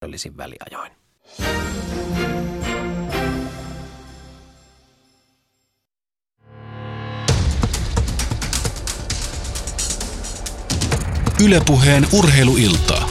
säännöllisin väliajoin. Yle Puheen urheiluiltaa.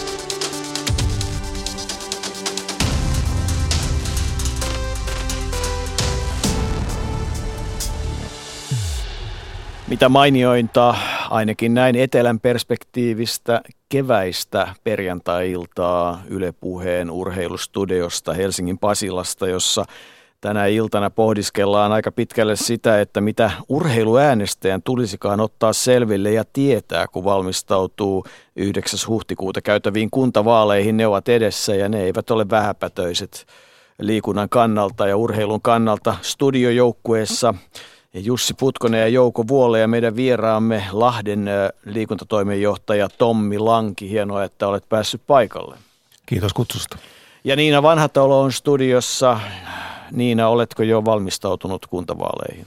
Mitä mainiointa, ainakin näin etelän perspektiivistä, keväistä perjantai-iltaa Yle Puheen urheilustudiosta Helsingin Pasilasta, jossa tänä iltana pohdiskellaan aika pitkälle sitä, että mitä urheiluäänestäjän tulisikaan ottaa selville ja tietää, kun valmistautuu 9. huhtikuuta käytäviin kuntavaaleihin. Ne ovat edessä ja ne eivät ole vähäpätöiset liikunnan kannalta ja urheilun kannalta. Studiojoukkueessa Jussi Putkonen ja Jouko Vuole ja meidän vieraamme Lahden liikuntatoimenjohtaja Tommi Lanki. Hienoa, että olet päässyt paikalle. Kiitos kutsusta. Ja Niina Vanhatalo on studiossa. Niina, oletko jo valmistautunut kuntavaaleihin?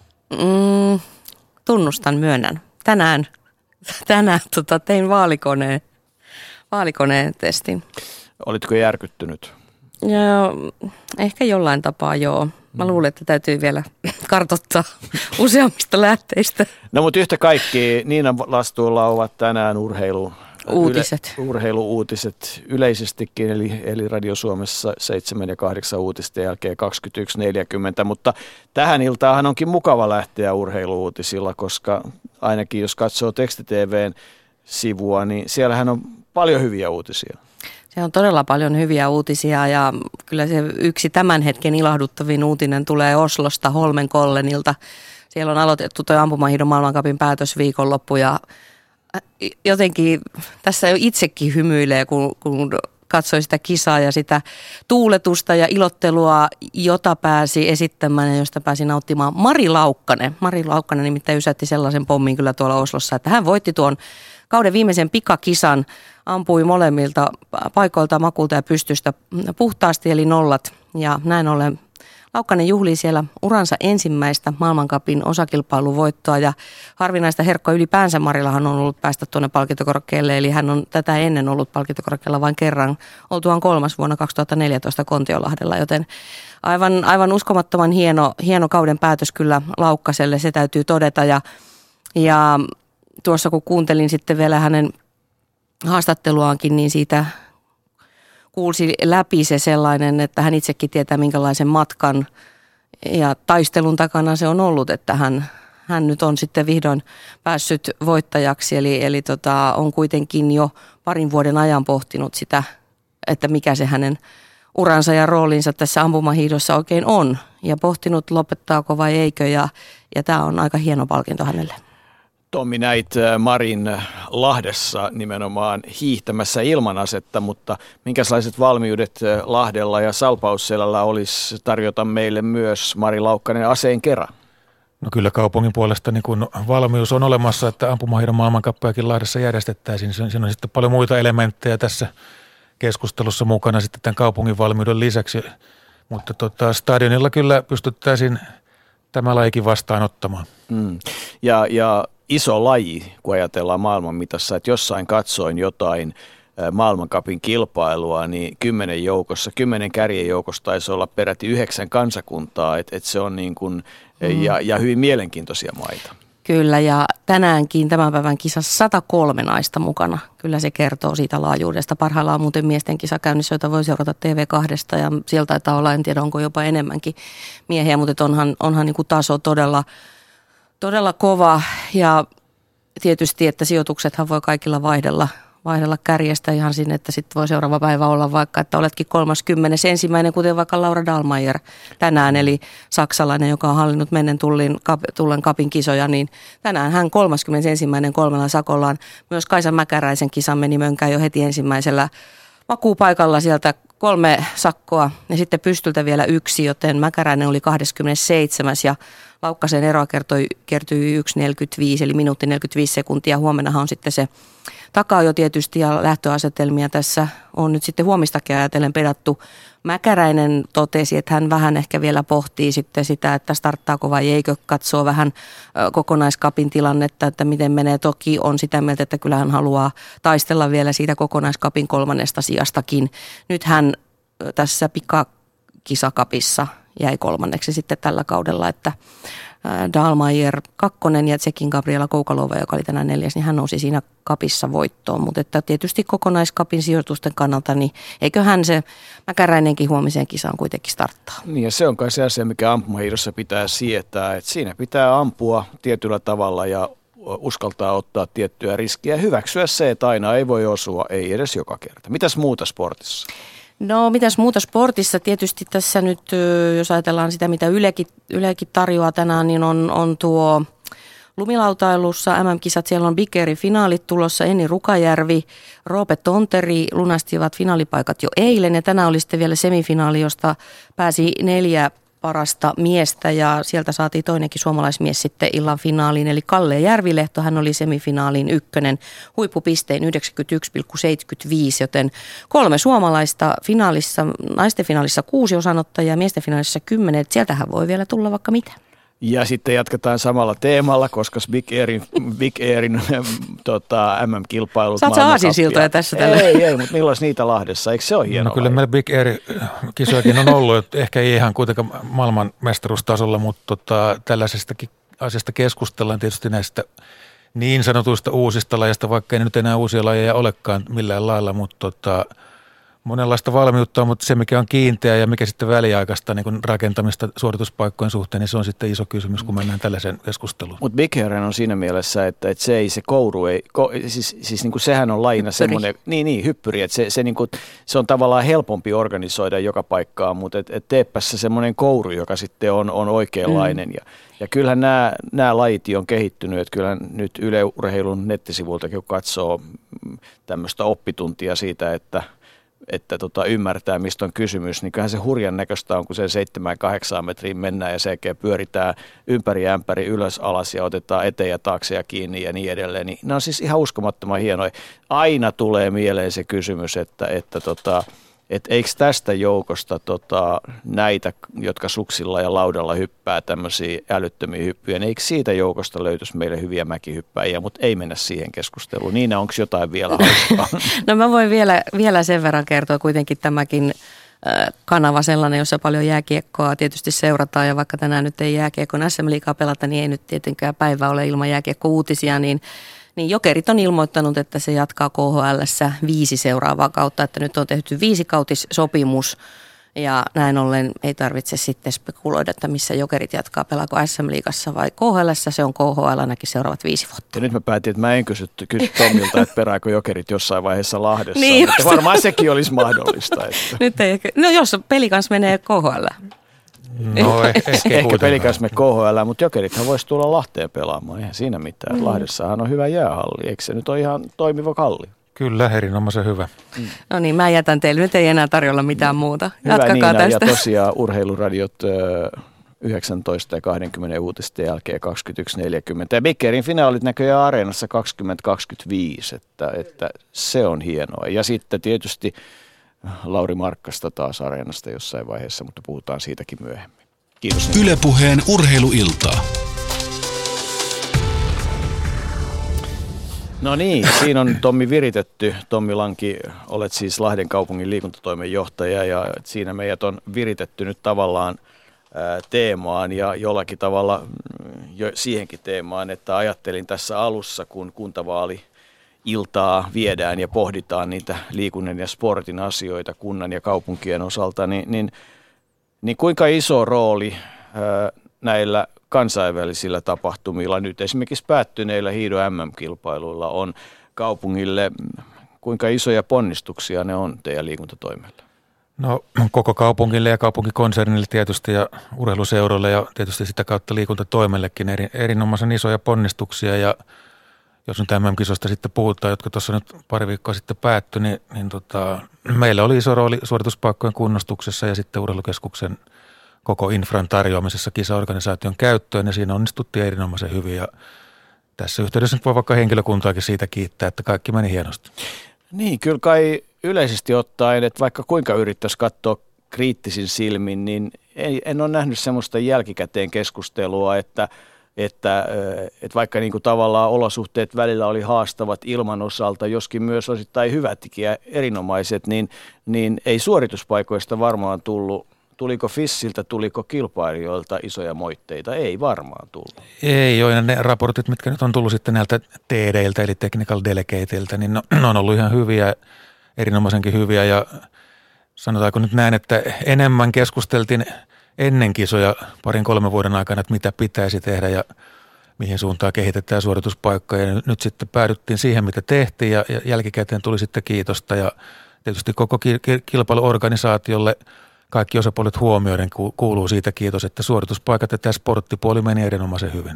Tunnustan, myönnän. Tänään tein vaalikoneen testin. Olitko järkyttynyt? Ehkä jollain tapaa joo. Mä luulen, että täytyy vielä kartoittaa useammista lähteistä. No mutta yhtä kaikki Niinan vastuulla ovat tänään urheiluuutiset yleisestikin, eli Radio Suomessa 7 ja 8 uutisten jälkeen 21.40, mutta tähän iltaan onkin mukava lähteä urheiluuutisilla, koska ainakin jos katsoo Teksti-TV:n sivua, niin siellähän on paljon hyviä uutisia. Se on todella paljon hyviä uutisia ja kyllä se yksi tämän hetken ilahduttavin uutinen tulee Oslosta Holmenkollenilta. Siellä on aloitettu tuo ampumahiihdon maailmancupin päätösviikonloppu ja jotenkin tässä jo itsekin hymyilee, kun katsoi sitä kisaa ja sitä tuuletusta ja ilottelua, jota pääsi esittämään ja josta pääsi nauttimaan Mari Laukkanen. Mari Laukkanen nimittäin ysätti sellaisen pommin kyllä tuolla Oslossa, että hän voitti tuon kauden viimeisen pikakisan, ampui molemmilta paikoilta, makulta ja pystystä puhtaasti eli nollat ja näin ollen Laukkanen juhlii siellä uransa ensimmäistä maailmancupin osakilpailuvoittoa ja harvinaista herkkoa ylipäänsä Marillahan on ollut päästä tuonne palkintokorokkeelle, eli hän on tätä ennen ollut palkintokorokkeella vain kerran, oltuaan 3. vuonna 2014 Kontiolahdella, joten aivan uskomattoman hieno kauden päätös kyllä Laukkaselle, se täytyy todeta ja tuossa kun kuuntelin sitten vielä hänen haastatteluaankin, niin siitä kuulsi läpi se sellainen, että hän itsekin tietää minkälaisen matkan ja taistelun takana se on ollut, että hän nyt on sitten vihdoin päässyt voittajaksi. Eli on kuitenkin jo parin vuoden ajan pohtinut sitä, että mikä se hänen uransa ja roolinsa tässä ampumahiihdossa oikein on. Ja pohtinut lopettaako vai eikö ja tämä on aika hieno palkinto hänelle. Tommi, näit Marin Lahdessa nimenomaan hiihtämässä ilman asetta, mutta minkälaiset valmiudet Lahdella ja Salpausselällä olisi tarjota meille myös Mari Laukkanen aseen kerran? No kyllä kaupungin puolesta niin kun valmius on olemassa, että ampumahiihdon maailmancuppiakin Lahdessa järjestettäisiin. Siinä on sitten paljon muita elementtejä tässä keskustelussa mukana sitten tämän kaupungin valmiuden lisäksi, mutta stadionilla kyllä pystyttäisiin tämä lajikin vastaanottamaan. Ja iso laji, kun ajatellaan maailman mitassa, että jossain katsoin jotain maailmancupin kilpailua, niin 10 kärjen joukossa taisi olla peräti 9 kansakuntaa, että se on niin kuin, ja hyvin mielenkiintoisia maita. Kyllä, ja tänäänkin tämän päivän kisassa 103 naista mukana. Kyllä se kertoo siitä laajuudesta. Parhaillaan muuten miesten kisa käynnissä, jota voi seurata TV2, ja sieltä taitaa olla, en tiedä onko jopa enemmänkin miehiä, mutta onhan niin kuin taso todella kova, ja tietysti, että sijoituksethan voi kaikilla vaihdella kärjestä ihan sinne, että sitten voi seuraava päivä olla vaikka, että oletkin 31. kuten vaikka Laura Dahlmeier tänään, eli saksalainen, joka on hallinnut mennen tullen kapin kisoja, niin tänään hän 31. 3 sakollaan. Myös Kaisa Mäkäräisen kisan meni mönkään jo heti ensimmäisellä makuupaikalla sieltä 3 sakkoa ja sitten pystyltä vielä 1, joten Mäkäräinen oli 27. ja Laukkasen eroa kertyi 1.45 eli minuutti 45 sekuntia. Huomennahan on sitten se takaa jo tietysti ja lähtöasetelmia tässä on nyt sitten huomistakin ajatellen pedattu. Mäkäräinen totesi, että hän vähän ehkä vielä pohtii sitten sitä, että starttaako vai eikö, katsoo vähän kokonaiskapin tilannetta, että miten menee. Toki on sitä mieltä, että kyllä hän haluaa taistella vielä siitä kokonaiskapin 3. sijastakin. Nyt hän tässä pikakisakapissa jäi 3. sitten tällä kaudella, että Dahlmeier 2. ja Tsekin Gabriela Koukalova, joka oli tänään 4, niin hän nousi siinä kapissa voittoon. Mutta että tietysti kokonaiskapin sijoitusten kannalta, niin eiköhän se Mäkäräinenkin huomiseen kisaan kuitenkin starttaa. Niin ja se on kai se asia, mikä ampumahiidossa pitää sietää, että siinä pitää ampua tietyllä tavalla ja uskaltaa ottaa tiettyä riskiä ja hyväksyä se, että aina ei voi osua, ei edes joka kerta. Mitäs muuta sportissa? No mitäs muuta sportissa? Tietysti tässä nyt, jos ajatellaan sitä, mitä Ylekin tarjoaa tänään, niin on tuo lumilautailussa MM-kisat. Siellä on Big Airin finaalit tulossa. Enni Rukajärvi, Roope Tonteri lunastivat finaalipaikat jo eilen. Ja tänään oli sitten vielä semifinaali, josta pääsi 4 parasta miestä ja sieltä saatiin toinenkin suomalaismies sitten illan finaaliin, eli Kalle Järvilehto, hän oli semifinaalin 1, huippupisteen 91,75, joten 3 suomalaista finaalissa, naisten finaalissa 6 osanottajaa, miesten finaalissa 10, sieltähän voi vielä tulla vaikka mitä. Ja sitten jatketaan samalla teemalla, koska Big Airin MM-kilpailut. Saat sä aasinsiltoja tässä tällä? Ei, mutta milloin niitä Lahdessa? Eikö se ole hienoa? No kyllä meillä Big Air-kisojakin on ollut, että ehkä ei ihan kuitenkaan maailman mestaruustasolla, mutta tällaisestakin asiasta keskustellaan tietysti näistä niin sanotuista uusista lajeista, vaikka ei nyt enää uusia lajeja olekaan millään lailla, mutta monenlaista valmiutta on, mutta se mikä on kiinteä ja mikä sitten väliaikaista niin rakentamista suorituspaikkojen suhteen, niin se on sitten iso kysymys, kun mennään tällaiseen keskusteluun. Mutta Big Air on siinä mielessä, että se ei se kouru, siis niin kuin sehän on lajina semmoinen, hyppyri, että se on tavallaan helpompi organisoida joka paikkaan, mutta teepäs se semmoinen kouru, joka sitten on oikeanlainen ja kyllähän nämä lajit on kehittynyt, että kyllähän nyt Yle Urheilun nettisivuiltakin kun katsoo tämmöistä oppituntia siitä, että ymmärtää, mistä on kysymys, niin kyllähän se hurjan näköistä on, kun se 7-8 metriin mennään ja sen jälkeen pyöritään ympäri ämpäri ylös alas ja otetaan eteen ja taakse ja kiinni ja niin edelleen. Niin ne on siis ihan uskomattoman hienoja. Aina tulee mieleen se kysymys, että eikö tästä joukosta näitä, jotka suksilla ja laudalla hyppää tämmöisiä älyttömiä hyppyjä, niin eikö siitä joukosta löytyisi meille hyviä mäkihyppäjiä, mutta ei mennä siihen keskusteluun. Niina, onko jotain vielä hauskaa? No mä voin vielä sen verran kertoa kuitenkin tämäkin kanava sellainen, jossa paljon jääkiekkoa tietysti seurataan ja vaikka tänään nyt ei jääkiekon SM-liigaa pelata, niin ei nyt tietenkään päivä ole ilman jääkiekko-uutisia, niin Jokerit on ilmoittanut, että se jatkaa KHL:ssä 5 seuraavaa kautta, että nyt on tehty 5-kautissopimus ja näin ollen ei tarvitse sitten spekuloida, että missä Jokerit jatkaa, pelaako SM-liigassa vai KHL:ssä, se on KHL ainakin seuraavat 5 vuotta. Ja nyt mä päätin, että mä en kysy Tommilta, että perääkö Jokerit jossain vaiheessa Lahdessa. Niin varmaan sekin olisi mahdollista. Että. Nyt ei, jos peli kanssa menee KHL. No, ehkä pelikäs me KHL, mutta Jokerithan voisi tulla Lahteen pelaamaan, eihän siinä mitään. Lahdessahan on hyvä jäähalli, eikö se nyt ole ihan toimiva halli? Kyllä, erinomaisen hyvä. No niin, mä jätän teille, nyt ei enää tarjolla mitään muuta. Hyvä Jatkakaa Niina, tästä. Ja tosiaan urheiluradiot 19 ja 20 uutisten jälkeen 21.40. Ja Big Airin finaalit näköjään Areenassa 2025, että se on hienoa. Ja sitten tietysti Lauri Markkasta taas Areenasta jossain vaiheessa, mutta puhutaan siitäkin myöhemmin. Kiitos. Yle Puheen urheiluiltaa. No niin, siinä on Tommi viritetty. Tommi Lanki, olet siis Lahden kaupungin liikuntatoimenjohtaja ja siinä meidät on viritetty nyt tavallaan teemaan ja jollakin tavalla jo siihenkin teemaan, että ajattelin tässä alussa, kun kuntavaali-iltaa viedään ja pohditaan niitä liikunnan ja sportin asioita kunnan ja kaupunkien osalta, niin kuinka iso rooli näillä kansainvälisillä tapahtumilla, nyt esimerkiksi päättyneillä hiidon MM-kilpailuilla on kaupungille, kuinka isoja ponnistuksia ne on teidän liikuntatoimella? No koko kaupungille ja kaupunkikonsernille tietysti ja urheiluseuroille ja tietysti sitä kautta liikuntatoimellekin erinomaisen isoja ponnistuksia ja jos nyt MM-kisosta sitten puhutaan, jotka tuossa nyt pari viikkoa sitten päättyi, niin meillä oli iso rooli suorituspaikkojen kunnostuksessa ja sitten urheilukeskuksen koko infran tarjoamisessa kisaorganisaation käyttöön ja siinä onnistuttiin erinomaisen hyvin ja tässä yhteydessä nyt voi vaikka henkilökuntaakin siitä kiittää, että kaikki meni hienosti. Niin, kyllä kai yleisesti ottaen, että vaikka kuinka yrittäisi katsoa kriittisin silmin, niin en ole nähnyt semmoista jälkikäteen keskustelua, että vaikka niin kuin tavallaan olosuhteet välillä oli haastavat ilman osalta, joskin myös osittain hyvätkin ja erinomaiset, niin ei suorituspaikoista varmaan tullut. Tuliko FISiltä, tuliko kilpailijoilta isoja moitteita? Ei varmaan tullut. Ei joo, ja ne raportit, mitkä nyt on tullut sitten näiltä TDiltä, eli Technical Delegateilta, niin ne on ollut ihan hyviä, erinomaisenkin hyviä, ja sanotaanko nyt näin, että enemmän keskusteltiin ennen kisoja 2-3 vuoden aikana, että mitä pitäisi tehdä ja mihin suuntaan kehitetään suorituspaikkoja. Ja nyt sitten päädyttiin siihen, mitä tehtiin, ja jälkikäteen tuli sitten kiitosta, ja tietysti koko kilpailuorganisaatiolle kaikki osapuolet huomioiden kuuluu siitä kiitos, että suorituspaikat ja tämä sporttipuoli meni erinomaisen hyvin.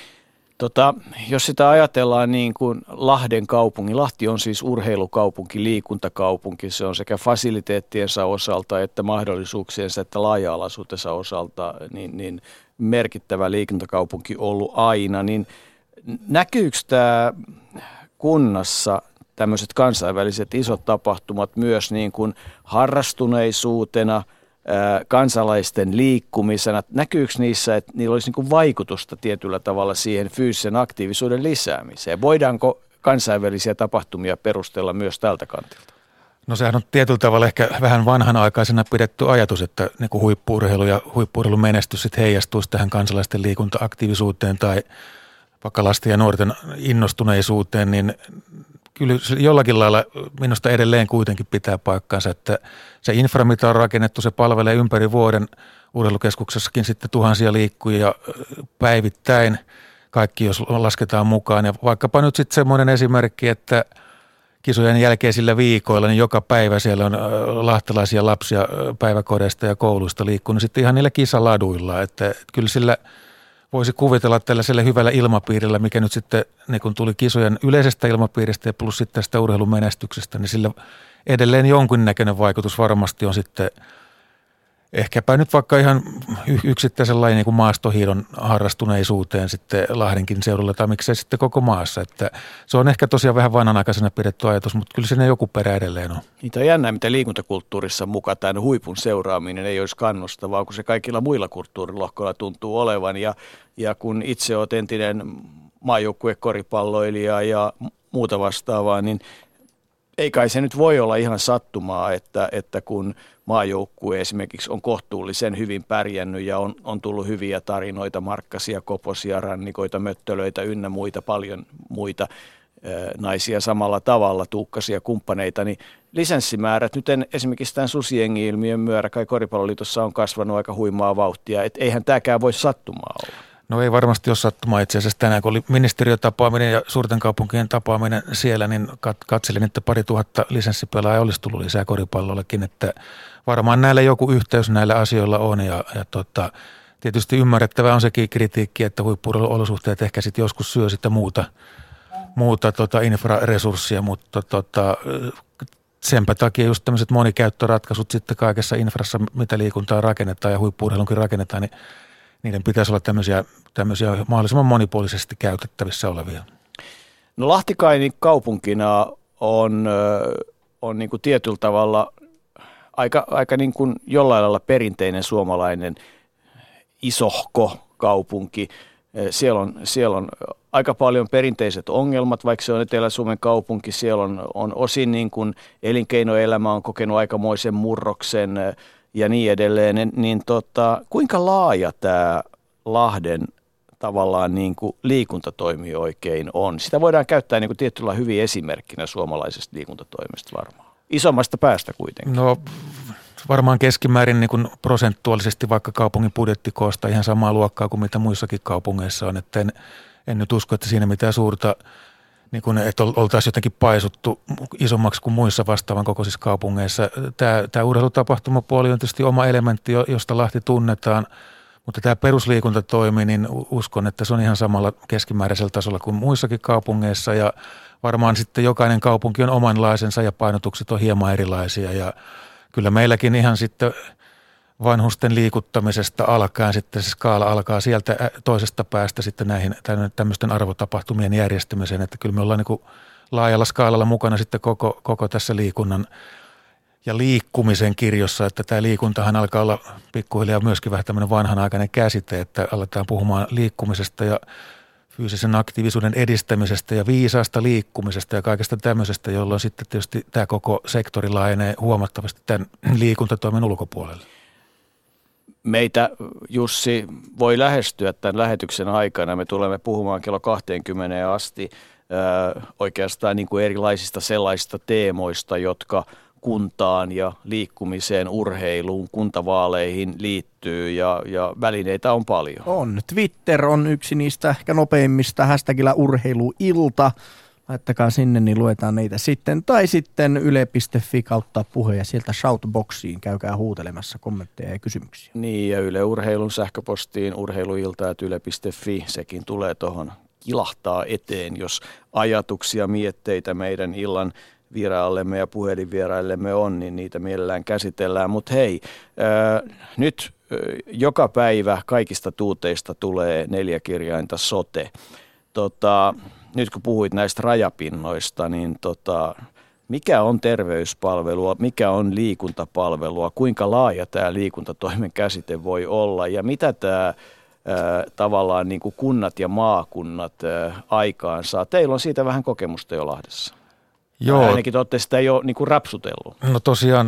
Jos sitä ajatellaan niin kuin Lahden kaupunki, Lahti on siis urheilukaupunki, liikuntakaupunki, se on sekä fasiliteettiensa osalta että mahdollisuuksiensa että laaja-alaisuutensa osalta niin merkittävä liikuntakaupunki ollut aina, niin näkyykö tämä kunnassa tämmöiset kansainväliset isot tapahtumat myös niin kuin harrastuneisuutena, kansalaisten liikkumisena? Näkyykö niissä, että niillä olisi niin kuin vaikutusta tietyllä tavalla siihen fyysisen aktiivisuuden lisäämiseen? Voidaanko kansainvälisiä tapahtumia perustella myös tältä kantilta? No sehän on tietyllä tavalla ehkä vähän vanhanaikaisena pidetty ajatus, että niin kuin huippu-urheilu ja huippu-urheilun menestys sitten heijastuisi tähän kansalaisten liikunta-aktiivisuuteen tai vaikka lasten ja nuorten innostuneisuuteen, niin kyllä jollakin lailla minusta edelleen kuitenkin pitää paikkaansa, että se infra, mitä on rakennettu, se palvelee ympäri vuoden urheilukeskuksessakin sitten tuhansia liikkujia päivittäin, kaikki jos lasketaan mukaan. Ja vaikkapa nyt sitten semmoinen esimerkki, että kisojen jälkeisillä viikoilla, niin joka päivä siellä on lahtelaisia lapsia päiväkodeista ja kouluista liikkunut sitten ihan niillä kisaladuilla, että kyllä sillä voisi kuvitella tällaisella hyvällä ilmapiirillä, mikä nyt sitten niin kun tuli kisojen yleisestä ilmapiiristä ja plus sitten tästä urheilumenestyksestä, niin sillä edelleen jonkinnäköinen vaikutus varmasti on sitten ehkäpä nyt vaikka ihan yksittäisen lajin niin kuin maastohiidon harrastuneisuuteen sitten Lahdenkin seudulla tai miksei sitten koko maassa. Että se on ehkä tosiaan vähän vanhanaikaisena pidetty ajatus, mutta kyllä siinä joku perä edelleen on. Niitä on jännää, mitä liikuntakulttuurissa mukaan tämän huipun seuraaminen ei olisi kannustavaa, kun se kaikilla muilla kulttuurilohkoilla tuntuu olevan. Ja kun itse olet entinen maajoukkuekoripalloilija ja muuta vastaavaa, niin ei kai se nyt voi olla ihan sattumaa, että kun maajoukkue esimerkiksi on kohtuullisen hyvin pärjännyt ja on tullut hyviä tarinoita, Markkasia, Koposia, Rannikoita, Möttölöitä ynnä muita, paljon muita naisia samalla tavalla, Tuukkasia, kumppaneita, niin lisenssimäärät nyt esimerkiksi tämän susiengi-ilmiön myötä kai Koripalloliitossa on kasvanut aika huimaa vauhtia, että eihän tämäkään voi sattumaa olla. No ei varmasti ole sattumaa itse asiassa. Tänään kun oli ministeriötapaaminen ja suurten kaupunkien tapaaminen siellä, niin katselin, että 2000 lisenssipelaajaa olisi tullut lisää koripallollekin, että varmaan näillä joku yhteys näillä asioilla on ja tietysti ymmärrettävää on sekin kritiikki, että huippu-urheiluolosuhteet ehkä sitten joskus syö sitä muuta infraresurssia, mutta senpä takia just tämmöiset monikäyttöratkaisut sitten kaikessa infrassa, mitä liikuntaa rakennetaan ja huippu-urheilunkin rakennetaan, niin niiden pitäisi olla tämmöisiä mahdollisimman monipuolisesti käytettävissä olevia. No Lahtikainen kaupunkina on niin kuin tietyllä tavalla aika niin kuin jollain lailla perinteinen suomalainen isohko kaupunki. Siellä on aika paljon perinteiset ongelmat, vaikka se on Etelä-Suomen kaupunki. Siellä on osin niin kuin elinkeinoelämä on kokenut aikamoisen murroksen ja niin edelleen, niin kuinka laaja tämä Lahden tavallaan niin kuin liikuntatoimi oikein on? Sitä voidaan käyttää niin kuin tietyllä hyvin esimerkkinä suomalaisesta liikuntatoimesta varmaan. Isommasta päästä kuitenkin. No varmaan keskimäärin niin kuin prosentuaalisesti vaikka kaupungin budjettikoosta ihan samaa luokkaa kuin mitä muissakin kaupungeissa on. Että en nyt usko, että siinä mitään suurta, niin kuin, että oltaisiin jotenkin paisuttu isommaksi kuin muissa vastaavan kokoisissa kaupungeissa. Tämä urheilutapahtumapuoli on tietysti oma elementti, josta Lahti tunnetaan, mutta tämä perusliikuntatoimi, niin uskon, että se on ihan samalla keskimääräisellä tasolla kuin muissakin kaupungeissa ja varmaan sitten jokainen kaupunki on omanlaisensa ja painotukset on hieman erilaisia ja kyllä meilläkin ihan sitten vanhusten liikuttamisesta alkaen, sitten se skaala alkaa sieltä toisesta päästä sitten näihin tämmöisten arvotapahtumien järjestämiseen, että kyllä me ollaan niin kuin laajalla skaalalla mukana sitten koko tässä liikunnan ja liikkumisen kirjossa, että tämä liikuntahan alkaa olla pikkuhiljaa myöskin vähän tämmöinen vanhanaikainen käsite, että aletaan puhumaan liikkumisesta ja fyysisen aktiivisuuden edistämisestä ja viisaasta liikkumisesta ja kaikesta tämmöisestä, jolloin sitten tietysti tämä koko sektori laajenee huomattavasti tämän liikuntatoimen ulkopuolelle. Meitä, Jussi, voi lähestyä tämän lähetyksen aikana. Me tulemme puhumaan kello 20 asti oikeastaan niin kuin erilaisista sellaisista teemoista, jotka kuntaan ja liikkumiseen, urheiluun, kuntavaaleihin liittyy ja välineitä on paljon. On. Twitter on yksi niistä ehkä nopeimmista, hashtagillä urheiluilta. Laittakaa sinne, niin luetaan niitä sitten. Tai sitten yle.fi kautta puhe ja sieltä shoutboxiin käykää huutelemassa kommentteja ja kysymyksiä. Niin ja Yle Urheilun sähköpostiin urheiluilta@yle.fi, sekin tulee tuohon kilahtaa eteen, jos ajatuksia, mietteitä meidän illan vieraillemme ja puhelinvieraillemme on, niin niitä mielellään käsitellään. Mutta hei, nyt joka päivä kaikista tuuteista tulee 4 kirjainta sote. Nyt kun puhuit näistä rajapinnoista, niin mikä on terveyspalvelua, mikä on liikuntapalvelua, kuinka laaja tämä liikuntatoimen käsite voi olla ja mitä tämä tavallaan niin kuin kunnat ja maakunnat aikaan saa. Teillä on siitä vähän kokemusta jo Lahdessa. Joo. Ainakin te olette sitä jo niin kuin rapsutellut. No tosiaan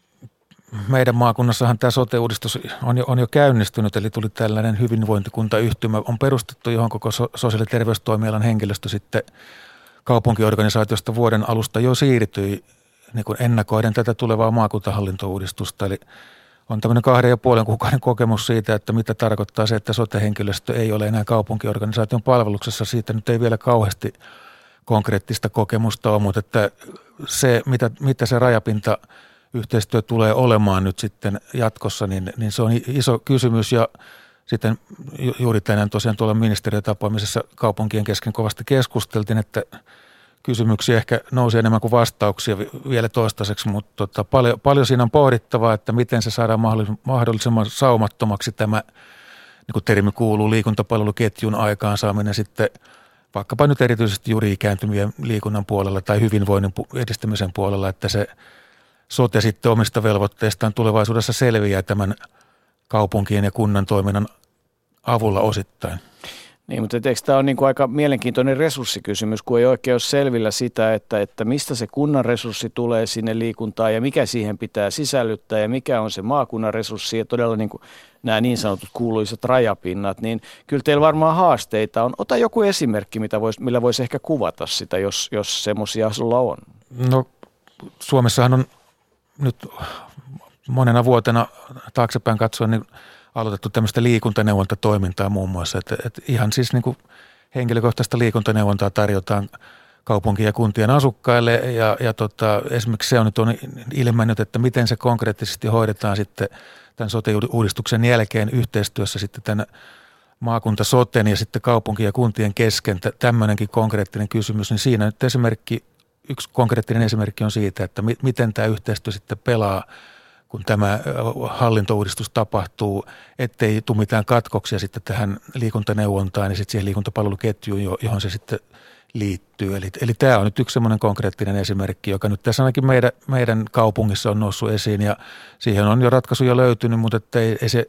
meidän maakunnassahan tämä sote-uudistus on jo käynnistynyt, eli tuli tällainen hyvinvointikuntayhtymä, on perustettu, johon koko sosiaali- ja terveystoimialan henkilöstö sitten kaupunkiorganisaatiosta vuoden alusta jo siirtyi niin kuin ennakoiden tätä tulevaa maakuntahallintouudistusta, eli on tämmöinen 2,5 kuukauden kokemus siitä, että mitä tarkoittaa se, että sote-henkilöstö ei ole enää kaupunkiorganisaation palveluksessa. Siitä nyt ei vielä kauheasti konkreettista kokemusta ole, mutta että se, mitä se rajapintayhteistyö tulee olemaan nyt sitten jatkossa, niin se on iso kysymys ja sitten juuri tänään tosiaan tuolla ministeriötapaamisessa kaupunkien kesken kovasti keskusteltiin, että kysymyksiä ehkä nousi enemmän kuin vastauksia vielä toistaiseksi, mutta paljon siinä on pohdittavaa, että miten se saadaan mahdollisimman saumattomaksi tämä, niin kuin termi kuuluu, liikuntapalveluketjun aikaansaaminen sitten vaikkapa nyt erityisesti juuri ikääntyvien liikunnan puolella tai hyvinvoinnin edistämisen puolella, että se sote sitten omista velvoitteistaan tulevaisuudessa selviää tämän kaupunkien ja kunnan toiminnan avulla osittain. Niin, mutta eikö tämä on niin kuin aika mielenkiintoinen resurssikysymys, kun ei oikein ole selvillä sitä, että mistä se kunnan resurssi tulee sinne liikuntaan ja mikä siihen pitää sisällyttää ja mikä on se maakunnan resurssi ja todella niin kuin nämä niin sanotut kuuluisat rajapinnat, niin kyllä teillä varmaan haasteita on. Ota joku esimerkki, millä voisi ehkä kuvata sitä, jos semmoisia sulla on. No Suomessahan on nyt monena vuotena taaksepäin katsoen niin aloitettu tämmöistä liikuntaneuvontatoimintaa muun muassa, että ihan siis niin kuin henkilökohtaista liikuntaneuvontaa tarjotaan kaupunkien ja kuntien asukkaille ja esimerkiksi se on nyt ilmennyt, että miten se konkreettisesti hoidetaan sitten tämän sote-uudistuksen jälkeen yhteistyössä sitten tämän maakuntasoten ja sitten kaupunkien ja kuntien kesken tämmöinenkin konkreettinen kysymys, niin siinä nyt yksi konkreettinen esimerkki on siitä, että miten tämä yhteistyö sitten pelaa, kun tämä hallintouudistus tapahtuu, ettei tule mitään katkoksia sitten tähän liikuntaneuvontaan ja sitten siihen liikuntapalveluketjuun, johon se sitten liittyy. Eli tämä on nyt yksi semmoinen konkreettinen esimerkki, joka nyt tässä ainakin meidän kaupungissa on noussut esiin ja siihen on jo ratkaisuja löytynyt, mutta ei se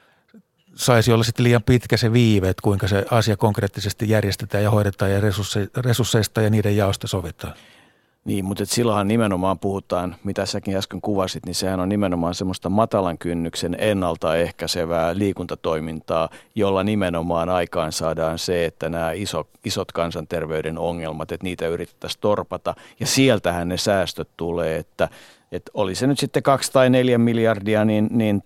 saisi olla sitten liian pitkä se viive, että kuinka se asia konkreettisesti järjestetään ja hoidetaan ja resursseista ja niiden jaosta sovitaan. Niin, mutta silloinhan nimenomaan puhutaan, mitä säkin äsken kuvasit, niin sehän on nimenomaan semmoista matalan kynnyksen ennaltaehkäisevää liikuntatoimintaa, jolla nimenomaan aikaan saadaan se, että nämä isot kansanterveyden ongelmat, että niitä yritettäisiin torpata. Ja sieltähän ne säästöt tulee, että oli se nyt sitten 2 tai 4 miljardia, niin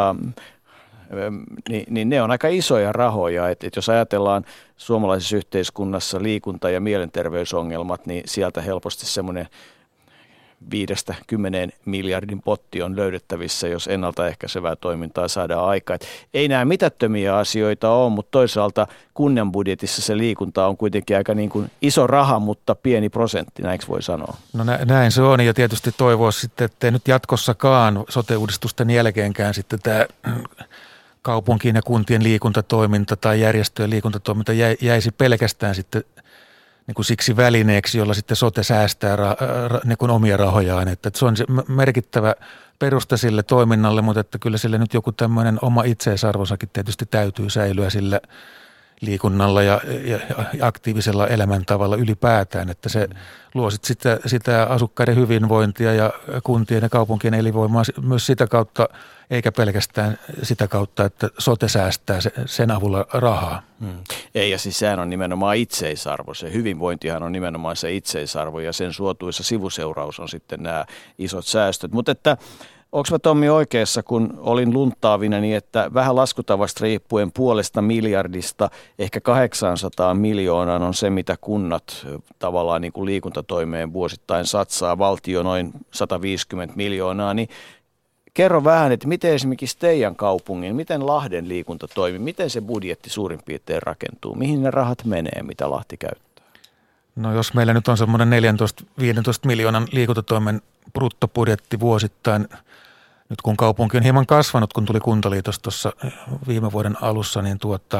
ne on aika isoja rahoja, että jos ajatellaan suomalaisessa yhteiskunnassa liikunta- ja mielenterveysongelmat, niin sieltä helposti semmoinen 5-10 miljardin potti on löydettävissä, jos ennaltaehkäisevää toimintaa saadaan aikaan. Ei nämä mitättömiä asioita ole, mutta toisaalta kunnan budjetissa se liikunta on kuitenkin aika niin kuin iso raha, mutta pieni prosentti, näinkö voi sanoa? No näin se on, ja tietysti toivoisi sitten, että nyt jatkossakaan sote-uudistusten jälkeenkään sitten tämä kaupunkien ja kuntien liikuntatoiminta tai järjestöjen liikuntatoiminta jäisi pelkästään sitten niin kuin siksi välineeksi, jolla sitten sote säästää niin kuin omia rahojaan. Että se on se merkittävä peruste sille toiminnalle, mutta että kyllä sille nyt joku tämmöinen oma itseisarvonsakin tietysti täytyy säilyä sillä liikunnalla ja aktiivisella elämäntavalla ylipäätään, että se luo sitä asukkaiden hyvinvointia ja kuntien ja kaupunkien elinvoimaa myös sitä kautta, eikä pelkästään sitä kautta, että sote säästää sen avulla rahaa. Ei, ja siis sehän on nimenomaan itseisarvo. Se hyvinvointihan on nimenomaan se itseisarvo, ja sen suotuissa sivuseuraus on sitten nämä isot säästöt. Mutta että onko mä Tommi oikeassa, kun olin lunttaavina, niin että vähän laskutavasta riippuen 0,5 miljardista, ehkä 800 miljoonaa on se, mitä kunnat tavallaan niin kuin liikuntatoimeen vuosittain satsaa, valtio noin 150 miljoonaa, niin kerro vähän, että miten esimerkiksi teidän kaupungin, miten Lahden liikunta toimii, miten se budjetti suurin piirtein rakentuu, mihin ne rahat menee, mitä Lahti käyttää? No jos meillä nyt on semmoinen 14-15 miljoonan liikuntatoimen bruttobudjetti vuosittain, nyt kun kaupunki on hieman kasvanut, kun tuli Kuntaliitos tuossa viime vuoden alussa, niin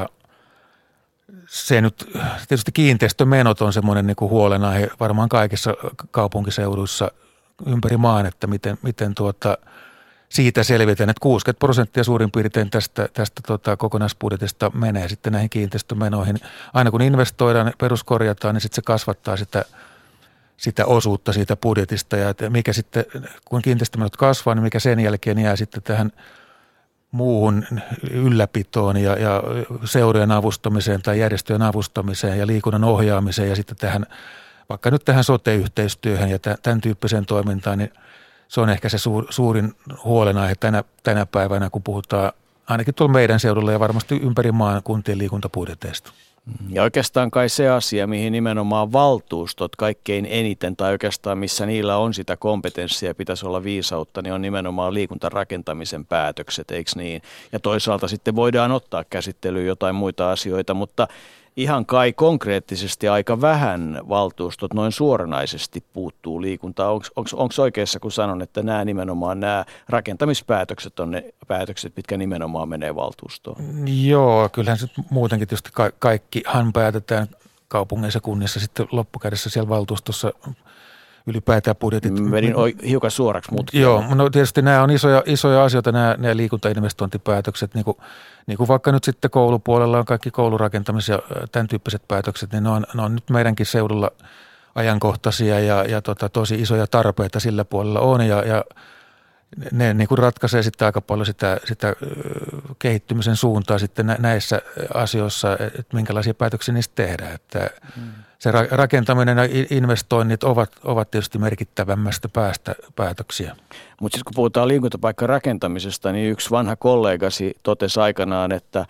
se nyt tietysti kiinteistömenot on semmoinen niin kuin huolenaihe varmaan kaikissa kaupunkiseuduissa ympäri maan, että miten siitä selvitään, että 60% suurin piirtein tästä kokonaisbudjetista menee sitten näihin kiinteistömenoihin. Aina kun investoidaan, peruskorjataan, niin sitten se kasvattaa sitä osuutta siitä budjetista, ja että mikä sitten, kun kiinteistömenot kasvaa, niin mikä sen jälkeen jää sitten tähän muuhun ylläpitoon ja seurojen avustamiseen tai järjestöjen avustamiseen ja liikunnan ohjaamiseen ja sitten vaikka nyt tähän sote-yhteistyöhön ja tämän tyyppiseen toimintaan, niin se on ehkä se suurin huolenaihe tänä päivänä, kun puhutaan ainakin tuolla meidän seudulla ja varmasti ympäri maan kuntien liikuntabudjeteista. Ja oikeastaan kai se asia, mihin nimenomaan valtuustot kaikkein eniten tai oikeastaan missä niillä on sitä kompetenssia ja pitäisi olla viisautta, niin on nimenomaan liikuntarakentamisen päätökset, eikö niin? Ja toisaalta sitten voidaan ottaa käsittelyyn jotain muita asioita, mutta ihan kai konkreettisesti aika vähän valtuustot noin suoranaisesti puuttuu liikuntaa. Onko oikeassa, kun sanon, että nämä rakentamispäätökset on ne päätökset, mitkä nimenomaan menee valtuustoon? Joo, kyllähän se muutenkin tietysti kaikkihan päätetään kaupungeissa, kunnissa, sitten loppukädessä siellä valtuustossa ylipäätään budjetit. Menin hiukan suoraksi mutkia. Joo, no tietysti nämä on isoja asioita, nämä liikuntainvestointipäätökset, niin kuin vaikka nyt sitten koulupuolella on kaikki koulurakentamisen ja tämän tyyppiset päätökset, niin ne on nyt meidänkin seudulla ajankohtaisia ja tosi isoja tarpeita sillä puolella on ja ne niin kuin ratkaisee sitten aika paljon sitä kehittymisen suuntaa sitten näissä asioissa, että minkälaisia päätöksiä niistä tehdään. Että se rakentaminen ja investoinnit ovat tietysti merkittävämmästä päästä päätöksiä. Mutta sitten kun puhutaan liikuntapaikkarakentamisesta, niin yksi vanha kollegasi totesi aikanaan,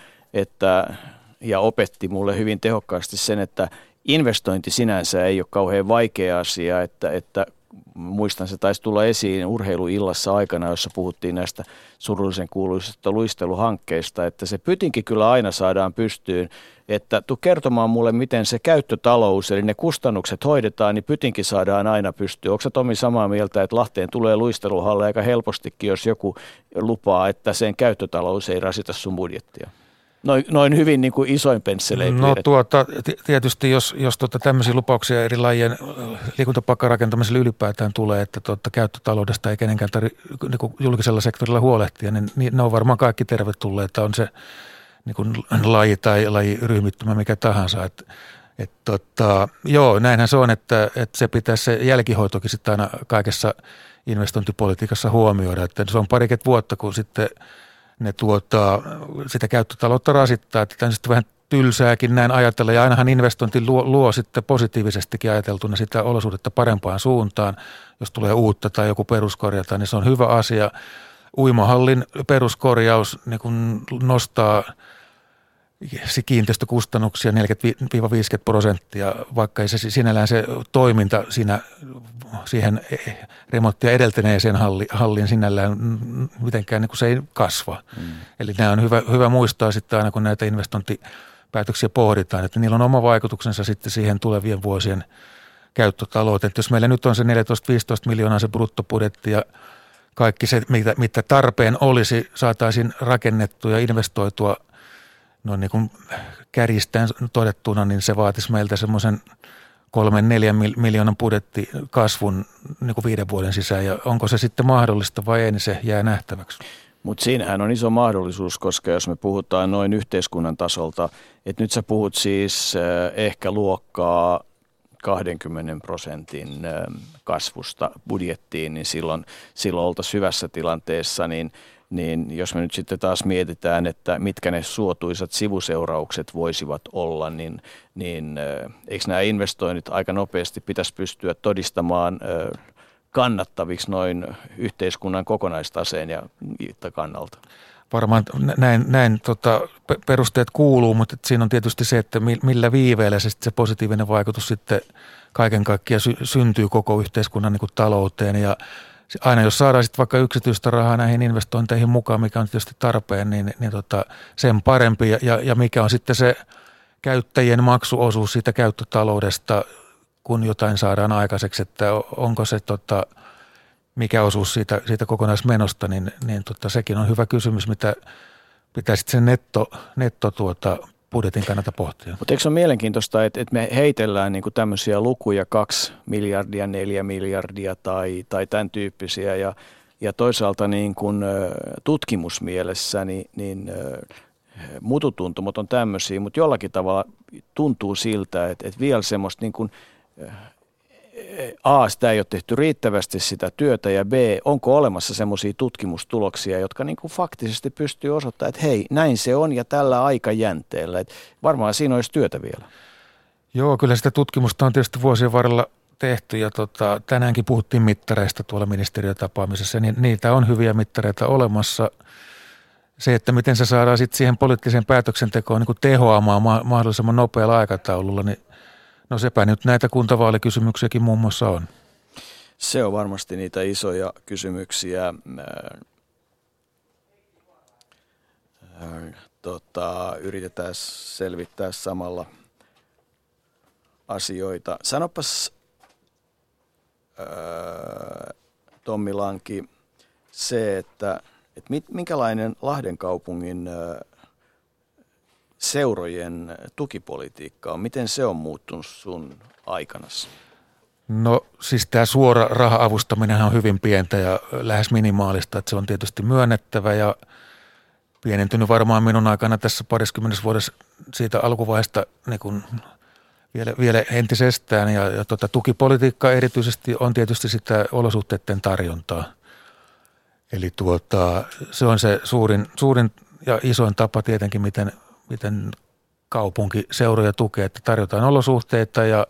ja opetti mulle hyvin tehokkaasti sen, että investointi sinänsä ei ole kauhean vaikea asia, että muistan, se taisi tulla esiin urheiluillassa aikana, jossa puhuttiin näistä surullisen kuuluisista luisteluhankkeista, että se pytinki kyllä aina saadaan pystyyn, että tuu kertomaan mulle, miten se käyttötalous, eli ne kustannukset hoidetaan, niin pytinki saadaan aina pystyyn. Onko sä Tomi samaa mieltä, että Lahteen tulee luisteluhalle aika helpostikin, jos joku lupaa, että sen käyttötalous ei rasita sun budjettia? Noin hyvin niin kuin isoin pensselein piirretty. Tietysti jos tämmöisiä lupauksia eri lajien liikuntapaikkarakentamiselle ylipäätään tulee, että käyttötaloudesta ei kenenkään tarvitse niin julkisella sektorilla huolehtia, niin ne on varmaan kaikki tervetulleita, on se niin kuin laji tai lajiryhmittymä mikä tahansa. Joo, näinhän se on, että se pitäisi se jälkihoitokin sitten aina kaikessa investointipolitiikassa huomioida, että se on parikymmentä vuotta, kun sitten ne sitä käyttötaloutta rasittaa, että tämä on sitten vähän tylsääkin näin ajatella, ja ainahan investointi luo sitten positiivisestikin ajateltuna sitä olosuhdetta parempaan suuntaan, jos tulee uutta tai joku peruskorjataan, niin se on hyvä asia. Uimahallin peruskorjaus niin kun nostaa kiinteistökustannuksia 40-50%, vaikka ei se sinällään se toiminta siihen remonttia edeltäneeseen halliin sinällään mitenkään niin kuin se ei kasva. Eli nämä on hyvä muistaa sitten aina, kun näitä investointipäätöksiä pohditaan, että niillä on oma vaikutuksensa sitten siihen tulevien vuosien käyttötalouteen. Että jos meillä nyt on se 14-15 miljoonaa se bruttobudjetti ja kaikki se, mitä tarpeen olisi, saataisiin rakennettua ja investoitua no niin kuin kärjistäen todettuna, niin se vaatisi meiltä semmoisen 3-4 miljoonan budjettikasvun niin kuin 5 vuoden sisään. Ja onko se sitten mahdollista vai ei, niin se jää nähtäväksi. Mutta siinähän on iso mahdollisuus, koska jos me puhutaan noin yhteiskunnan tasolta, että nyt sä puhut siis ehkä luokkaa 20% kasvusta budjettiin, niin silloin oltaisiin hyvässä tilanteessa, niin jos me nyt sitten taas mietitään, että mitkä ne suotuisat sivuseuraukset voisivat olla, niin eikö nämä investoinnit aika nopeasti pitäisi pystyä todistamaan kannattaviksi noin yhteiskunnan kokonaistaseen ja kannalta? Varmaan näin perusteet kuuluu, mutta siinä on tietysti se, että millä viiveellä se positiivinen vaikutus sitten kaiken kaikkiaan syntyy koko yhteiskunnan niin kuin talouteen. Ja aina jos saadaan sitten vaikka yksityistä rahaa näihin investointeihin mukaan, mikä on tietysti tarpeen, niin sen parempi. Ja mikä on sitten se käyttäjien maksuosuus siitä käyttötaloudesta, kun jotain saadaan aikaiseksi, että onko se mikä osuus siitä kokonaismenosta, niin sekin on hyvä kysymys, mitä pitää sitten sen budjetin kannalta pohtia. Mutta eikö se ole mielenkiintoista, että me heitellään niinku tämmöisiä lukuja 2 miljardia, 4 miljardia tai tämän tyyppisiä ja toisaalta niin kuin tutkimusmielessä niin mututuntumot on tämmöisiä, mutta jollakin tavalla tuntuu siltä, että vielä semmoista niin kuin A, sitä ei ole tehty riittävästi sitä työtä ja B, onko olemassa semmoisia tutkimustuloksia, jotka niin kuin faktisesti pystyy osoittamaan, että hei, näin se on ja tällä aikajänteellä. Että varmaan siinä olisi työtä vielä. Joo, kyllä sitä tutkimusta on tietysti vuosien varrella tehty ja tänäänkin puhuttiin mittareista tuolla ministeriötapaamisessa, niin niitä on hyviä mittareita olemassa. Se, että miten se saadaan sitten siihen poliittiseen päätöksentekoon niin kuin tehoamaan mahdollisimman nopealla aikataululla, niin no sepä nyt näitä kuntavaalikysymyksiäkin muun muassa on. Se on varmasti niitä isoja kysymyksiä. Yritetään selvittää samalla asioita. Sanopas Tommi Lanki se, että minkälainen Lahden kaupungin seurojen tukipolitiikka on? Miten se on muuttunut sun aikanasi? No siis tämä suora raha-avustaminen on hyvin pientä ja lähes minimaalista, että se on tietysti myönnettävä ja pienentynyt varmaan minun aikana tässä 20 vuodessa siitä alkuvaiheesta niin kuin vielä entisestään ja tukipolitiikka erityisesti on tietysti sitä olosuhteiden tarjontaa. Eli se on se suurin ja isoin tapa tietenkin, miten kaupunki seuroja tukee, että tarjotaan olosuhteita ja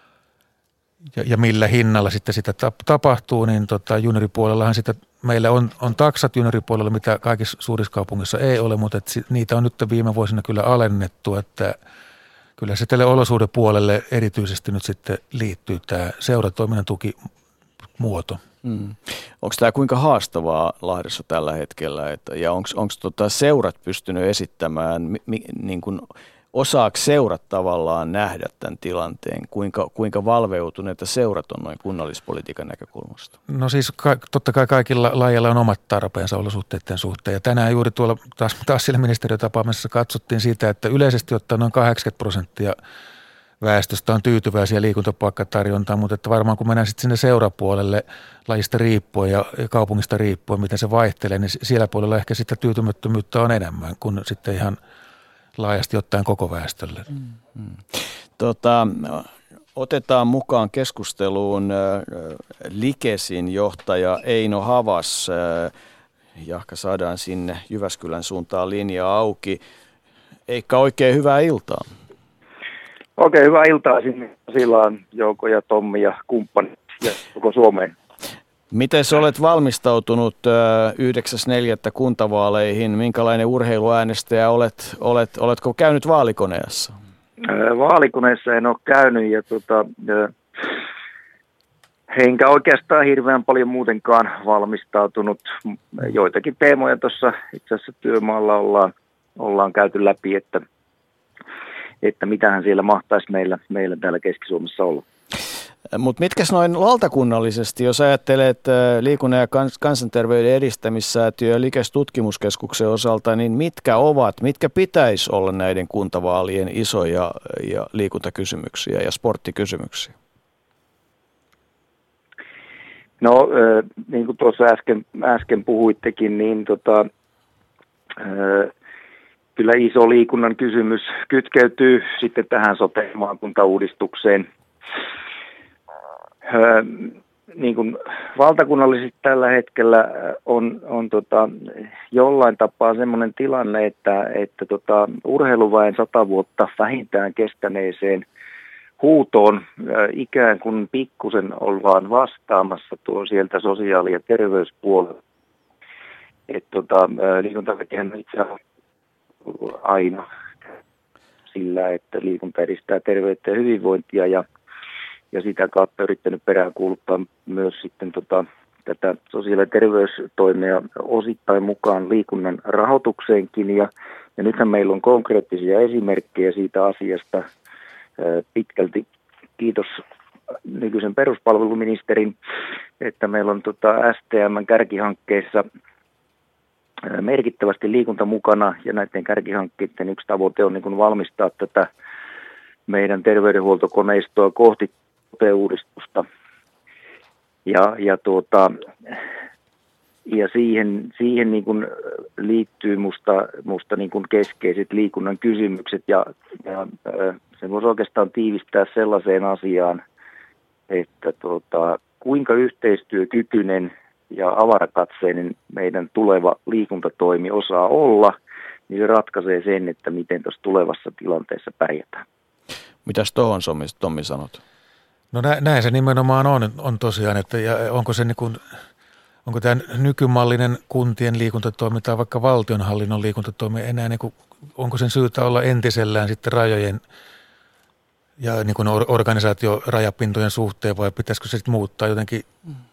millä hinnalla sitten sitä tapahtuu, niin junioripuolellahan sitä meillä on taksat junioripuolella, mitä kaikissa suurissa kaupungissa ei ole, mutta niitä on nyt viime vuosina kyllä alennettu, että kyllä se tälle olosuhdepuolelle erityisesti nyt sitten liittyy tämä seuratoiminnan tukimuoto. Onko tämä kuinka haastavaa Lahdessa tällä hetkellä, ja onko seurat pystynyt esittämään, niin kuin osaako seurat tavallaan nähdä tämän tilanteen, kuinka valveutuneita seurat on noin kunnallispolitiikan näkökulmasta? No siis totta kai kaikilla lajeilla on omat tarpeensa olosuhteiden suhteen, ja tänään juuri tuolla taas siellä ministeriötapaamisessa katsottiin siitä, että yleisesti ottaen noin 80% väestöstä on tyytyväisiä liikuntapaikkatarjontaan, mutta että varmaan kun mennään sitten sinne seurapuolelle lajista riippuen ja kaupungista riippuen, miten se vaihtelee, niin siellä puolella ehkä sitä tyytymättömyyttä on enemmän kuin sitten ihan laajasti ottaen koko väestölle. Otetaan mukaan keskusteluun Likesin johtaja Eino Havas, jahka saadaan sinne Jyväskylän suuntaan linja auki. Eikka, oikein hyvää iltaa. Oikein hyvää iltaa sinne Silaan, Jouko ja Tommi ja kumppanit ja koko Suomeen. Miten olet valmistautunut 9.4. kuntavaaleihin? Minkälainen urheiluäänestäjä olet? Oletko käynyt vaalikoneessa? Vaalikoneessa en ole käynyt ja enkä oikeastaan hirveän paljon muutenkaan valmistautunut. Joitakin teemoja tuossa itse asiassa työmaalla ollaan käyty läpi, että mitähän siellä mahtaisi meillä täällä Keski-Suomessa olla. Mutta mitkäs noin valtakunnallisesti, jos ajattelet liikunnan ja kansanterveyden edistämissäätiö ja Likes tutkimuskeskuksen osalta, niin mitkä pitäisi olla näiden kuntavaalien isoja ja liikuntakysymyksiä ja sporttikysymyksiä? No, niin kuin tuossa äsken puhuittekin, niin kyllä iso liikunnan kysymys kytkeytyy sitten tähän sote-maakuntauudistukseen. Niin kuin valtakunnallisesti tällä hetkellä on jollain tapaa semmoinen tilanne, että urheiluväen 100 vuotta vähintään kestäneeseen huutoon ikään kuin pikkusen ollaan vastaamassa tuo sieltä sosiaali- ja terveyspuolella. Liikuntaväkehän itse aina sillä, että liikunta edistää terveyttä ja hyvinvointia ja sitä kautta yrittänyt peräänkuuluttaa myös sitten tätä sosiaali- ja terveystoimea osittain mukaan liikunnan rahoitukseenkin. Ja nythän meillä on konkreettisia esimerkkejä siitä asiasta pitkälti. Kiitos nykyisen peruspalveluministerin, että meillä on STM:n kärkihankkeissa merkittävästi liikunta mukana ja näiden kärkihankkeiden yksi tavoite on niin kuin valmistaa tätä meidän terveydenhuoltokoneistoa kohti uudistusta. Ja siihen niin kuin liittyy musta niin kuin keskeiset liikunnan kysymykset ja se voisi oikeastaan tiivistää sellaiseen asiaan, että kuinka yhteistyökykyinen ja avarakatseinen meidän tuleva liikuntatoimi osaa olla, niin se ratkaisee sen, että miten tuossa tulevassa tilanteessa pärjätään. Mitäs tuohon Tommi sanot? No näin se nimenomaan on tosiaan, että ja onko tämä nykymallinen kuntien liikuntatoimi tai vaikka valtionhallinnon liikuntatoimi enää, onko sen syytä olla entisellään sitten rajojen ja niin kuin organisaatiorajapintojen suhteen vai pitäisikö se sitten muuttaa jotenkin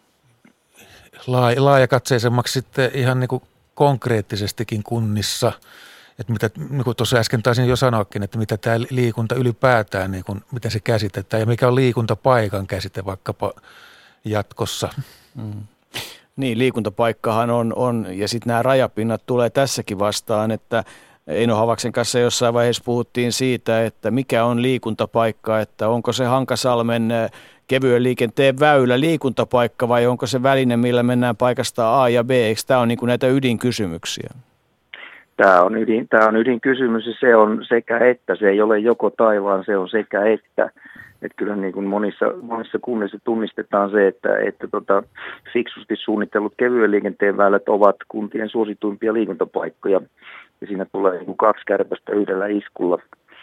laajakatseisemmaksi sitten ihan niin kuin konkreettisestikin kunnissa, että mitä, niin kuin tuossa äsken taisin jo sanoakin, että mitä tämä liikunta ylipäätään, niin kuin, mitä se käsitetään ja mikä on liikuntapaikan käsite vaikkapa jatkossa. Niin, liikuntapaikkahan on ja sitten nämä rajapinnat tulee tässäkin vastaan, että Eino Havaksen kanssa jossain vaiheessa puhuttiin siitä, että mikä on liikuntapaikka, että onko se Hankasalmen kevyen liikenteen väylä liikuntapaikka vai onko se väline, millä mennään paikasta A ja B, eikö tämä ole niin kuin näitä ydinkysymyksiä? Tämä on ydinkysymys ja se on sekä että, se ei ole joko tai, vaan se on sekä että. Että kyllä niin kuin monissa kunnissa tunnistetaan se, että fiksusti suunnitellut kevyen liikenteen väylät ovat kuntien suosituimpia liikuntapaikkoja. Ja siinä tulee niin kuin 2 kärpästä yhdellä iskulla.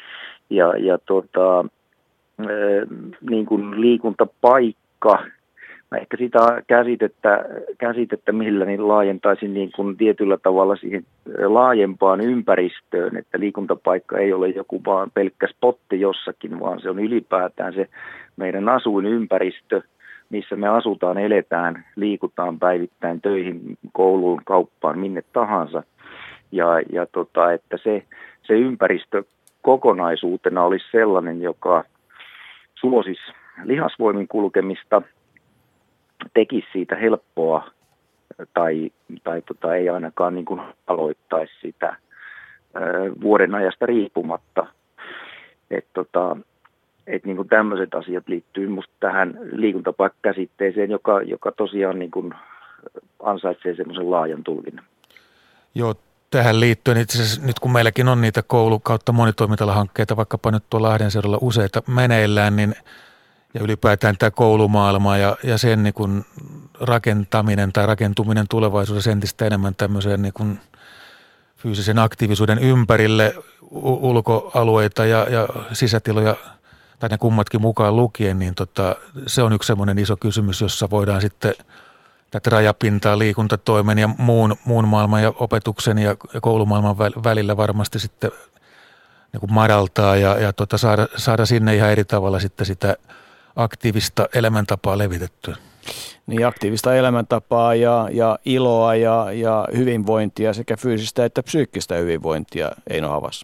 Niin kuin liikuntapaikka, mä ehkä sitä käsitettä millä niin laajentaisin niin kuin tietyllä tavalla siihen laajempaan ympäristöön, että liikuntapaikka ei ole joku vaan pelkkä spotti jossakin, vaan se on ylipäätään se meidän asuinympäristö, missä me asutaan, eletään, liikutaan päivittäin töihin, kouluun, kauppaan, minne tahansa. Että se ympäristö kokonaisuutena olisi sellainen, joka suosisi lihasvoimin kulkemista, tekisi siitä helppoa tai ei ainakaan niin kuin aloittaisi sitä vuoden ajasta riippumatta. Että niin kuin tämmöiset asiat liittyy musta tähän liikuntapaikkakäsitteeseen, joka tosiaan niin kuin ansaitsee semmoisen laajan tulkinnan. Joo, tähän liittyen itse asiassa nyt kun meilläkin on niitä koulu- kautta monitoimitalahankkeita, vaikkapa nyt tuolla Lahden seudulla useita meneillään, niin ja ylipäätään tämä koulumaailma ja sen niin kuin rakentaminen tai rakentuminen tulevaisuudessa entistä enemmän tämmöiseen niin kuin fyysisen aktiivisuuden ympärille ulkoalueita ja sisätiloja, tai ne kummatkin mukaan lukien, niin se on yksi semmoinen iso kysymys, jossa voidaan sitten tätä rajapintaa liikuntatoimen ja muun maailman ja opetuksen ja koulumaailman välillä varmasti sitten niin kuin madaltaa ja saada sinne ihan eri tavalla sitten sitä aktiivista elämäntapaa levitettyä. Niin, aktiivista elämäntapaa ja iloa ja hyvinvointia, sekä fyysistä että psyykkistä hyvinvointia, Eino Havas.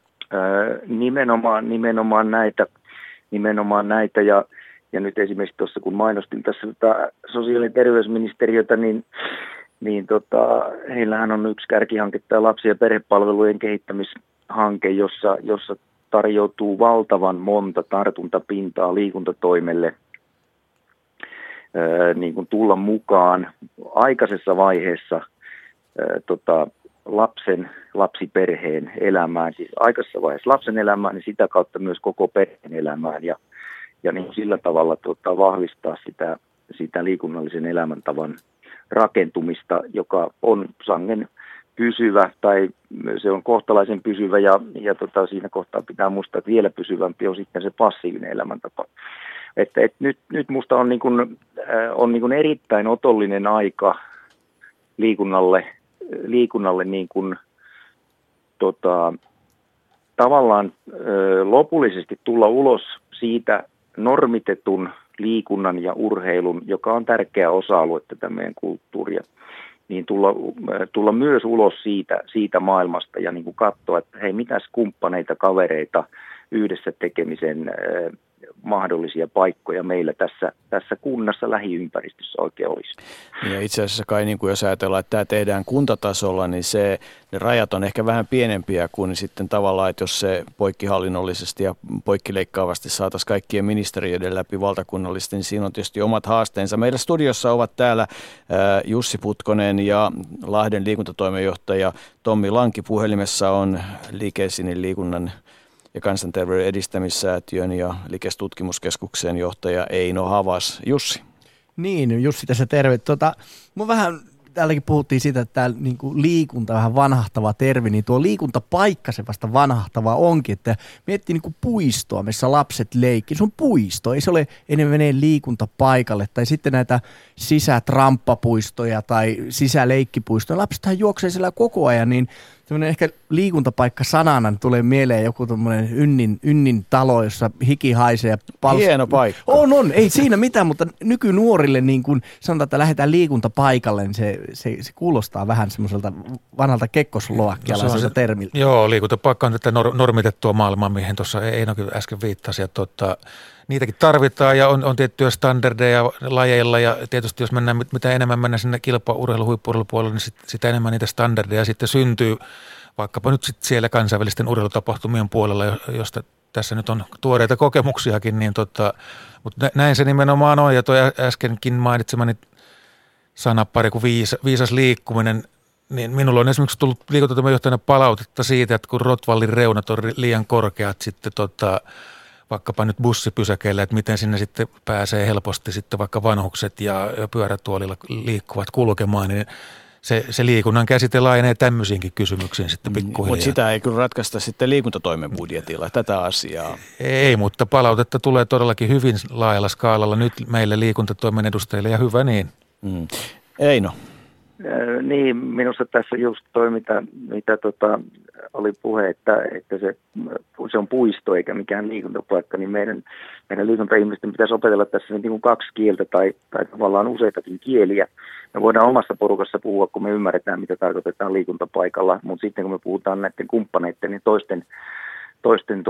Nimenomaan näitä ja nyt esimerkiksi tuossa kun mainostin tässä sosiaali- ja terveysministeriötä, niin heillähän on yksi kärkihanke, tämä lapsi- ja perhepalvelujen kehittämishanke, jossa tarjoutuu valtavan monta tartuntapintaa liikuntatoimelle niin kuin tulla mukaan aikaisessa vaiheessa lapsiperheen elämään, siis aikaisessa vaiheessa lapsen elämään, niin sitä kautta myös koko perheen elämään ja niin sillä tavalla vahvistaa sitä liikunnallisen elämäntavan rakentumista, joka on sangen pysyvä tai se on kohtalaisen pysyvä ja siinä kohtaa pitää muistaa, että vielä pysyvämpi on sitten se passiivinen elämäntapa. Että nyt musta on niin kuin erittäin otollinen aika liikunnalle niin kuin, tavallaan lopullisesti tulla ulos siitä normitetun liikunnan ja urheilun, joka on tärkeä osa-alue tätä meidän kulttuuria, niin tulla myös ulos siitä maailmasta ja niin kuin katsoa, että hei, mitäs kumppaneita, kavereita, yhdessä tekemisen mahdollisia paikkoja meillä tässä kunnassa lähiympäristössä oikein olisi. Ja itse asiassa kai niin kuin jos ajatellaan, että tämä tehdään kuntatasolla, niin ne rajat on ehkä vähän pienempiä kuin sitten tavallaan, että jos se poikkihallinnollisesti ja poikkileikkaavasti saataisiin kaikkien ministeriöiden läpi valtakunnallisesti, niin siinä on tietysti omat haasteensa. Meillä studiossa ovat täällä Jussi Putkonen ja Lahden liikuntatoimenjohtaja Tommi Lanki. Puhelimessa on Likesinin liikunnan ja kansanterveyden edistämissäätiön ja Likes-tutkimuskeskuksen johtaja Eino Havas. Jussi. Niin, Jussi tässä terve. Mun vähän, täälläkin puhuttiin siitä, että tää niinku liikunta on vähän vanhahtava termi, niin tuo liikuntapaikka se vasta vanhahtava onkin, että miettii niinku puistoa, missä lapset leikki. Se on puisto, ei se ole enemmän liikuntapaikalle tai sitten näitä sisätramppapuistoja tai sisäleikkipuistoja. Lapsethan juoksee siellä koko ajan, niin tämmöinen ehkä liikuntapaikka sanana tulee mieleen joku tommoinen ynnin talo, jossa hiki haisee ja hieno paikka. On, ei siinä mitään, mutta nykynuorille niin kun sanotaan, että lähdetään liikuntapaikalle, niin se kuulostaa vähän semmoiselta vanhalta kekkosloakkialaiselta termiltä. Joo, liikuntapaikka on tätä normitettua maailmaa, mihin tuossa Einokin äsken viittasi. Ja niitäkin tarvitaan ja on tiettyjä standardeja lajeilla ja tietysti jos mitä enemmän mennään sinne kilpaurheilu-huippu-urheilupuolelle, niin sitä enemmän niitä standardeja sitten syntyy vaikkapa nyt sitten siellä kansainvälisten urheilutapahtumien puolella, josta tässä nyt on tuoreita kokemuksiakin, niin mutta näin se nimenomaan on ja tuo äskenkin mainitsemani sanapari kuin viisas liikkuminen, niin minulla on esimerkiksi tullut liikuntatoimenjohtajana palautetta siitä, että kun Rotvallin reunat on liian korkeat sitten vaikkapa nyt bussipysäkeillä, että miten sinne sitten pääsee helposti sitten vaikka vanhukset ja pyörätuolilla liikkuvat kulkemaan, niin se liikunnan käsite laajenee tämmöisiinkin kysymyksiin sitten pikkuhiljaa. Mutta sitä ei kyllä ratkaista sitten liikuntatoimen budjetilla, tätä asiaa. Ei, mutta palautetta tulee todellakin hyvin laajalla skaalalla nyt meille liikuntatoimen edustajille ja hyvä niin. Eino. Niin, minusta tässä just toi, mitä oli puhe, että se on puisto eikä mikään liikuntapaikka, niin meidän liikuntaihmisten pitäisi opetella tässä niin kuin kaksi kieltä tai tavallaan useitakin kieliä. Me voidaan omassa porukassa puhua, kun me ymmärretään, mitä tarkoitetaan liikuntapaikalla, mutta sitten kun me puhutaan näiden kumppaneiden ja toisten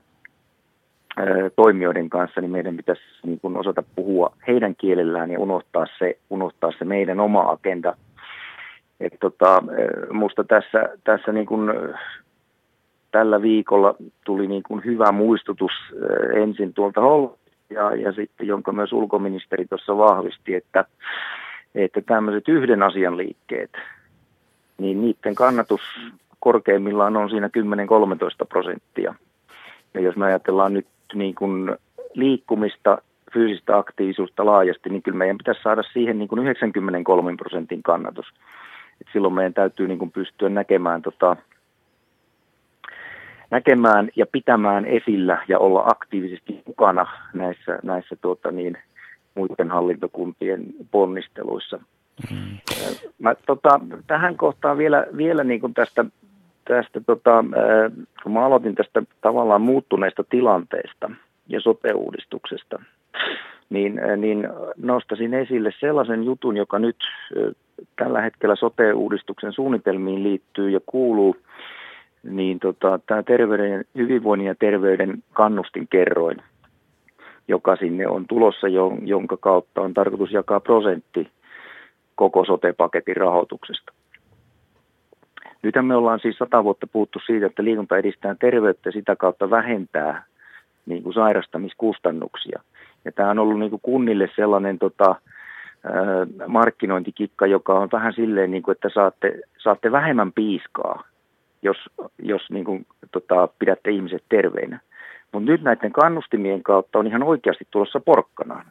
toimijoiden kanssa, niin meidän pitäisi niin kuin osata puhua heidän kielellään ja unohtaa se meidän oma agenda. Musta tässä niin kuin tällä viikolla tuli niin kuin hyvä muistutus ensin tuolta Hollannista ja sitten jonka myös ulkoministeri tuossa vahvisti, että tämmöiset yhden asian liikkeet, niin niiden kannatus korkeimmillaan on siinä 10-13%. Ja jos me ajatellaan nyt niin kuin liikkumista, fyysistä aktiivisuutta laajasti, niin kyllä meidän pitäisi saada siihen niin kuin 93% kannatus. Et silloin meidän täytyy niin kuin pystyä näkemään ja pitämään esillä ja olla aktiivisesti mukana näissä muiden hallintokuntien ponnisteluissa. Mä, tähän kohtaan vielä niin kuin tästä kun mä aloitin tästä tavallaan muuttuneesta tilanteesta ja sote-uudistuksesta, niin nostaisin esille sellaisen jutun, joka nyt tällä hetkellä sote-uudistuksen suunnitelmiin liittyy ja kuuluu, niin tämä hyvinvoinnin ja terveyden kannustinkerroin, joka sinne on tulossa, jonka kautta on tarkoitus jakaa prosentti koko sote-paketin rahoituksesta. Nythän me ollaan siis 100 vuotta puhuttu siitä, että liikunta edistää terveyttä ja sitä kautta vähentää niin kuin sairastamiskustannuksia. Ja tämä on ollut niin kuin kunnille sellainen markkinointikikka, joka on vähän silleen, niin kuin, että saatte vähemmän piiskaa, jos niin kuin, pidätte ihmiset terveinä. Mutta nyt näiden kannustimien kautta on ihan oikeasti tulossa porkkanaan.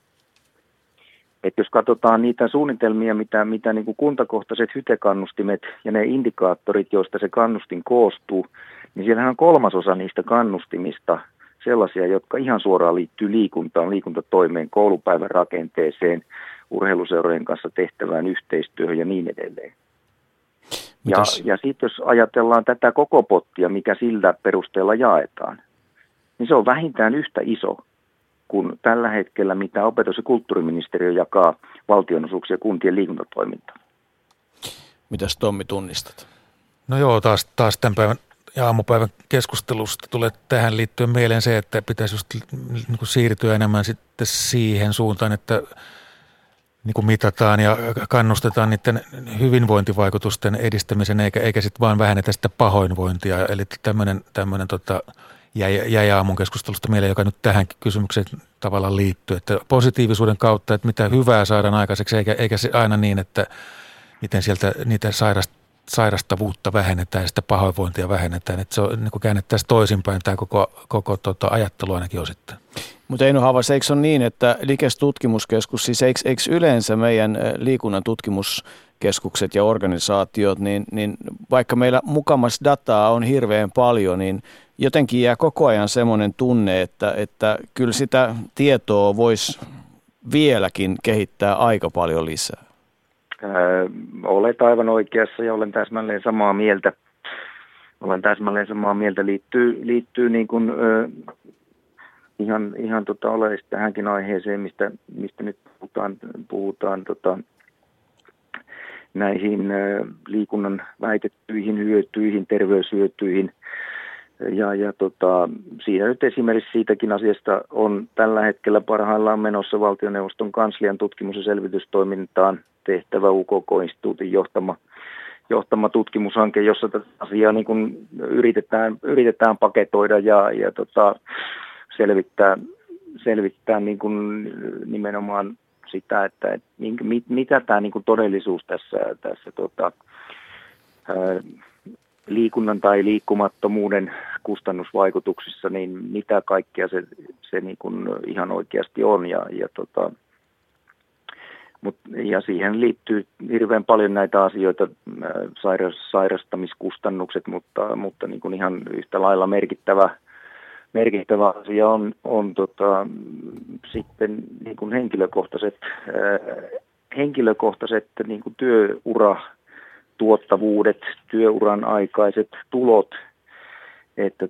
Että jos katsotaan niitä suunnitelmia, mitä niin kuin kuntakohtaiset hytekannustimet ja ne indikaattorit, joista se kannustin koostuu, niin siellähän on 3/3 niistä kannustimista sellaisia, jotka ihan suoraan liittyy liikuntaan, liikuntatoimeen, koulupäivän rakenteeseen, urheiluseurojen kanssa tehtävään yhteistyöhön ja niin edelleen. Ja sitten jos ajatellaan tätä koko pottia, mikä sillä perusteella jaetaan, niin se on vähintään yhtä iso kuin tällä hetkellä, mitä opetus- ja kulttuuriministeriö jakaa valtionosuuksia kuntien liikuntatoimintaan. Mitäs Tommi tunnistat? No joo, taas tämän päivän ja aamupäivän keskustelusta tulee tähän liittyen mieleen se, että pitäisi just niin kuin siirtyä enemmän sitten siihen suuntaan, että niin kuin mitataan ja kannustetaan niiden hyvinvointivaikutusten edistämisen, eikä sitten vaan vähennetä sitä pahoinvointia. Eli tämmöinen jäi aamun keskustelusta mieleen, joka nyt tähän kysymykseen tavallaan liittyy, että positiivisuuden kautta, että mitä hyvää saadaan aikaiseksi, eikä se aina niin, että miten sieltä niitä sairastavuutta vähennetään ja sitä pahoinvointia vähennetään, että se on niin kuin käännettäisiin toisinpäin tämä koko ajattelu ainakin osittain. Mutta Eino Havas, eikö se ole niin, että Likes tutkimuskeskus, siis eikö yleensä meidän liikunnan tutkimuskeskukset ja organisaatiot, niin vaikka meillä mukamas dataa on hirveän paljon, niin jotenkin jää koko ajan semmoinen tunne, että kyllä sitä tietoa voisi vieläkin kehittää aika paljon lisää. Olet aivan oikeassa ja olen täsmälleen samaa mieltä. Liittyy niin kuin, ihan oleellisesti tähänkin aiheeseen, mistä nyt puhutaan näihin liikunnan väitettyihin hyötyihin, terveyshyötyihin. Ja siinä nyt esimerkiksi siitäkin asiasta on tällä hetkellä parhaillaan menossa valtioneuvoston kanslian tutkimus- ja selvitystoimintaan tehtävä UKK-instituutin johtama tutkimushanke, jossa tätä asiaa niin kuin yritetään paketoida ja selvittää niin kuin nimenomaan sitä, että mitä tämä niin kuin todellisuus tässä liikunnan tai liikkumattomuuden kustannusvaikutuksissa, niin mitä kaikkea se niin kuin ihan oikeasti on. Ja siihen liittyy hirveän paljon näitä asioita, sairastamiskustannukset, mutta niin kuin ihan yhtä lailla merkittävä asia on sitten niin kuin henkilökohtaiset niin kuin tuottavuudet, työuran aikaiset tulot, että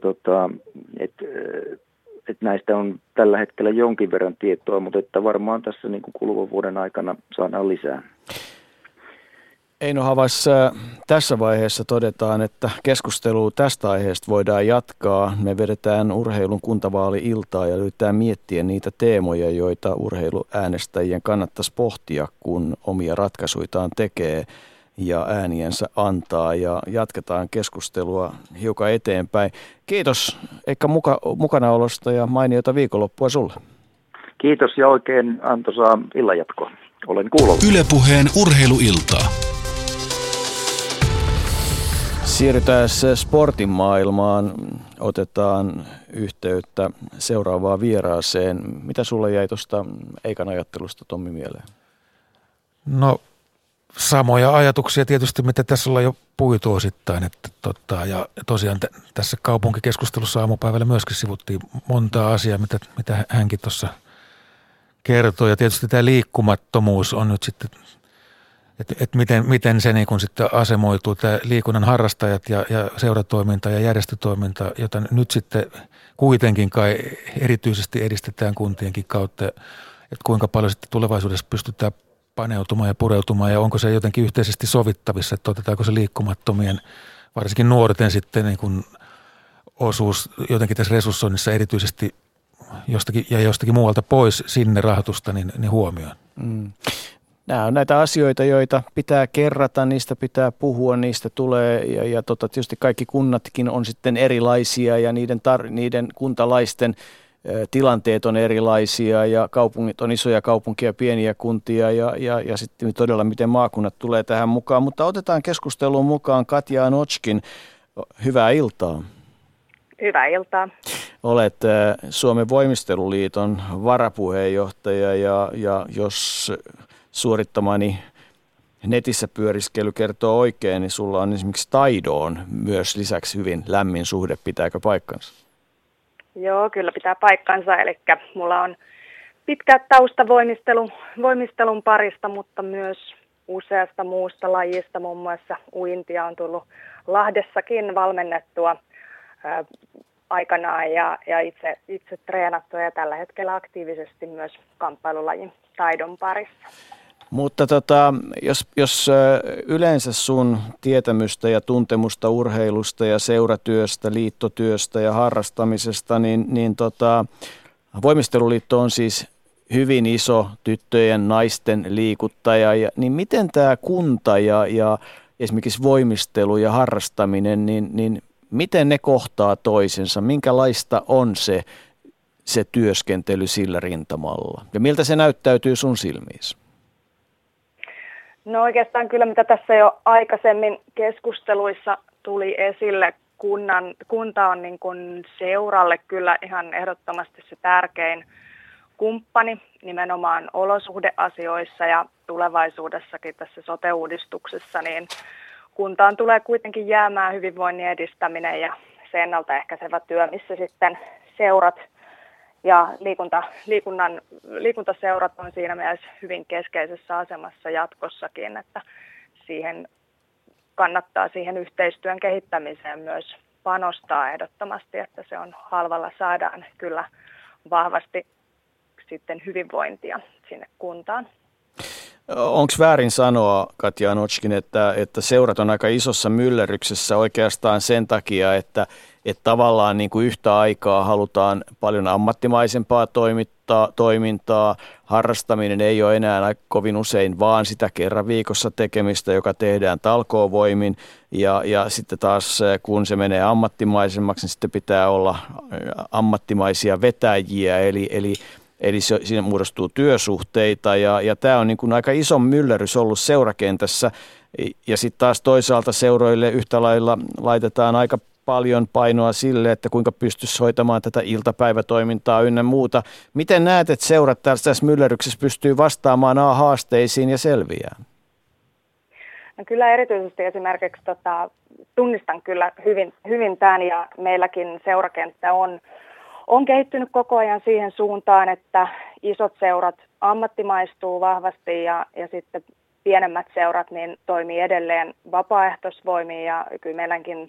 näistä on tällä hetkellä jonkin verran tietoa, mutta että varmaan tässä niin kuin kuluvan vuoden aikana saadaan lisää. Eino Havas, tässä vaiheessa todetaan, että keskustelua tästä aiheesta voidaan jatkaa. Me vedetään urheilun kuntavaali-iltaa ja yritetään miettiä niitä teemoja, joita urheiluäänestäjien kannattaisi pohtia, kun omia ratkaisuitaan tekee ja ääniensä antaa, ja jatketaan keskustelua hiukan eteenpäin. Kiitos Ekka mukanaolosta ja mainiota viikonloppua sulle. Kiitos ja oikein antoisaa illanjatkoa. Olen kuulolla. Yle Puheen urheiluiltaa. Siirrytään sportin maailmaan. Otetaan yhteyttä seuraavaan vieraaseen. Mitä sulle jäi tuosta Eikan ajattelusta, Tommi, mieleen? No samoja ajatuksia tietysti, mitä tässä ollaan jo puitu osittain. Ja tosiaan tässä kaupunkikeskustelussa aamupäivällä myöskin sivuttiin montaa asiaa, mitä hänkin tuossa kertoi. Ja tietysti tämä liikkumattomuus on nyt sitten että miten se niin kun sitten asemoituu, tämä liikunnan harrastajat ja seuratoiminta ja järjestötoiminta, jota nyt sitten kuitenkin kai erityisesti edistetään kuntienkin kautta, että kuinka paljon sitten tulevaisuudessa pystytään paneutumaan ja pureutumaan ja onko se jotenkin yhteisesti sovittavissa, että otetaanko se liikkumattomien, varsinkin nuorten sitten niin kun osuus jotenkin tässä resurssoinnissa erityisesti jostakin muualta pois sinne rahoitusta niin huomioon. Nämä on näitä asioita, joita pitää kerrata, niistä pitää puhua, niistä tulee ja tietysti kaikki kunnatkin on sitten erilaisia ja niiden kuntalaisten tilanteet on erilaisia ja kaupungit on isoja kaupunkia, pieniä kuntia ja sitten todella miten maakunnat tulee tähän mukaan. Mutta otetaan keskusteluun mukaan Katja Anochkin. Hyvää iltaa. Hyvää iltaa. Olet Suomen voimisteluliiton varapuheenjohtaja ja jos suorittamani netissä pyöriskely kertoo oikein, niin sulla on esimerkiksi taidoon myös lisäksi hyvin lämmin suhde. Pitääkö paikkansa? Joo, kyllä pitää paikkansa. Eli mulla on pitkä tausta voimistelun parista, mutta myös useasta muusta lajista. Muun muassa uintia on tullut Lahdessakin valmennettua aikanaan ja itse treenattua ja tällä hetkellä aktiivisesti myös kamppailulajin taidon parissa. Mutta jos yleensä sun tietämystä ja tuntemusta urheilusta ja seuratyöstä, liittotyöstä ja harrastamisesta, niin Voimisteluliitto on siis hyvin iso tyttöjen, naisten liikuttaja. Niin miten tämä kunta ja esimerkiksi voimistelu ja harrastaminen, niin miten ne kohtaa toisensa? Minkälaista on se työskentely sillä rintamalla? Ja miltä se näyttäytyy sun silmissä? No oikeastaan kyllä, mitä tässä jo aikaisemmin keskusteluissa tuli esille, kunta on niin kuin seuralle kyllä ihan ehdottomasti se tärkein kumppani nimenomaan olosuhdeasioissa ja tulevaisuudessakin tässä sote-uudistuksessa, niin kuntaan tulee kuitenkin jäämään hyvinvoinnin edistäminen ja se ennaltaehkäisevä työ, missä sitten seurat ja liikuntaseurat on siinä mielessä hyvin keskeisessä asemassa jatkossakin, että siihen kannattaa siihen yhteistyön kehittämiseen myös panostaa ehdottomasti, että se on halvalla saadaan kyllä vahvasti sitten hyvinvointia sinne kuntaan. Onko väärin sanoa, Katja Anochkin, että seurat on aika isossa myllerryksessä oikeastaan sen takia, että tavallaan niin kuin yhtä aikaa halutaan paljon ammattimaisempaa toimintaa. Harrastaminen ei ole enää kovin usein vaan sitä kerran viikossa tekemistä, joka tehdään talkoovoimin. Ja sitten taas kun se menee ammattimaisemmaksi, niin sitten pitää olla ammattimaisia vetäjiä, Eli siinä muodostuu työsuhteita ja tämä on niin kuin aika iso myllerrys ollut seurakentässä ja sitten taas toisaalta seuroille yhtä lailla laitetaan aika paljon painoa sille, että kuinka pystyisi hoitamaan tätä iltapäivätoimintaa ynnä muuta. Miten näet, että seurat tässä myllerryksessä pystyy vastaamaan haasteisiin ja selviää? No kyllä erityisesti esimerkiksi tunnistan kyllä hyvin tämän ja meilläkin seurakenttä on kehittynyt koko ajan siihen suuntaan, että isot seurat ammattimaistuu vahvasti ja sitten pienemmät seurat niin toimii edelleen vapaaehtoisvoimiin ja kyllä meidänkin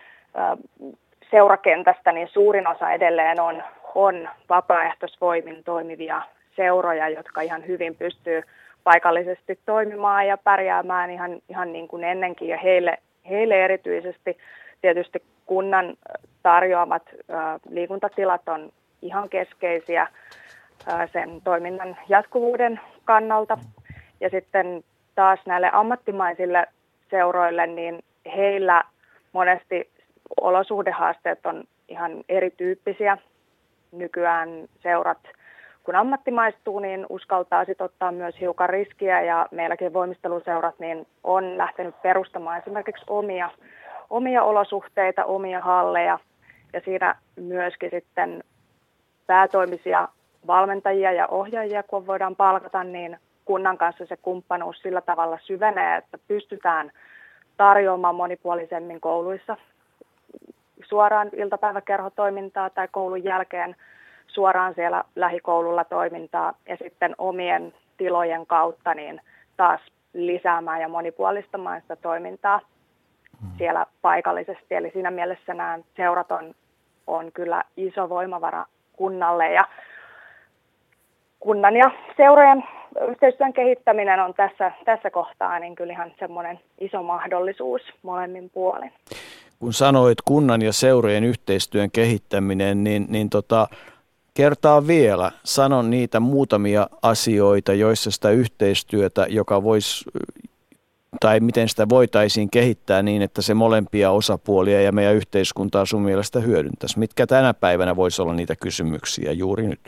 seurakentästä niin suurin osa edelleen on vapaaehtoisvoimin toimivia seuroja, jotka ihan hyvin pystyy paikallisesti toimimaan ja pärjäämään ihan niin kuin ennenkin ja heille erityisesti tietysti kunnan tarjoamat liikuntatilat on ihan keskeisiä sen toiminnan jatkuvuuden kannalta. Ja sitten taas näille ammattimaisille seuroille, niin heillä monesti olosuhdehaasteet on ihan erityyppisiä. Nykyään seurat, kun ammattimaistuu, niin uskaltaa sitten ottaa myös hiukan riskiä ja meilläkin voimisteluseurat niin on lähtenyt perustamaan esimerkiksi omia olosuhteita, omia halleja ja siinä myöskin sitten päätoimisia valmentajia ja ohjaajia, kun voidaan palkata, niin kunnan kanssa se kumppanuus sillä tavalla syvenee, että pystytään tarjoamaan monipuolisemmin kouluissa suoraan iltapäiväkerhotoimintaa tai koulun jälkeen suoraan siellä lähikoululla toimintaa ja sitten omien tilojen kautta niin taas lisäämään ja monipuolistamaan sitä toimintaa siellä paikallisesti. Eli siinä mielessä nämä seurat on kyllä iso voimavara kunnalle ja kunnan ja seurojen yhteistyön kehittäminen on tässä kohtaa niin kyllä ihan semmoinen iso mahdollisuus molemmin puolin. Kun sanoit kunnan ja seurojen yhteistyön kehittäminen, niin kertaa vielä, sanon niitä muutamia asioita, joissa sitä yhteistyötä, joka voisi, tai miten sitä voitaisiin kehittää niin, että se molempia osapuolia ja meidän yhteiskuntaa sun mielestä hyödyntäisi. Mitkä tänä päivänä voisi olla niitä kysymyksiä juuri nyt?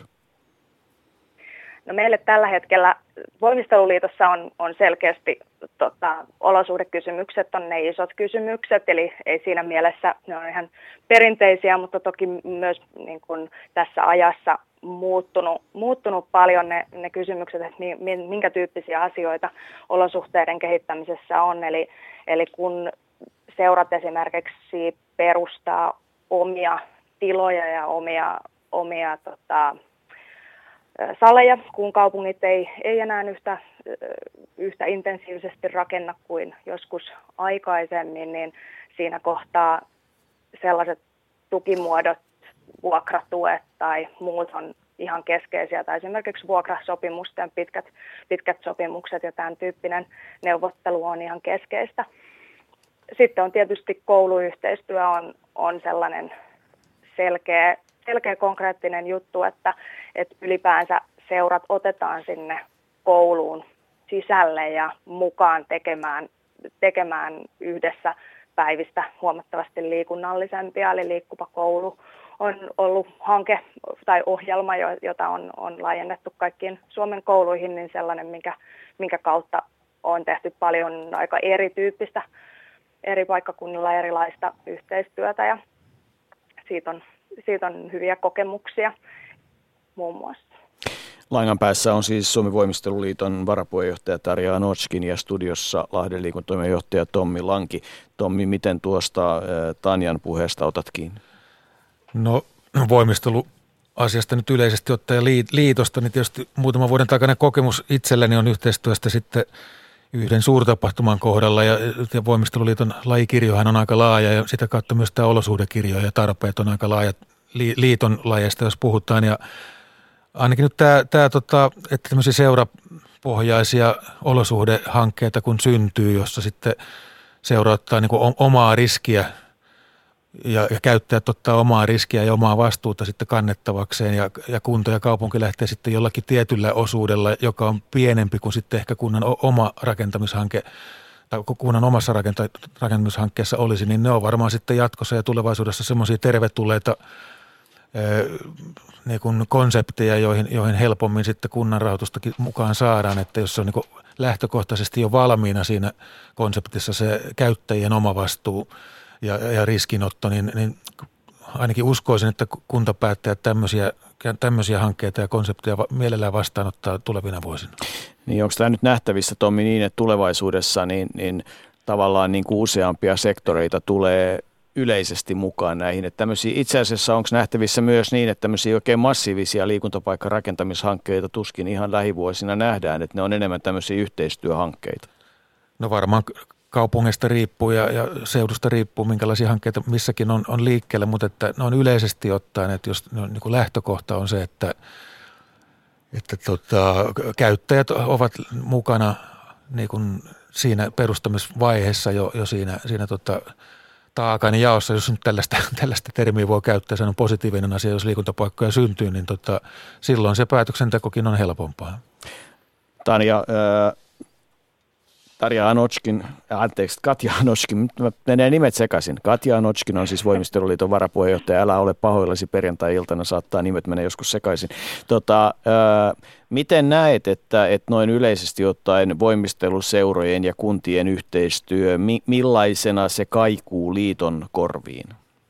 No meille tällä hetkellä Voimisteluliitossa on selkeästi olosuhdekysymykset on ne isot kysymykset, eli ei siinä mielessä ne on ihan perinteisiä, mutta toki myös niin kuin tässä ajassa muuttunut paljon ne kysymykset, että minkä tyyppisiä asioita olosuhteiden kehittämisessä on. Eli kun seurat esimerkiksi perustaa omia tiloja ja omia saleja, kun kaupungit ei enää yhtä intensiivisesti rakenna kuin joskus aikaisemmin, niin siinä kohtaa sellaiset tukimuodot, vuokratuet tai muut on ihan keskeisiä, tai esimerkiksi vuokrasopimusten pitkät sopimukset ja tämän tyyppinen neuvottelu on ihan keskeistä. Sitten on tietysti kouluyhteistyö on sellainen selkeä konkreettinen juttu, että ylipäänsä seurat otetaan sinne kouluun sisälle ja mukaan tekemään yhdessä päivistä huomattavasti liikunnallisempia, eli Liikkuva koulu on ollut hanke tai ohjelma, jota on laajennettu kaikkiin Suomen kouluihin, niin sellainen, minkä kautta on tehty paljon aika erityyppistä eri paikkakunnilla erilaista yhteistyötä ja siitä on hyviä kokemuksia muun muassa. Langan päässä on siis Suomen Voimisteluliiton varapuheenjohtaja Tarja Anochkin ja studiossa Lahden liikuntatoimenjohtaja Tommi Lanki. Tommi, miten tuosta Tanjan puheesta otat kiinni? No voimisteluasiasta nyt yleisesti ottaen liitosta, niin tietysti muutaman vuoden takainen kokemus itselläni on yhteistyöstä sitten yhden suurtapahtuman kohdalla ja Voimisteluliiton lajikirjohan on aika laaja ja sitä kautta myös tämä olosuhdekirjo ja tarpeet on aika laajat liiton lajeista, jos puhutaan. Ja ainakin nyt että tämmöisiä seurapohjaisia olosuhdehankkeita kun syntyy, jossa sitten seura ottaa niin kuin omaa riskiä ja käyttäjät ottaa omaa riskiä ja omaa vastuuta sitten kannettavakseen ja kunta ja kaupunki lähtee sitten jollakin tietyllä osuudella, joka on pienempi kuin sitten ehkä kunnan oma rakentamishanke tai kunnan omassa rakentamishankkeessa olisi, niin ne on varmaan sitten jatkossa ja tulevaisuudessa semmoisia tervetulleita niin kuin konsepteja, joihin helpommin sitten kunnan rahoitustakin mukaan saadaan, että jos se on niin kuin lähtökohtaisesti jo valmiina siinä konseptissa se käyttäjien oma vastuu ja riskinotto, niin ainakin uskoisin, että kuntapäättäjät tämmöisiä hankkeita ja konsepteja mielellään vastaanottaa tulevina vuosina. Niin onko tämä nyt nähtävissä, Tommi, niin että tulevaisuudessa niin tavallaan niin kuin useampia sektoreita tulee yleisesti mukaan näihin, että itse asiassa onko nähtävissä myös niin, että tämmöisiä oikein massiivisia liikuntapaikkarakentamishankkeita tuskin ihan lähivuosina nähdään, että ne on enemmän tämmöisiä yhteistyöhankkeita? No varmaan kaupungeista riippuu ja seudusta riippuu, minkälaisia hankkeita missäkin on liikkeellä, mutta että ne on yleisesti ottaen, että jos niin kuin lähtökohta on se, että käyttäjät ovat mukana niin kuin siinä perustamisvaiheessa jo siinä taakan jaossa, jos nyt tällaista termiä voi käyttää, se on positiivinen asia, jos liikuntapaikkoja syntyy, niin silloin se päätöksentekokin on helpompaa. Katja Anochkin, menee nimet sekaisin. Katja Anochkin on siis Voimisteluliiton varapuheenjohtaja. Älä ole pahoillasi, perjantai-iltana saattaa nimet menee joskus sekaisin. Miten näet, että noin yleisesti ottaen voimisteluseurojen ja kuntien yhteistyö, millaisena se kaikuu liiton korviin?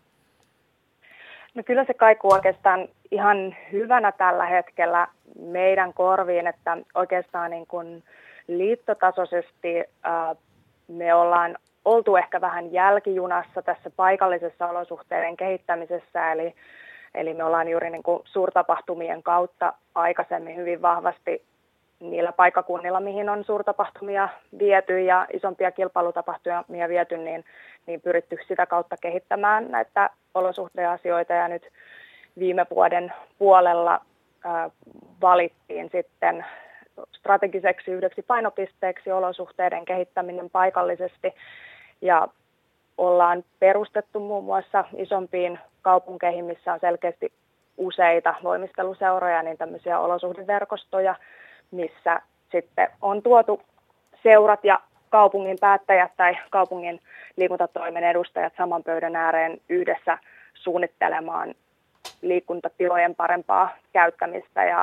No kyllä se kaikuu oikeastaan ihan hyvänä tällä hetkellä meidän korviin, että oikeastaan niin kuin liittotasoisesti me ollaan oltu ehkä vähän jälkijunassa tässä paikallisessa olosuhteiden kehittämisessä, eli me ollaan juuri niin kuin suurtapahtumien kautta aikaisemmin hyvin vahvasti niillä paikkakunnilla, mihin on suurtapahtumia viety ja isompia kilpailutapahtumia viety, niin pyritty sitä kautta kehittämään näitä olosuhdeasioita. Ja nyt viime vuoden puolella valittiin sitten strategiseksi yhdeksi painopisteeksi olosuhteiden kehittäminen paikallisesti. Ja ollaan perustettu muun muassa isompiin kaupunkeihin, missä on selkeästi useita voimisteluseuroja, niin tämmöisiä olosuhdeverkostoja, missä sitten on tuotu seurat ja kaupungin päättäjät tai kaupungin liikuntatoimen edustajat saman pöydän ääreen yhdessä suunnittelemaan liikuntatilojen parempaa käyttämistä ja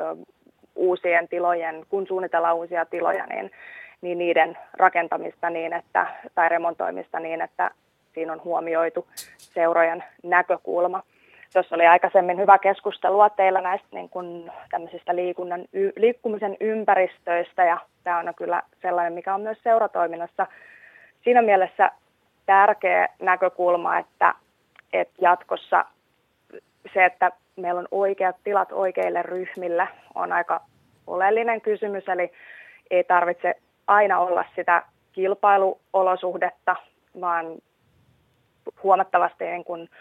uusien tilojen, kun suunnitellaan uusia tiloja, niin niiden rakentamista tai remontoimista niin, että siinä on huomioitu seurojen näkökulma. Tuossa oli aikaisemmin hyvä keskustelua teillä näistä niin kuin tämmöisistä liikkumisen ympäristöistä, ja tämä on kyllä sellainen, mikä on myös seuratoiminnassa siinä mielessä tärkeä näkökulma, että jatkossa se, että meillä on oikeat tilat oikeille ryhmille, on aika oleellinen kysymys, eli ei tarvitse aina olla sitä kilpailuolosuhdetta, vaan huomattavasti niin kuin,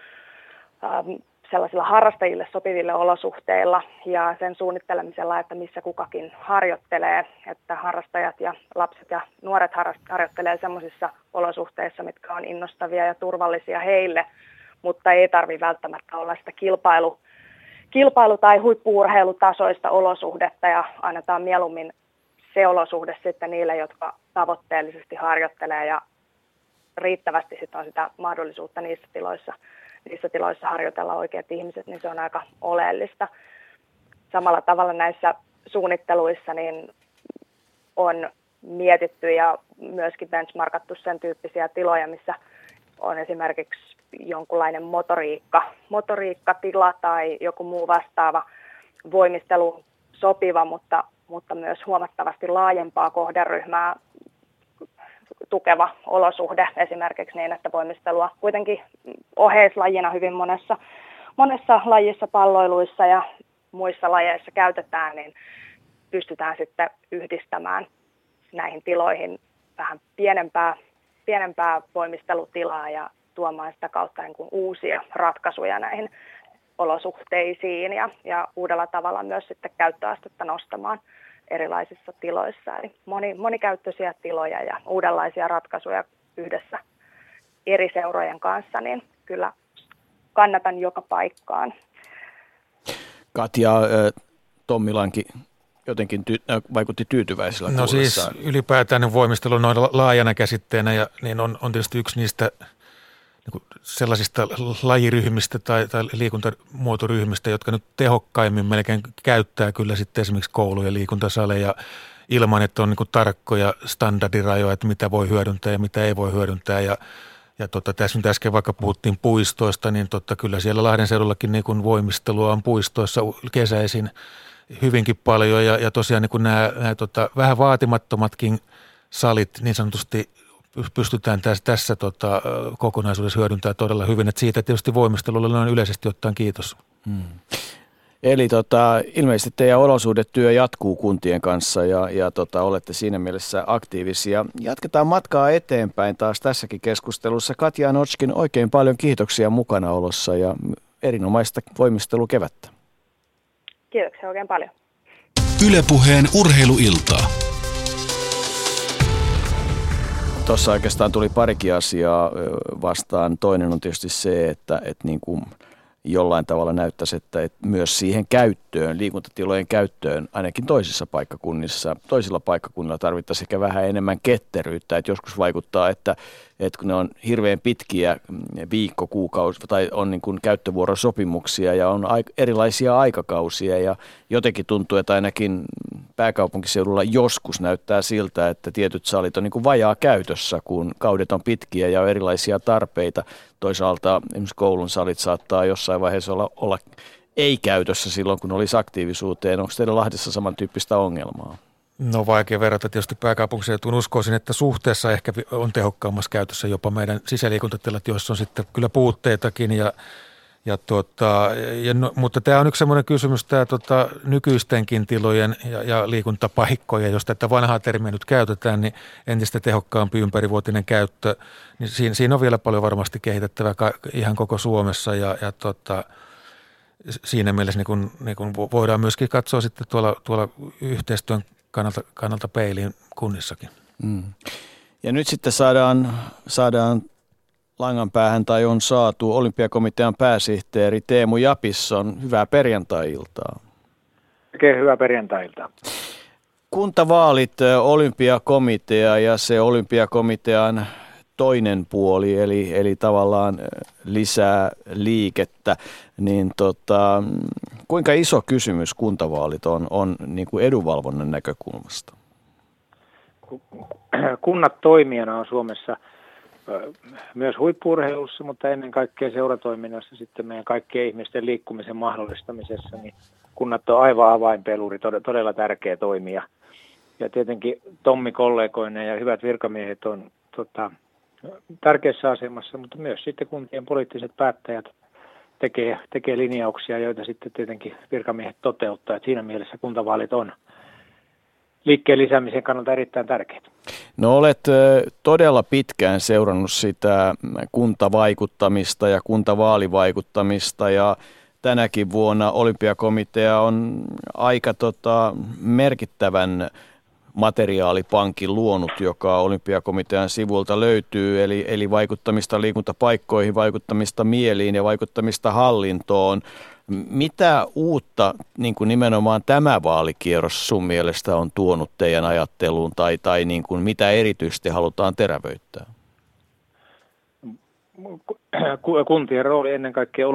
sellaisilla harrastajille sopiville olosuhteilla ja sen suunnittelemisella, että missä kukakin harjoittelee, että harrastajat ja lapset ja nuoret harjoittelee sellaisissa olosuhteissa, mitkä on innostavia ja turvallisia heille, mutta ei tarvitse välttämättä olla sitä kilpailu- tai huippu-urheilutasoista olosuhdetta, ja annetaan mieluummin se olosuhde sitten niille, jotka tavoitteellisesti harjoittelee, ja riittävästi sitten on sitä mahdollisuutta niissä tiloissa harjoitella oikeat ihmiset, niin se on aika oleellista. Samalla tavalla näissä suunnitteluissa niin on mietitty ja myöskin benchmarkattu sen tyyppisiä tiloja, missä on esimerkiksi jonkunlainen motoriikkatila tai joku muu vastaava voimistelu sopiva, mutta myös huomattavasti laajempaa kohderyhmää tukeva olosuhde esimerkiksi niin, että voimistelua kuitenkin oheislajina hyvin monessa lajissa, palloiluissa ja muissa lajeissa käytetään, niin pystytään sitten yhdistämään näihin tiloihin vähän pienempää voimistelutilaa ja tuomaan sitä kautta niin kuin uusia ratkaisuja näihin olosuhteisiin ja uudella tavalla myös sitten käyttöastetta nostamaan erilaisissa tiloissa. Eli monikäyttöisiä tiloja ja uudenlaisia ratkaisuja yhdessä eri seurojen kanssa, niin kyllä kannatan joka paikkaan. Katja, Tommilankin jotenkin vaikutti tyytyväisellä No kuullessaan. siis ylipäätään voimistelu noin laajana käsitteenä niin on tietysti yksi niistä niin sellaisista lajiryhmistä tai liikuntamuotoryhmistä, jotka nyt tehokkaimmin melkein käyttää kyllä sitten esimerkiksi koulujen liikuntasaleja ilman, että on niin kuin tarkkoja standardirajoja, että mitä voi hyödyntää ja mitä ei voi hyödyntää. Ja tässä nyt äsken vaikka puhuttiin puistoista, niin kyllä siellä Lahden seudullakin niin kuin voimistelua on puistoissa kesäisin hyvinkin paljon. Ja tosiaan niin kuin nämä vähän vaatimattomatkin salit niin sanotusti pystytään tässä kokonaisuudessa hyödyntämään todella hyvin. Että siitä tietysti voimistelulle noin yleisesti ottaen kiitos. Eli ilmeisesti teidän olosuhdetyö jatkuu kuntien kanssa ja olette siinä mielessä aktiivisia. Jatketaan matkaa eteenpäin taas tässäkin keskustelussa. Katja Notskin, oikein paljon kiitoksia mukanaolossa ja erinomaista voimistelukevättä. Kiitoksia oikein paljon. Yle Puheen urheiluiltaa. Tuossa oikeastaan tuli parikin asiaa vastaan. Toinen on tietysti se, että niin kuin jollain tavalla näyttäisi, että myös siihen käyttöön, liikuntatilojen käyttöön, ainakin toisilla paikkakunnilla tarvittaisiin ehkä vähän enemmän ketteryyttä. Että joskus vaikuttaa, että kun ne on hirveän pitkiä kuukausi tai on niin kuin käyttövuorosopimuksia ja on erilaisia aikakausia ja jotenkin tuntuu, että ainakin pääkaupunkiseudulla joskus näyttää siltä, että tietyt salit on niin kuin vajaa käytössä, kun kaudet on pitkiä ja on erilaisia tarpeita. Toisaalta esimerkiksi koulun salit saattaa jossain vaiheessa olla ei-käytössä silloin, kun olisi aktiivisuuteen. Onko teillä Lahdessa samantyyppistä ongelmaa? No vaikea verrata tietysti pääkaupunkiseutuun. Uskoisin, että suhteessa ehkä on tehokkaammassa käytössä jopa meidän sisäliikuntatilat, joissa on sitten kyllä puutteitakin Mutta tämä on yksi sellainen kysymys, tämä nykyistenkin tilojen ja liikuntapaikkojen, jos tätä vanhaa termiä nyt käytetään, niin entistä tehokkaampi ympärivuotinen käyttö, niin siinä on vielä paljon varmasti kehitettävää ihan koko Suomessa ja siinä mielessä niin kun voidaan myöskin katsoa sitten tuolla yhteistyön kannalta peiliin kunnissakin. Mm. Ja nyt sitten saadaan langan päähän tai on saatu Olympiakomitean pääsihteeri Teemu Japisson. Hyvää perjantai-iltaa. Oikein hyvää perjantai-iltaa. Kuntavaalit, Olympiakomitea ja se Olympiakomitean toinen puoli, eli tavallaan lisää liikettä, niin kuinka iso kysymys kuntavaalit on niin kuin edunvalvonnan näkökulmasta? Kunnat toimijana on Suomessa myös huippu-urheilussa, mutta ennen kaikkea seuratoiminnassa sitten meidän kaikkien ihmisten liikkumisen mahdollistamisessa, niin kunnat on aivan avainpeluri, todella tärkeä toimija. Ja tietenkin Tommi kollegoineen ja hyvät virkamiehet on tärkeässä asemassa, mutta myös sitten kuntien poliittiset päättäjät tekee linjauksia, joita sitten tietenkin virkamiehet toteuttaa. Et siinä mielessä kuntavaalit on liikkeen lisäämisen kannalta erittäin tärkeitä. No olet todella pitkään seurannut sitä kuntavaikuttamista ja kuntavaalivaikuttamista ja tänäkin vuonna Olympiakomitea on aika merkittävän materiaalipankin luonut, joka Olympiakomitean sivulta löytyy, eli vaikuttamista liikuntapaikkoihin, vaikuttamista mieliin ja vaikuttamista hallintoon. Mitä uutta niin kuin nimenomaan tämä vaalikierros sun mielestä on tuonut teidän ajatteluun tai niin kuin mitä erityisesti halutaan terävöittää? Kuntien rooli ennen kaikkea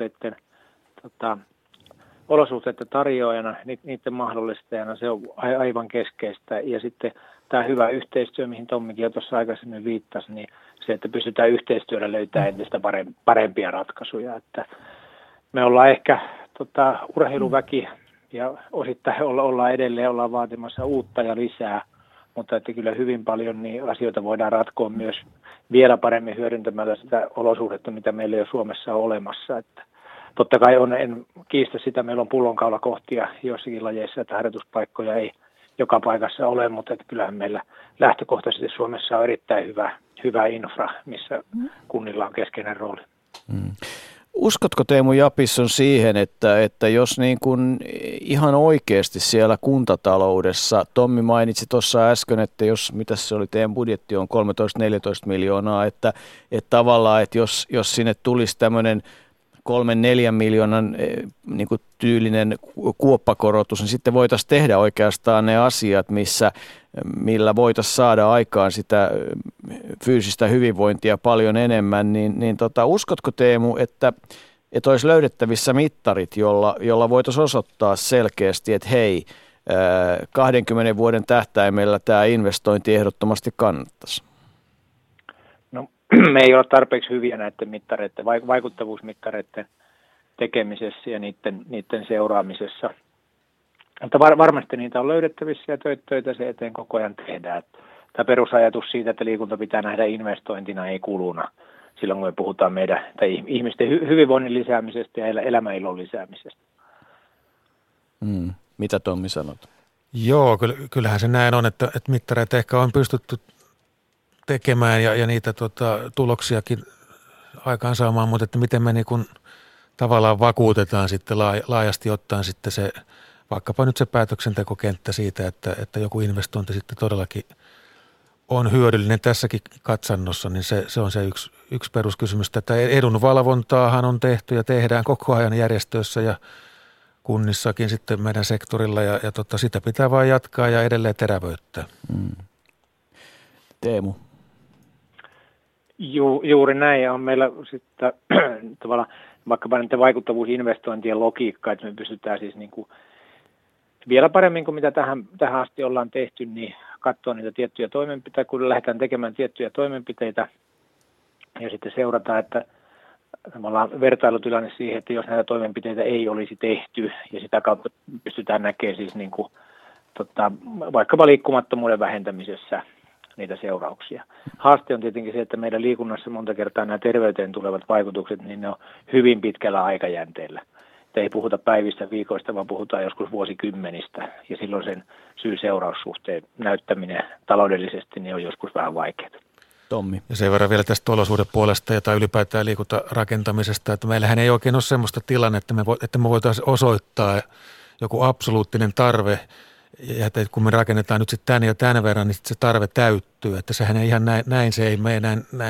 olosuhteiden tarjoajana, niiden mahdollistajana, se on aivan keskeistä. Ja sitten tämä hyvä yhteistyö, mihin Tommikin jo tuossa aikaisemmin viittasi, niin se, että pystytään yhteistyöllä löytämään entistä parempia ratkaisuja. Että me ollaan ehkä urheiluväki ja osittain ollaan edelleen vaatimassa uutta ja lisää, mutta että kyllä hyvin paljon niin asioita voidaan ratkoa myös vielä paremmin hyödyntämällä sitä olosuhdetta, mitä meillä jo Suomessa on olemassa. Että totta kai en kiistä sitä, meillä on pullonkaulakohtia joissakin lajeissa, että harjoituspaikkoja ei joka paikassa ole, mutta että kyllähän meillä lähtökohtaisesti Suomessa on erittäin hyvä infra, missä kunnilla on keskeinen rooli. Uskotko Teemu Japisson siihen, että jos niin kuin ihan oikeasti siellä kuntataloudessa, Tommi mainitsi tuossa äsken, että mitä se oli, teidän budjetti on 13-14 miljoonaa, että tavallaan, että jos sinne tulisi tämmöinen 3-4 miljoonan niin kuin tyylinen kuoppakorotus, niin sitten voitaisiin tehdä oikeastaan ne asiat, millä voitaisiin saada aikaan sitä fyysistä hyvinvointia paljon enemmän, niin uskotko Teemu, että olisi löydettävissä mittarit, jolla voitaisiin osoittaa selkeästi, että hei, 20 vuoden tähtäimellä tämä investointi ehdottomasti kannattaisi? No, me ei ole tarpeeksi hyviä näiden mittareiden, vaikuttavuusmittareiden tekemisessä ja niiden seuraamisessa. Mutta varmasti niitä on löydettävissä ja töitä se eteen koko ajan tehdään. Tämä perusajatus siitä, että liikunta pitää nähdä investointina, ei kuluna. Silloin kun me puhutaan ihmisten hyvinvoinnin lisäämisestä ja elämänilon lisäämisestä. Mitä Tommi sanot? Joo, kyllähän se näin on, että mittareita ehkä on pystytty tekemään ja niitä tuloksiakin aikaansaamaan, mutta että miten me niin kuin tavallaan vakuutetaan sitten laajasti ottaen sitten se, vaikkapa nyt se päätöksentekokenttä siitä, että joku investointi sitten todellakin on hyödyllinen tässäkin katsannossa, niin se on se yksi peruskysymys. Tätä edunvalvontaahan on tehty ja tehdään koko ajan järjestöissä ja kunnissakin sitten meidän sektorilla ja sitä pitää vain jatkaa ja edelleen terävöittää. Teemu. Juuri näin, ja on meillä sitten tavallaan vaikkapa näiden vaikuttavuusinvestointien logiikka, että me pystytään siis niin kuin vielä paremmin kuin mitä tähän asti ollaan tehty, niin katsoa niitä tiettyjä toimenpiteitä, kun lähdetään tekemään tiettyjä toimenpiteitä ja sitten seurata, että tavallaan vertailutilanne siihen, että jos näitä toimenpiteitä ei olisi tehty ja sitä kautta pystytään näkemään siis niin kuin, vaikkapa liikkumattomuuden vähentämisessä niitä seurauksia. Haaste on tietenkin se, että meidän liikunnassa monta kertaa nämä terveyteen tulevat vaikutukset, niin ne on hyvin pitkällä aikajänteellä. Että ei puhuta päivistä, viikoista, vaan puhutaan joskus vuosikymmenistä. Ja silloin sen syy-seuraussuhteen näyttäminen taloudellisesti niin on joskus vähän vaikeaa. Tommi. Ja sen verran vielä tästä olosuhdepuolesta tai ylipäätään liikuntarakentamisesta, että meillähän ei oikein ole semmoista tilannetta, että me voitaisiin osoittaa joku absoluuttinen tarve, ja että kun me rakennetaan nyt sitten tän ja tän verran, niin se tarve täyttyy. Että sehän ei ihan näin se ei mene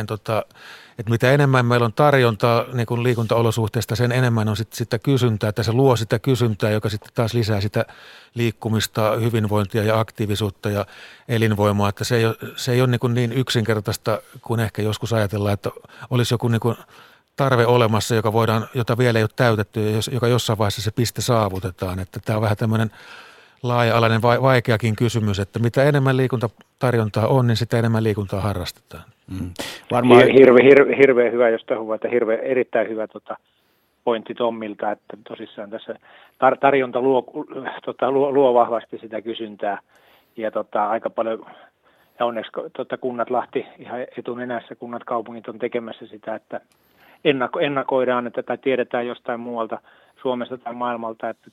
että mitä enemmän meillä on tarjontaa niin kuin liikuntaolosuhteista, sen enemmän on sitten sitä kysyntää, että se luo sitä kysyntää, joka sitten taas lisää sitä liikkumista, hyvinvointia ja aktiivisuutta ja elinvoimaa. Että se ei ole niin yksinkertaista kuin ehkä joskus ajatellaan, että olisi joku niin kuin tarve olemassa, jota vielä ei ole täytetty ja joka jossain vaiheessa se piste saavutetaan. Että tämä on vähän tämmöinen laaja-alainen vaikeakin kysymys, että mitä enemmän liikuntatarjontaa on, niin sitä enemmän liikuntaa harrastetaan. Varmaan hirveän hyvä, jos tahuva, että erittäin hyvä pointti Tommilta, että tosissaan tässä tarjonta luo vahvasti sitä kysyntää ja aika paljon, ja onneksi kunnat Lahti ihan etunenässä, kunnat kaupungit on tekemässä sitä, että ennakoidaan, tai tiedetään jostain muualta Suomesta tai maailmalta, että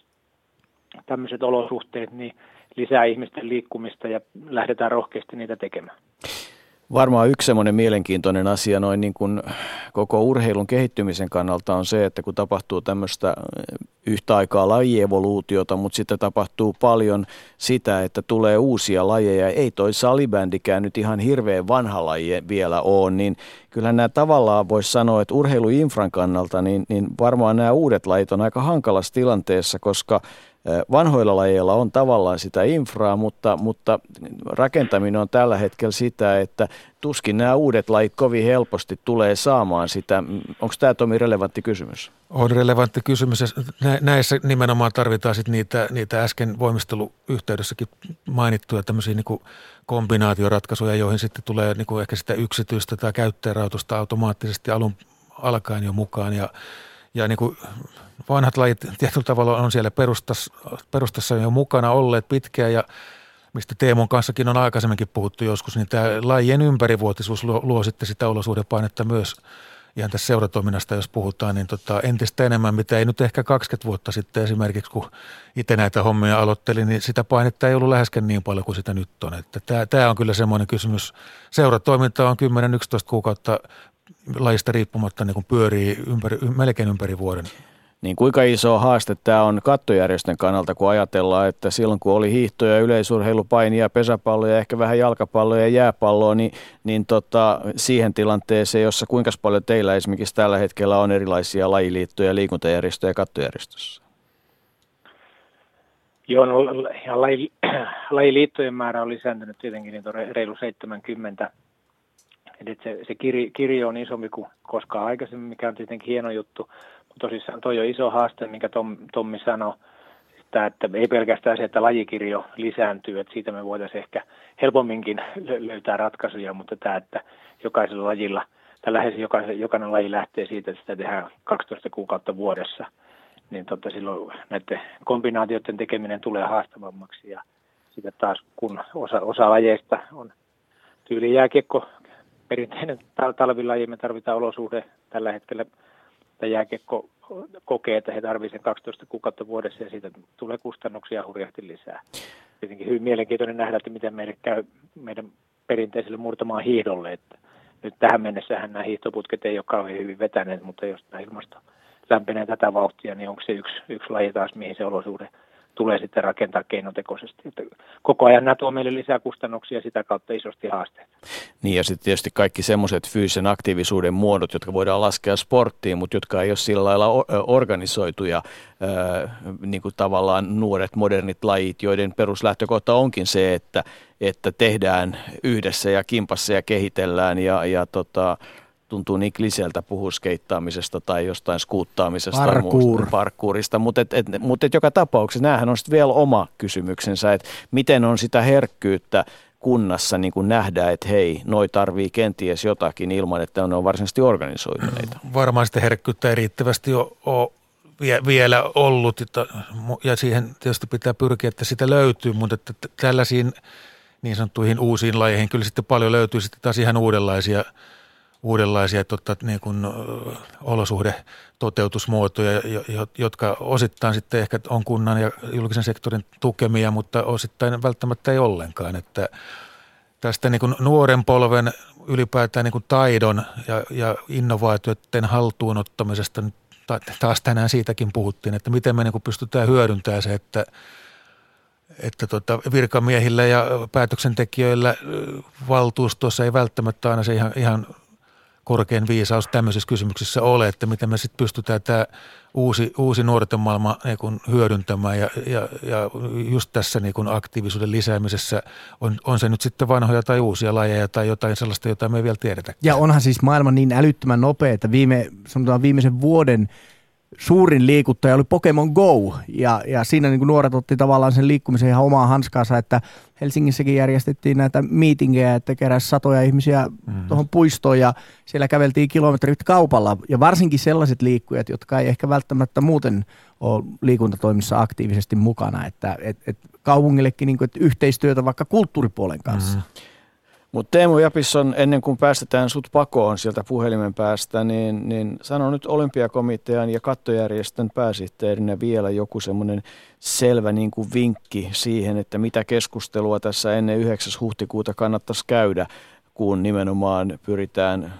tämmöiset olosuhteet niin lisää ihmisten liikkumista ja lähdetään rohkeasti niitä tekemään. Varmaan yksi semmoinen mielenkiintoinen asia noin niin kuin koko urheilun kehittymisen kannalta on se, että kun tapahtuu tämmöistä yhtä aikaa lajievoluutiota, mutta sitten tapahtuu paljon sitä, että tulee uusia lajeja. Ei toi salibändikään nyt ihan hirveän vanha laji vielä ole, niin kyllähän nämä tavallaan voisi sanoa, että urheiluinfran kannalta, niin varmaan nämä uudet lajit on aika hankalassa tilanteessa, koska vanhoilla lajeilla on tavallaan sitä infraa, mutta rakentaminen on tällä hetkellä sitä, että tuskin nämä uudet lajit kovin helposti tulee saamaan sitä. Onko tämä, Tomi, relevantti kysymys? On relevantti kysymys ja näissä nimenomaan tarvitaan sit niitä äsken voimisteluyhteydessäkin mainittuja tämmöisiä niin kuin kombinaatioratkaisuja, joihin sitten tulee niin kuin ehkä sitä yksityistä tai käyttäjärahoitusta automaattisesti alun alkaen jo mukaan ja niin kuin vanhat lajit tietyllä tavalla on siellä perustassa jo mukana olleet pitkään ja mistä Teemon kanssakin on aikaisemminkin puhuttu joskus, niin tämä lajien ympärivuotisuus luo sitten sitä olosuhdepainetta myös ihan tässä seuratoiminnasta, jos puhutaan, niin entistä enemmän, mitä ei nyt ehkä 20 vuotta sitten esimerkiksi, kun itse näitä hommia aloittelin, niin sitä painetta ei ollut läheskään niin paljon kuin sitä nyt on. Että tämä on kyllä semmoinen kysymys. Seuratoiminta on 10-11 kuukautta lajista riippumatta niin kuin pyörii melkein ympäri vuoden. Niin kuinka iso haaste tämä on kattojärjestön kannalta, kun ajatellaan, että silloin kun oli hiihtoja, yleisurheilupainia, pesäpalloja, ehkä vähän jalkapalloja ja jääpalloa, niin siihen tilanteeseen, jossa kuinka paljon teillä esimerkiksi tällä hetkellä on erilaisia lajiliittoja, liikuntajärjestöjä kattojärjestössä? Joo, no, lajiliittojen määrä on lisääntynyt tietenkin, niin on reilu 70. Se kirjo on isompi kuin koskaan aikaisemmin, mikä on tietenkin hieno juttu. Mutta tosissaan toi on iso haaste, minkä Tommi sanoi, että ei pelkästään se, että lajikirjo lisääntyy, että siitä me voitaisiin ehkä helpomminkin löytää ratkaisuja, mutta tämä, että jokaisella lajilla, tai lähes jokainen laji lähtee siitä, että sitä tehdään 12 kuukautta vuodessa, niin silloin näiden kombinaatioiden tekeminen tulee haastavammaksi ja sitten taas kun osa lajeista on tyyli jääkiekko, perinteinen talvilaji, me tarvitaan olosuhde tällä hetkellä, että jääkiekko kokee, että he tarvitsevat sen 12 kuukautta vuodessa ja siitä tulee kustannuksia hurjasti lisää. Tietenkin hyvin mielenkiintoinen nähdä, että miten meille käy meidän perinteiselle murtamaan hiihdolle. Että nyt tähän mennessähän nämä hiihtoputket ei ole kauhean hyvin vetäneet, mutta jos tämä ilmasto lämpenee tätä vauhtia, niin onko se yksi laji taas, mihin se olosuhde tulee sitten rakentaa keinotekoisesti. Että koko ajan nämä tuo meille lisää kustannuksia ja sitä kautta isosti haasteita. Niin ja sitten tietysti kaikki semmoiset fyysisen aktiivisuuden muodot, jotka voidaan laskea sporttiin, mutta jotka ei ole sillä lailla organisoituja, niin kuin tavallaan nuoret modernit lajit, joiden peruslähtökohta onkin se, että tehdään yhdessä ja kimpassa ja kehitellään ja tuntuu niin kliseeltä puhua skeittaamisesta tai jostain skuuttaamisesta tai parkourista, mutta joka tapauksessa näähän on sitten vielä oma kysymyksensä, että miten on sitä herkkyyttä kunnassa niin kuin nähdä, että hei, noi tarvii kenties jotakin ilman, että ne on varsinaisesti organisoituneita. Varmaan sitä herkkyyttä ei riittävästi ole vielä ollut ja siihen tietysti pitää pyrkiä, että sitä löytyy, mutta että tällaisiin niin sanottuihin uusiin lajeihin. Kyllä sitten paljon löytyy sitten taas ihan uudenlaisia niin kuin olosuhdetoteutusmuotoja, jotka osittain sitten ehkä on kunnan ja julkisen sektorin tukemia, mutta osittain välttämättä ei ollenkaan. Että tästä niin kuin nuoren polven ylipäätään niin kuin taidon ja innovaatioiden haltuunottamisesta nyt taas tänään siitäkin puhuttiin, että miten me niin kuin pystytään hyödyntämään se, että virkamiehillä ja päätöksentekijöillä valtuustossa ei välttämättä aina se ihan korkein viisaus tämmöisissä kysymyksissä ole, että miten me sitten pystytään tämä uusi nuorten maailma niin kun hyödyntämään ja just tässä niin kun aktiivisuuden lisäämisessä on se nyt sitten vanhoja tai uusia lajeja tai jotain sellaista, jota me ei vielä tiedetä. Ja onhan siis maailma niin älyttömän nopea, että viimeisen vuoden suurin liikuttaja oli Pokemon Go, ja siinä niin kuin nuoret otti tavallaan sen liikkumisen ihan omaa hanskaansa, että Helsingissäkin järjestettiin näitä meetingejä, että keräsi satoja ihmisiä tuohon puistoon, ja siellä käveltiin kilometrit kaupalla, ja varsinkin sellaiset liikkujat, jotka ei ehkä välttämättä muuten ole liikuntatoimissa aktiivisesti mukana, että kaupungillekin niin kuin, että yhteistyötä vaikka kulttuuripuolen kanssa. Mutta Teemu Japisson, ennen kuin päästetään sut pakoon sieltä puhelimen päästä, niin sano nyt Olympiakomitean ja kattojärjestön pääsihteerinä vielä joku semmoinen selvä niin kuin vinkki siihen, että mitä keskustelua tässä ennen 9. huhtikuuta kannattaisi käydä, kun nimenomaan pyritään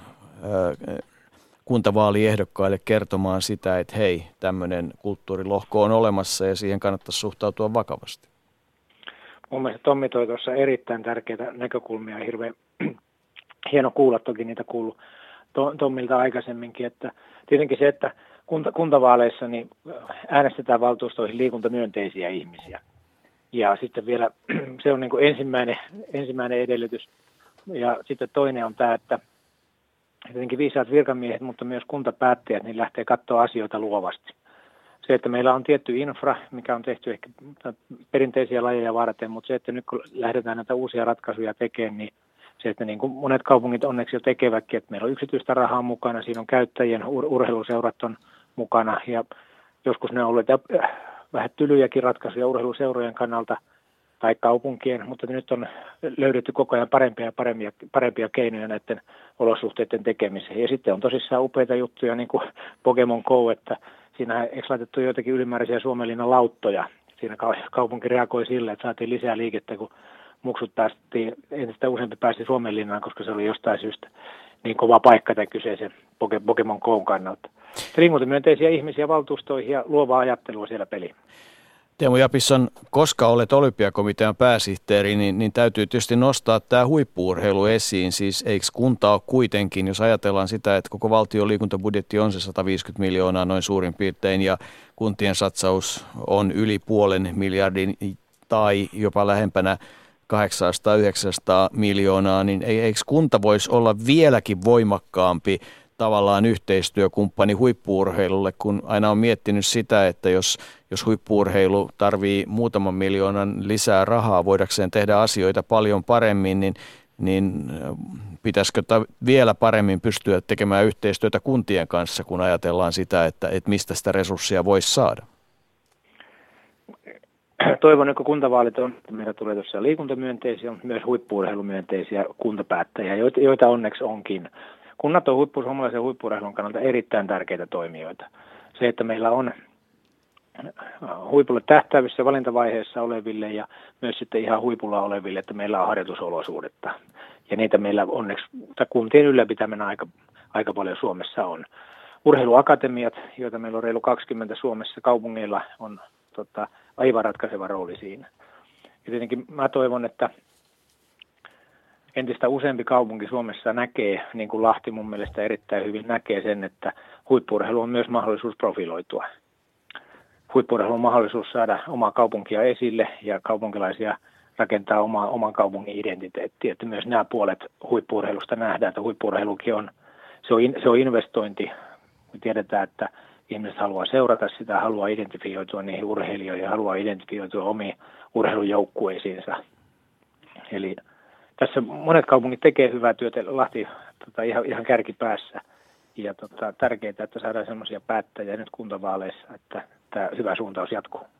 kuntavaaliehdokkaille kertomaan sitä, että hei, tämmöinen kulttuurilohko on olemassa ja siihen kannattaisi suhtautua vakavasti. Mun mielestä Tommi toi tuossa erittäin tärkeitä näkökulmia, hirveän hieno kuulla, toki niitä kuuluu Tommilta aikaisemminkin, että tietenkin se, että kuntavaaleissa niin äänestetään valtuustoihin liikuntamyönteisiä ihmisiä. Ja sitten vielä se on niin kuin ensimmäinen edellytys. Ja sitten toinen on tämä, että tietenkin viisaat virkamiehet, mutta myös kuntapäättäjät, niin lähtee katsoa asioita luovasti. Se, että meillä on tietty infra, mikä on tehty ehkä perinteisiä lajeja varten, mutta se, että nyt kun lähdetään näitä uusia ratkaisuja tekemään, niin se, että niin kuin monet kaupungit onneksi jo tekevätkin, että meillä on yksityistä rahaa mukana, siinä on käyttäjien urheiluseurat on mukana, ja joskus ne on olleet vähän tylyjäkin ratkaisuja urheiluseurojen kannalta tai kaupunkien, mutta nyt on löydetty koko ajan parempia keinoja näiden olosuhteiden tekemiseen. Ja sitten on tosissaan upeita juttuja, niin kuin Pokemon Go, että siinä eikö laitettu joitakin ylimääräisiä Suomenlinnan lauttoja. Siinä kaupunki reagoi sillä, että saatiin lisää liikettä, kun muksut päästiin, entistä useampi päästi Suomenlinnaan, koska se oli jostain syystä niin kova paikka tämän kyseisen Pokemon Go'n kannalta. Liikuntamyönteisiä ihmisiä valtuustoihin ja luovaa ajattelua siellä peliin. Teemu Japisson, koska olet Olympiakomitean pääsihteeri, niin täytyy tietysti nostaa tämä huippu-urheilu esiin. Siis eikö kunta ole kuitenkin, jos ajatellaan sitä, että koko valtion liikuntabudjetti on se 150 miljoonaa noin suurin piirtein, ja kuntien satsaus on yli 0,5 miljardin tai jopa lähempänä 800-900 miljoonaa, niin eikö kunta voisi olla vieläkin voimakkaampi tavallaan yhteistyökumppani huippu-urheilulle, kun aina on miettinyt sitä, että jos huippu-urheilu tarvii muutaman miljoonan lisää rahaa voidakseen tehdä asioita paljon paremmin, niin pitäisikö vielä paremmin pystyä tekemään yhteistyötä kuntien kanssa, kun ajatellaan sitä, että mistä sitä resurssia voisi saada? Toivon, että kuntavaalit on, että meillä tulee tosiaan liikuntamyönteisiä, mutta myös huippu-urheilumyönteisiä kuntapäättäjiä, joita onneksi onkin. Kunnat on suomalaisen huippu-urheilun kannalta erittäin tärkeitä toimijoita. Se, että meillä on huipulle tähtäävissä valintavaiheessa oleville ja myös sitten ihan huipulla oleville, että meillä on harjoitusolosuudetta. Ja niitä meillä onneksi kuntien ylläpitämänä aika paljon Suomessa on. Urheiluakatemiat, joita meillä on reilu 20 Suomessa, kaupungeilla on aivan ratkaiseva rooli siinä. Ja tietenkin mä toivon, että entistä useampi kaupunki Suomessa näkee, niin kuin Lahti mun mielestä erittäin hyvin näkee sen, että huippu-urheilu on myös mahdollisuus profiloitua. Huippu-urheilu on mahdollisuus saada omaa kaupunkia esille ja kaupunkilaisia rakentaa oman kaupungin identiteettiä. Että myös nämä puolet huippu-urheilusta nähdään, että huippu-urheilukin se on investointi. Me tiedetään, että ihmiset haluaa seurata sitä, haluaa identifioitua niihin urheilijoihin, haluaa identifioitua omiin urheilujoukkueisiinsa. Eli tässä monet kaupungit tekee hyvää työtä, Lahti ihan kärkipäässä. Ja tärkeää, että saadaan semmoisia päättäjiä nyt kuntavaaleissa, että tämä hyvä suuntaus jatkuu.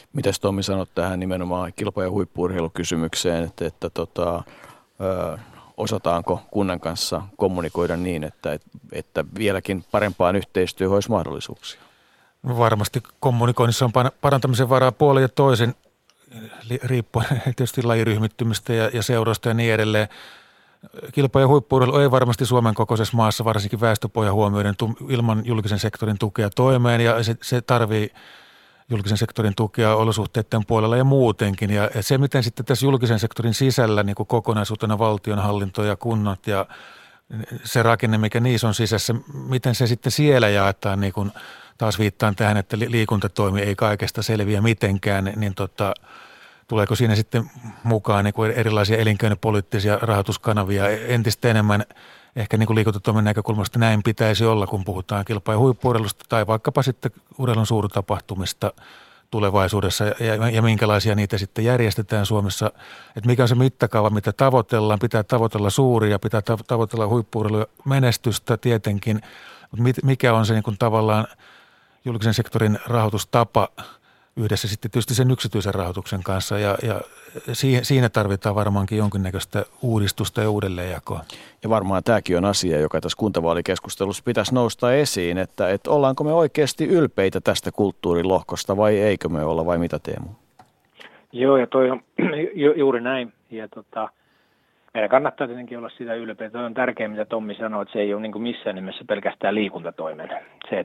Mitäs Tommi sanot tähän nimenomaan kilpa- ja huippu-urheilukysymykseen, että osataanko kunnan kanssa kommunikoida niin, että vieläkin parempaan yhteistyöhön olisi mahdollisuuksia? Varmasti kommunikoinnissa on parantamisen varaa puolin ja toisen, riippuen tietysti lajiryhmittymistä ja seuroista ja niin edelleen. Kilpa- ja huippu-urheilu ei varmasti Suomen kokoisessa maassa, varsinkin väestöpohjan huomioiden, ilman julkisen sektorin tukea toimeen, ja se tarvii julkisen sektorin tukea olosuhteiden puolella ja muutenkin. Ja se, miten sitten tässä julkisen sektorin sisällä niin kuin kokonaisuutena valtionhallinto ja kunnat ja se rakenne, mikä niissä on sisässä, miten se sitten siellä jaetaan, niin kuin taas viittaan tähän, että liikuntatoimi ei kaikesta selviä mitenkään, niin tuleeko siinä sitten mukaan niin kuin erilaisia elinkeinopoliittisia rahoituskanavia entistä enemmän, ehkä niin kuin liikuntatoimen näkökulmasta näin pitäisi olla, kun puhutaan kilpa- ja huippu-urheilusta tai vaikkapa sitten urheilun suurtapahtumista tulevaisuudessa ja minkälaisia niitä sitten järjestetään Suomessa. Että mikä on se mittakaava, mitä tavoitellaan, pitää tavoitella suuria, pitää tavoitella huippu-urheilun menestystä tietenkin, mutta mikä on se niin kuin tavallaan julkisen sektorin rahoitustapa yhdessä sitten tietysti sen yksityisen rahoituksen kanssa ja siinä tarvitaan varmaankin jonkinnäköistä uudistusta ja uudelleenjakoa. Ja varmaan tämäkin on asia, joka tässä kuntavaalikeskustelussa pitäisi nousta esiin, että ollaanko me oikeasti ylpeitä tästä kulttuurilohkosta vai eikö me olla vai mitä Teemu? Joo, ja toi on juuri näin. Ja meidän kannattaa tietenkin olla sitä ylpeä. Toi on tärkeää, mitä Tommi sanoi, että se ei ole niin kuin missään nimessä pelkästään liikuntatoimen. Se,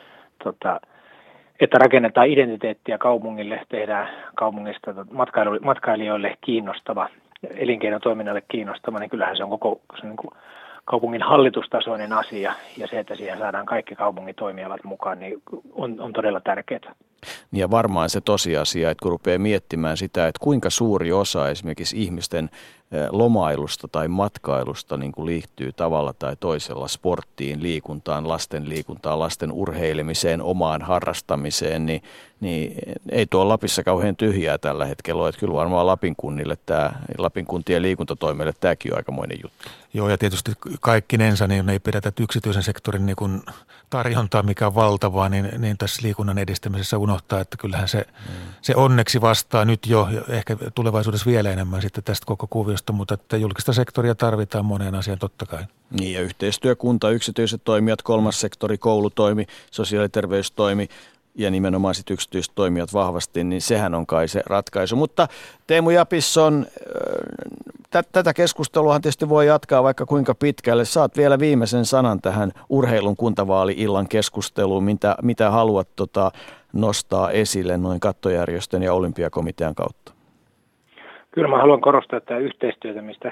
että rakennetaan identiteettiä kaupungille, tehdään kaupungista matkailijoille kiinnostava, elinkeinotoiminnalle kiinnostava, niin kyllähän se on niin kuin kaupungin hallitustasoinen asia, ja se, että siihen saadaan kaikki kaupungin toimialat mukaan, niin on todella tärkeää. Ja varmaan se tosiasia, että kun rupeaa miettimään sitä, että kuinka suuri osa esimerkiksi ihmisten lomailusta tai matkailusta niin kuin liittyy tavalla tai toisella sporttiin, liikuntaan, lasten urheilemiseen, omaan harrastamiseen, niin ei tuo Lapissa kauhean tyhjää tällä hetkellä ole. Että kyllä varmaan Lapin kuntien liikuntatoimelle tämäkin on aikamoinen juttu. Joo, ja tietysti kaikkinensa niin ei pidetä yksityisen sektorin niin kuin tarjontaa, mikä on valtavaa, niin tässä liikunnan edistämisessä unohtaa, että kyllähän se onneksi vastaa nyt jo, ehkä tulevaisuudessa vielä enemmän sitten tästä koko kuviosta, mutta että julkista sektoria tarvitaan moneen asiaan totta kai. Niin, ja yhteistyö, kunta, yksityiset toimijat, kolmas sektori, koulutoimi, sosiaali- ja terveystoimi ja nimenomaan sitten yksityiset toimijat vahvasti, niin sehän on kai se ratkaisu. Mutta Teemu Japisson, tätä keskustelua tietysti voi jatkaa vaikka kuinka pitkälle. Saat vielä viimeisen sanan tähän urheilun kuntavaali-illan keskusteluun, mitä haluat nostaa esille noin kattojärjestön ja olympiakomitean kautta? Kyllä mä haluan korostaa tätä yhteistyötä, mistä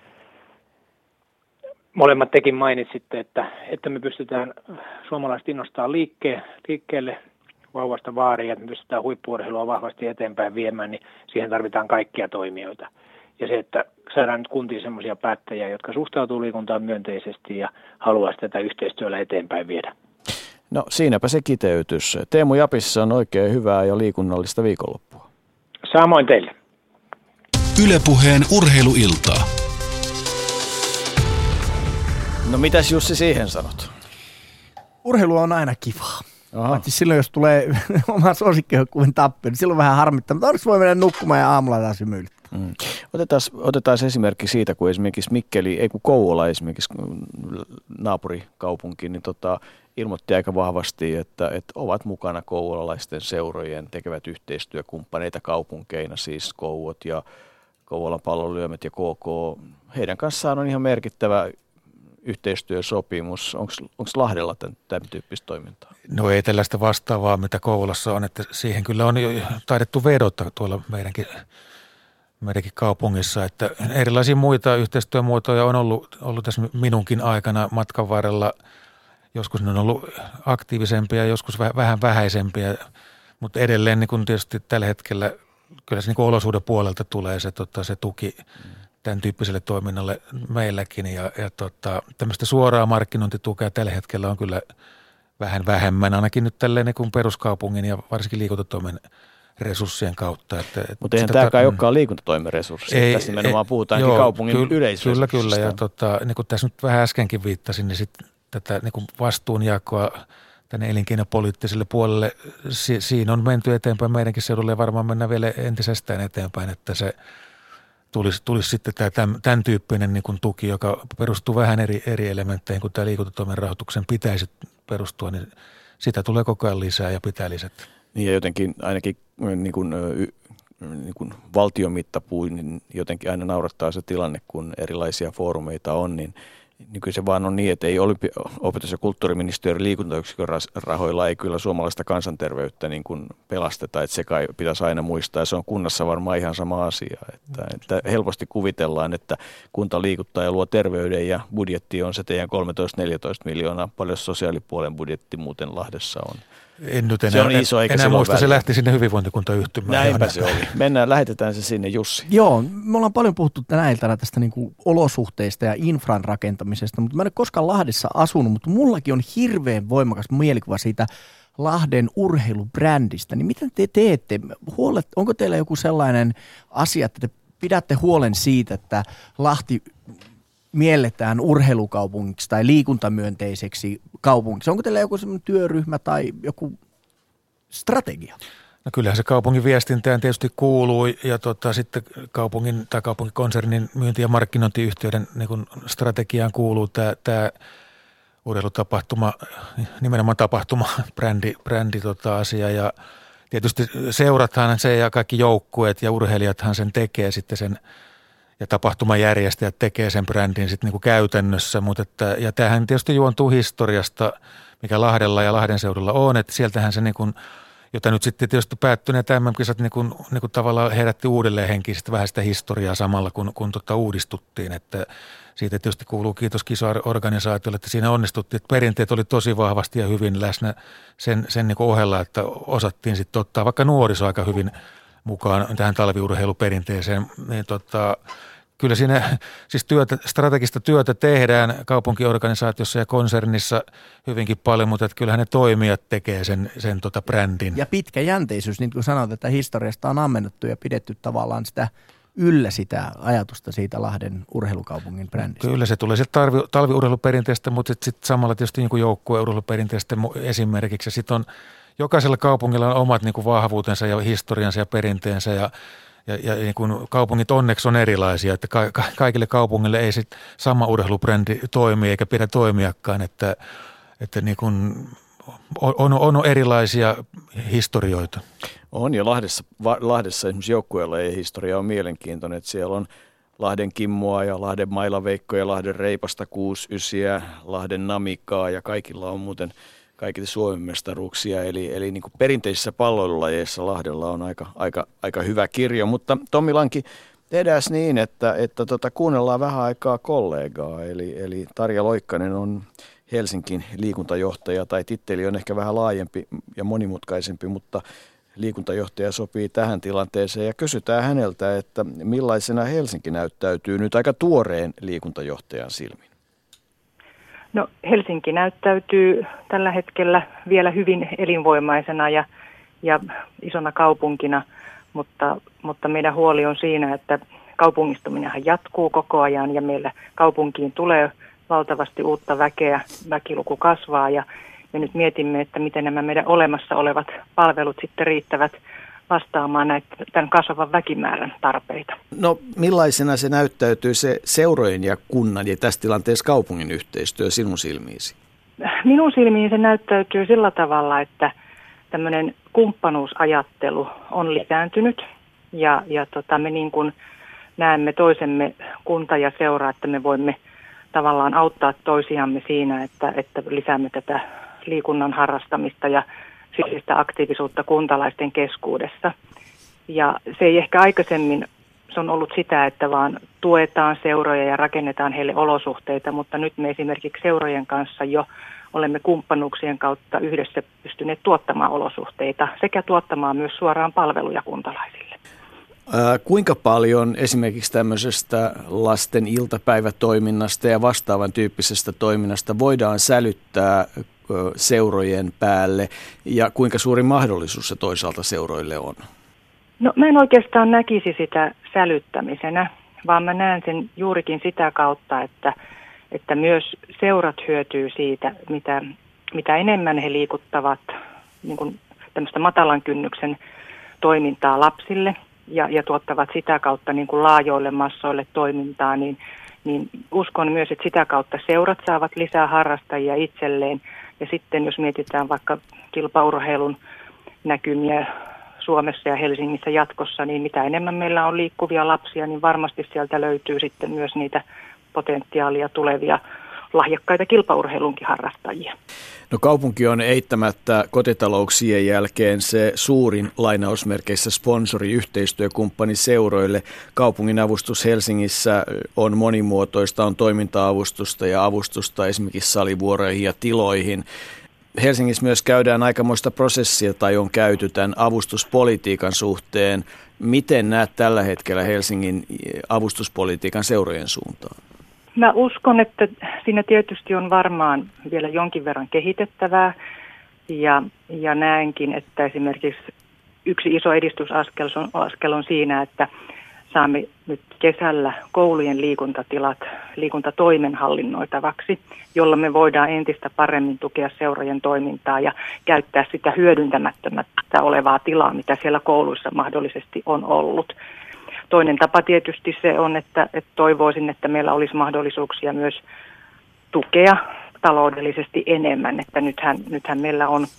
molemmat tekin mainitsitte, että me pystytään suomalaiset innostaa liikkeelle vauvasta vaariin, että me pystytään huippu-urheilua vahvasti eteenpäin viemään, niin siihen tarvitaan kaikkia toimijoita. Ja se, että saadaan nyt kuntiin semmoisia päättäjiä, jotka suhtautuu liikuntaan myönteisesti ja haluaisi tätä yhteistyöllä eteenpäin viedä. No siinäpä se kiteytys. Teemu Japisson, oikein hyvää ja liikunnallista viikonloppua. Samoin teille. Yle Puheen urheiluiltaa. No mitäs Jussi siihen sanot? Urheilu on aina kivaa. Paitsi silloin, jos tulee oma suosikkijoukkueen tappio, niin silloin vähän harmittaa. Mutta onneksi voi mennä nukkumaan ja aamulla taas hymyilyttää. Otetaan esimerkki siitä, kun esimerkiksi Kouvola esimerkiksi naapurikaupunki, niin ilmoitti aika vahvasti, että ovat mukana kouvolalaisten seurojen, tekevät yhteistyökumppaneita kaupunkeina, siis Kouot ja Kouvolan Pallonlyömet ja KK. Heidän kanssaan on ihan merkittävä yhteistyösopimus. Onko Lahdella tämän tyyppistä toimintaa? No ei tällaista vastaavaa, mitä Kouvolassa on, että siihen kyllä on jo taidettu vedota tuolla meidänkin kaupungissa, että erilaisia muita yhteistyömuotoja on ollut tässä minunkin aikana matkan varrella. Joskus ne on ollut aktiivisempia, joskus vähän vähäisempiä, mutta edelleen niin kun tietysti tällä hetkellä kyllä se niin olosuuden puolelta tulee se tuki tämän tyyppiselle toiminnalle meilläkin ja tämmöistä suoraa markkinointitukea tällä hetkellä on kyllä vähän vähemmän, ainakin nyt tälleen niin kuin peruskaupungin ja varsinkin liikuntatoimen resurssien kautta. Mutta eihän tämäkään olekaan liikuntatoimen resurssi. Tässä nimenomaan puhutaankin kaupungin yleisresurssista. Kyllä. Ja niin kuin tässä nyt vähän äskenkin viittasin, niin sitten tätä niin kuin vastuunjakoa tänne elinkeinopoliittiselle puolelle. Siinä on menty eteenpäin meidänkin seudulle ja varmaan mennään vielä entisestään eteenpäin, että se tulisi sitten tämän tyyppinen niin kuin tuki, joka perustuu vähän eri elementteihin kuin tämä liikuntatoimen rahoituksen pitäisi perustua, niin sitä tulee koko ajan lisää ja pitää lisätä. Niin ja jotenkin ainakin niin kuin valtion mittapuin, niin jotenkin aina naurattaa se tilanne, kun erilaisia foorumeita on, niin kyllä se vaan on niin, että ei opetus- ja kulttuuriministeriön liikuntayksikön rahoilla ei kyllä suomalaista kansanterveyttä niin kuin pelasteta, että se kai pitäisi aina muistaa ja se on kunnassa varmaan ihan sama asia, että helposti kuvitellaan, että kunta liikuttaa ja luo terveyden ja budjetti on se teidän 13-14 miljoonaa, paljon sosiaalipuolen budjetti muuten Lahdessa on. En nyt se on iso, eikä enää muista, se lähti sinne hyvinvointikuntayhtymään. Näinpä se oli. Lähetetään se sinne, Jussi. Joo, me ollaan paljon puhuttu tänä iltana tästä niin kuin olosuhteista ja infran rakentamisesta, mutta mä en ole koskaan Lahdessa asunut, mutta mullakin on hirveän voimakas mielikuva siitä Lahden urheilubrändistä. Niin miten te teette? Onko teillä joku sellainen asia, että te pidätte huolen siitä, että Lahti mielletään urheilukaupungiksi tai liikuntamyönteiseksi kaupungiksi? Onko teillä joku sellainen työryhmä tai joku strategia? No kyllähän se kaupungin viestintään tietysti kuuluu ja sitten kaupungin tai kaupunkikonsernin myynti- ja markkinointiyhtiöiden niin kuin strategiaan kuuluu tämä urheilutapahtuma, nimenomaan brändi asia ja tietysti seurathan se ja kaikki joukkueet ja urheilijathan sen tekee sitten sen ja tapahtumajärjestäjät tekee sen brändin sitten niinku käytännössä, ja tämähän tietysti juontuu historiasta, mikä Lahdella ja Lahden seudulla on, että sieltähän se niinku, jota nyt sitten tietysti päättyneet MM-kisat niinku tavallaan herätti uudelleen henkisesti vähän sitä historiaa samalla, kun uudistuttiin, että siitä tietysti kuuluu kiitos kisaorganisaatiolle, että siinä onnistuttiin, että perinteet oli tosi vahvasti ja hyvin läsnä sen niinku ohella, että osattiin sitten ottaa vaikka nuoriso aika hyvin mukaan tähän talviurheiluperinteeseen, niin kyllä siinä siis strategista työtä tehdään kaupunkiorganisaatiossa ja konsernissa hyvinkin paljon, mutta kyllähän ne toimijat tekee sen brändin. Ja pitkäjänteisyys, niin kuin sanoit, että historiasta on ammennettu ja pidetty tavallaan sitä ajatusta siitä Lahden urheilukaupungin brändistä. Kyllä se tulee sieltä talviurheiluperinteestä, mutta sitten samalla tietysti niin kuin joukkueurheiluperinteestä esimerkiksi. Ja sitten on jokaisella kaupungilla on omat niin kuin vahvuutensa ja historiansa ja perinteensä ja niin kuin kaupungit onneksi on erilaisia, että kaikille kaupungille ei sit sama urheilubrändi toimi eikä pidä toimiakaan, että niin kuin on erilaisia historioita. On ja Lahdessa esimerkiksi joukkueella ei historia on mielenkiintoinen, että siellä on Lahden Kimmua ja Lahden Mailaveikko ja Lahden Reipasta 6-9, Lahden Namikaa ja kaikilla on muuten kaikille Suomen mestaruuksia, eli niin kuin perinteisissä palloilulajeissa Lahdella on aika hyvä kirjo, mutta Tommi Lanki, tehdään niin, että kuunnellaan vähän aikaa kollegaa, eli Tarja Loikkanen on Helsingin liikuntajohtaja, tai titteli on ehkä vähän laajempi ja monimutkaisempi, mutta liikuntajohtaja sopii tähän tilanteeseen ja kysytään häneltä, että millaisena Helsinki näyttäytyy nyt aika tuoreen liikuntajohtajan silmin. No Helsinki näyttäytyy tällä hetkellä vielä hyvin elinvoimaisena ja isona kaupunkina, mutta meidän huoli on siinä, että kaupungistuminenhan jatkuu koko ajan ja meillä kaupunkiin tulee valtavasti uutta väkeä, väkiluku kasvaa ja me nyt mietimme, että miten nämä meidän olemassa olevat palvelut sitten riittävät vastaamaan tämän kasvavan väkimäärän tarpeita. No millaisena se näyttäytyy se seurojen ja kunnan ja tässä tilanteessa kaupungin yhteistyö sinun silmiisi? Minun silmiin se näyttäytyy sillä tavalla, että tämmöinen kumppanuusajattelu on lisääntynyt ja me niin kuin näemme toisemme kunta ja seura, että me voimme tavallaan auttaa toisiamme siinä, että lisäämme tätä liikunnan harrastamista ja fyysistä aktiivisuutta kuntalaisten keskuudessa. Ja se ei ehkä aikaisemmin, se on ollut sitä, että vaan tuetaan seuroja ja rakennetaan heille olosuhteita, mutta nyt me esimerkiksi seurojen kanssa jo olemme kumppanuuksien kautta yhdessä pystyneet tuottamaan olosuhteita sekä tuottamaan myös suoraan palveluja kuntalaisille. Kuinka paljon esimerkiksi tämmöisestä lasten iltapäivätoiminnasta ja vastaavan tyyppisestä toiminnasta voidaan sälyttää seurojen päälle ja kuinka suuri mahdollisuus se toisaalta seuroille on? No mä en oikeastaan näkisi sitä sälyttämisenä, vaan mä näen sen juurikin sitä kautta, että myös seurat hyötyy siitä, mitä mitä enemmän he liikuttavat niin kuin tämmöistä matalan kynnyksen toimintaa lapsille ja tuottavat sitä kautta niin kuin laajoille massoille toimintaa, niin uskon myös, että sitä kautta seurat saavat lisää harrastajia itselleen. Ja sitten jos mietitään vaikka kilpaurheilun näkymiä Suomessa ja Helsingissä jatkossa, niin mitä enemmän meillä on liikkuvia lapsia, niin varmasti sieltä löytyy sitten myös niitä potentiaalia tulevia lahjakkaita kilpaurheilunkin harrastajia. No kaupunki on eittämättä kotitalouksien jälkeen se suurin lainausmerkeissä sponsori, yhteistyökumppani seuroille. Kaupungin avustus Helsingissä on monimuotoista, on toiminta-avustusta ja avustusta esimerkiksi salivuoroihin ja tiloihin. Helsingissä myös käydään aikamoista prosessia tai on käyty tämän avustuspolitiikan suhteen. Miten näet tällä hetkellä Helsingin avustuspolitiikan seurojen suuntaan? Mä uskon, että siinä tietysti on varmaan vielä jonkin verran kehitettävää ja näenkin, että esimerkiksi yksi iso edistysaskel on siinä, että saamme nyt kesällä koulujen liikuntatilat liikuntatoimen hallinnoitavaksi, jolla me voidaan entistä paremmin tukea seurojen toimintaa ja käyttää sitä hyödyntämättömättä olevaa tilaa, mitä siellä kouluissa mahdollisesti on ollut. Toinen tapa tietysti se on, että toivoisin, että meillä olisi mahdollisuuksia myös tukea taloudellisesti enemmän, että nythän meillä on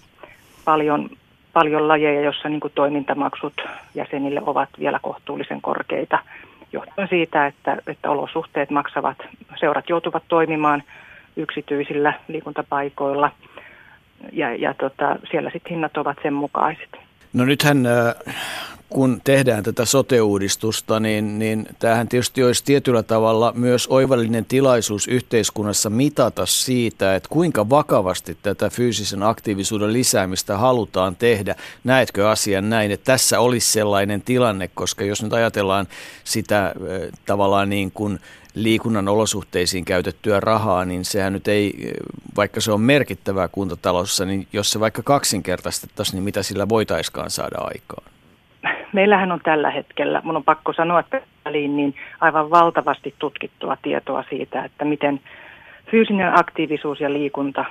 paljon lajeja, joissa niin kuin toimintamaksut jäsenille ovat vielä kohtuullisen korkeita, johtuen siitä, että olosuhteet maksavat, seurat joutuvat toimimaan yksityisillä liikuntapaikoilla ja siellä sitten hinnat ovat sen mukaiset. No nythän kun tehdään tätä sote-uudistusta, niin tämähän tietysti olisi tietyllä tavalla myös oivallinen tilaisuus yhteiskunnassa mitata siitä, että kuinka vakavasti tätä fyysisen aktiivisuuden lisäämistä halutaan tehdä. Näetkö asian näin, että tässä olisi sellainen tilanne, koska jos nyt ajatellaan sitä tavallaan niin kuin liikunnan olosuhteisiin käytettyä rahaa, niin sehän nyt ei, vaikka se on merkittävää kuntataloudessa, niin jos se vaikka kaksinkertaistettaisiin, niin mitä sillä voitaiskaan saada aikaan? Meillähän on tällä hetkellä, mun on pakko sanoa väliin, niin aivan valtavasti tutkittua tietoa siitä, että miten fyysinen aktiivisuus ja liikunta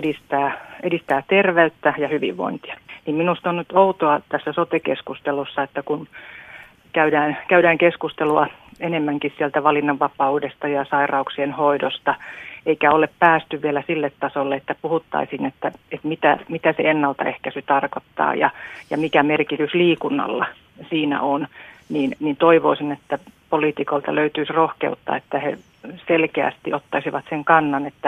edistää terveyttä ja hyvinvointia. Niin minusta on nyt outoa tässä sote-keskustelussa, että kun käydään keskustelua enemmänkin sieltä valinnanvapaudesta ja sairauksien hoidosta, eikä ole päästy vielä sille tasolle, että puhuttaisiin, että mitä se ennaltaehkäisy tarkoittaa ja mikä merkitys liikunnalla siinä on, niin toivoisin, että poliitikolta löytyisi rohkeutta, että he selkeästi ottaisivat sen kannan, että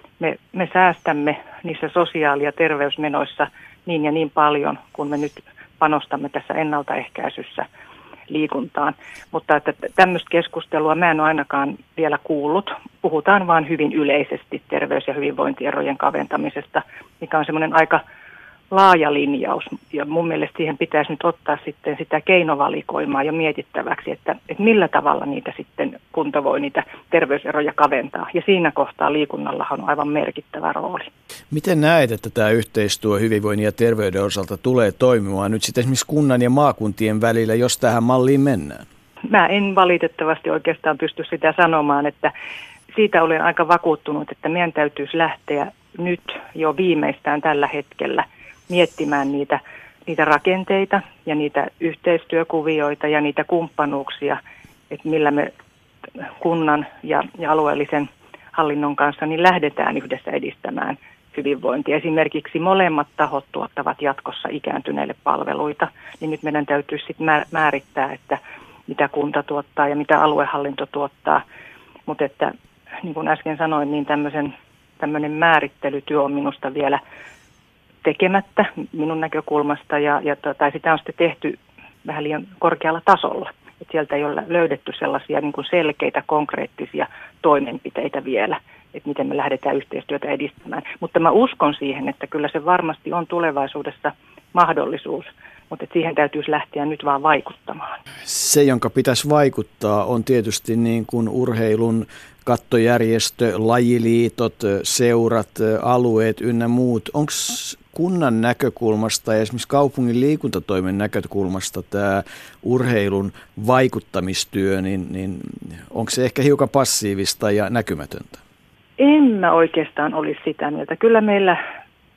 me säästämme niissä sosiaali- ja terveysmenoissa niin ja niin paljon, kun me nyt panostamme tässä ennaltaehkäisyssä liikuntaan. Mutta että tämmöistä keskustelua mä en ole ainakaan vielä kuullut. Puhutaan vaan hyvin yleisesti terveys- ja hyvinvointierojen kaventamisesta, mikä on semmoinen aika laaja linjaus. Ja mun mielestä siihen pitäisi nyt ottaa sitten sitä keinovalikoimaa jo mietittäväksi, että millä tavalla niitä sitten kunta voi niitä terveyseroja kaventaa. Ja siinä kohtaa liikunnallahan on aivan merkittävä rooli. Miten näet, että tämä yhteistyö hyvinvoinnin ja terveyden osalta tulee toimimaan nyt sitten esimerkiksi kunnan ja maakuntien välillä, jos tähän malliin mennään? Mä en valitettavasti oikeastaan pysty sitä sanomaan, että siitä olen aika vakuuttunut, että meidän täytyisi lähteä nyt jo viimeistään tällä hetkellä miettimään niitä rakenteita ja niitä yhteistyökuvioita ja niitä kumppanuuksia, että millä me kunnan ja alueellisen hallinnon kanssa niin lähdetään yhdessä edistämään hyvinvointia. Esimerkiksi molemmat tahot tuottavat jatkossa ikääntyneille palveluita, niin nyt meidän täytyy sitten määrittää, että mitä kunta tuottaa ja mitä aluehallinto tuottaa. Mutta että niin kuin äsken sanoin, niin tämmöinen määrittelytyö on minusta vielä tekemättä minun näkökulmasta tai sitä on sitten tehty vähän liian korkealla tasolla. Et sieltä ei ole löydetty sellaisia niin kuin selkeitä, konkreettisia toimenpiteitä vielä, että miten me lähdetään yhteistyötä edistämään. Mutta mä uskon siihen, että kyllä se varmasti on tulevaisuudessa mahdollisuus, mutta siihen täytyisi lähteä nyt vaan vaikuttamaan. Se, jonka pitäisi vaikuttaa, on tietysti niin kuin urheilun kattojärjestö, lajiliitot, seurat, alueet ynnä muut. Onko kunnan näkökulmasta ja esimerkiksi kaupungin liikuntatoimen näkökulmasta tämä urheilun vaikuttamistyö, niin onko se ehkä hiukan passiivista ja näkymätöntä? En mä oikeastaan olisi sitä mieltä. Kyllä meillä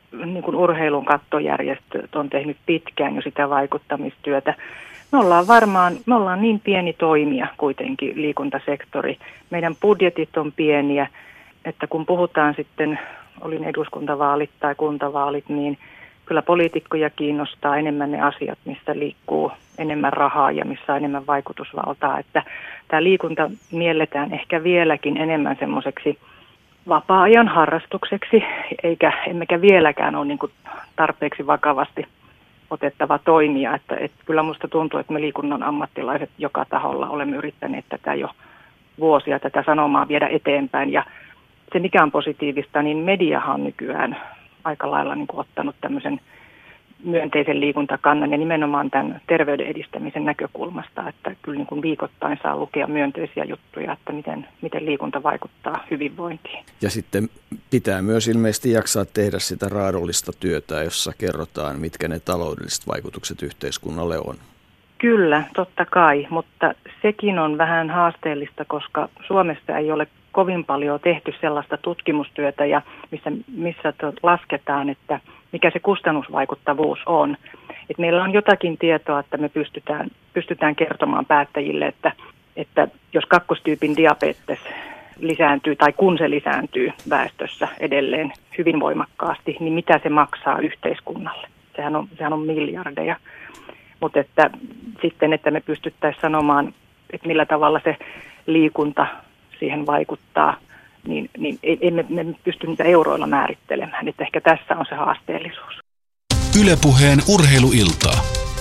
niin kuin urheilun kattojärjestöt on tehnyt pitkään jo sitä vaikuttamistyötä. Me ollaan niin pieni toimija kuitenkin liikuntasektori. Meidän budjetit on pieniä, että kun puhutaan sitten, olin eduskuntavaalit tai kuntavaalit, niin kyllä poliitikkoja kiinnostaa enemmän ne asiat, missä liikkuu enemmän rahaa ja missä on enemmän vaikutusvaltaa. Että tämä liikunta mielletään ehkä vieläkin enemmän semmoiseksi vapaa-ajan harrastukseksi, emmekä vieläkään ole niin kuin tarpeeksi vakavasti otettava toimija. Että kyllä musta tuntuu, että me liikunnan ammattilaiset joka taholla olemme yrittäneet tätä jo vuosia, tätä sanomaa viedä eteenpäin. Ja se mikä on positiivista, niin mediahan on nykyään aika lailla niin kuin ottanut tämmöisen myönteisen liikuntakannan ja nimenomaan tämän terveyden edistämisen näkökulmasta, että kyllä niin kuin viikoittain saa lukea myönteisiä juttuja, että miten liikunta vaikuttaa hyvinvointiin. Ja sitten pitää myös ilmeisesti jaksaa tehdä sitä raadollista työtä, jossa kerrotaan, mitkä ne taloudelliset vaikutukset yhteiskunnalle on. Kyllä, totta kai, mutta sekin on vähän haasteellista, koska Suomessa ei ole kovin paljon tehty sellaista tutkimustyötä, ja missä lasketaan, että mikä se kustannusvaikuttavuus on. Et meillä on jotakin tietoa, että me pystytään kertomaan päättäjille, että jos kakkostyypin diabetes lisääntyy tai kun se lisääntyy väestössä edelleen hyvin voimakkaasti, niin mitä se maksaa yhteiskunnalle. Sehän on miljardeja. Mutta että me pystyttäisiin sanomaan, että millä tavalla se liikunta siihen vaikuttaa, niin emme pysty niitä euroilla määrittelemään. Että ehkä tässä on se haasteellisuus. Yle Puheen urheiluiltaa.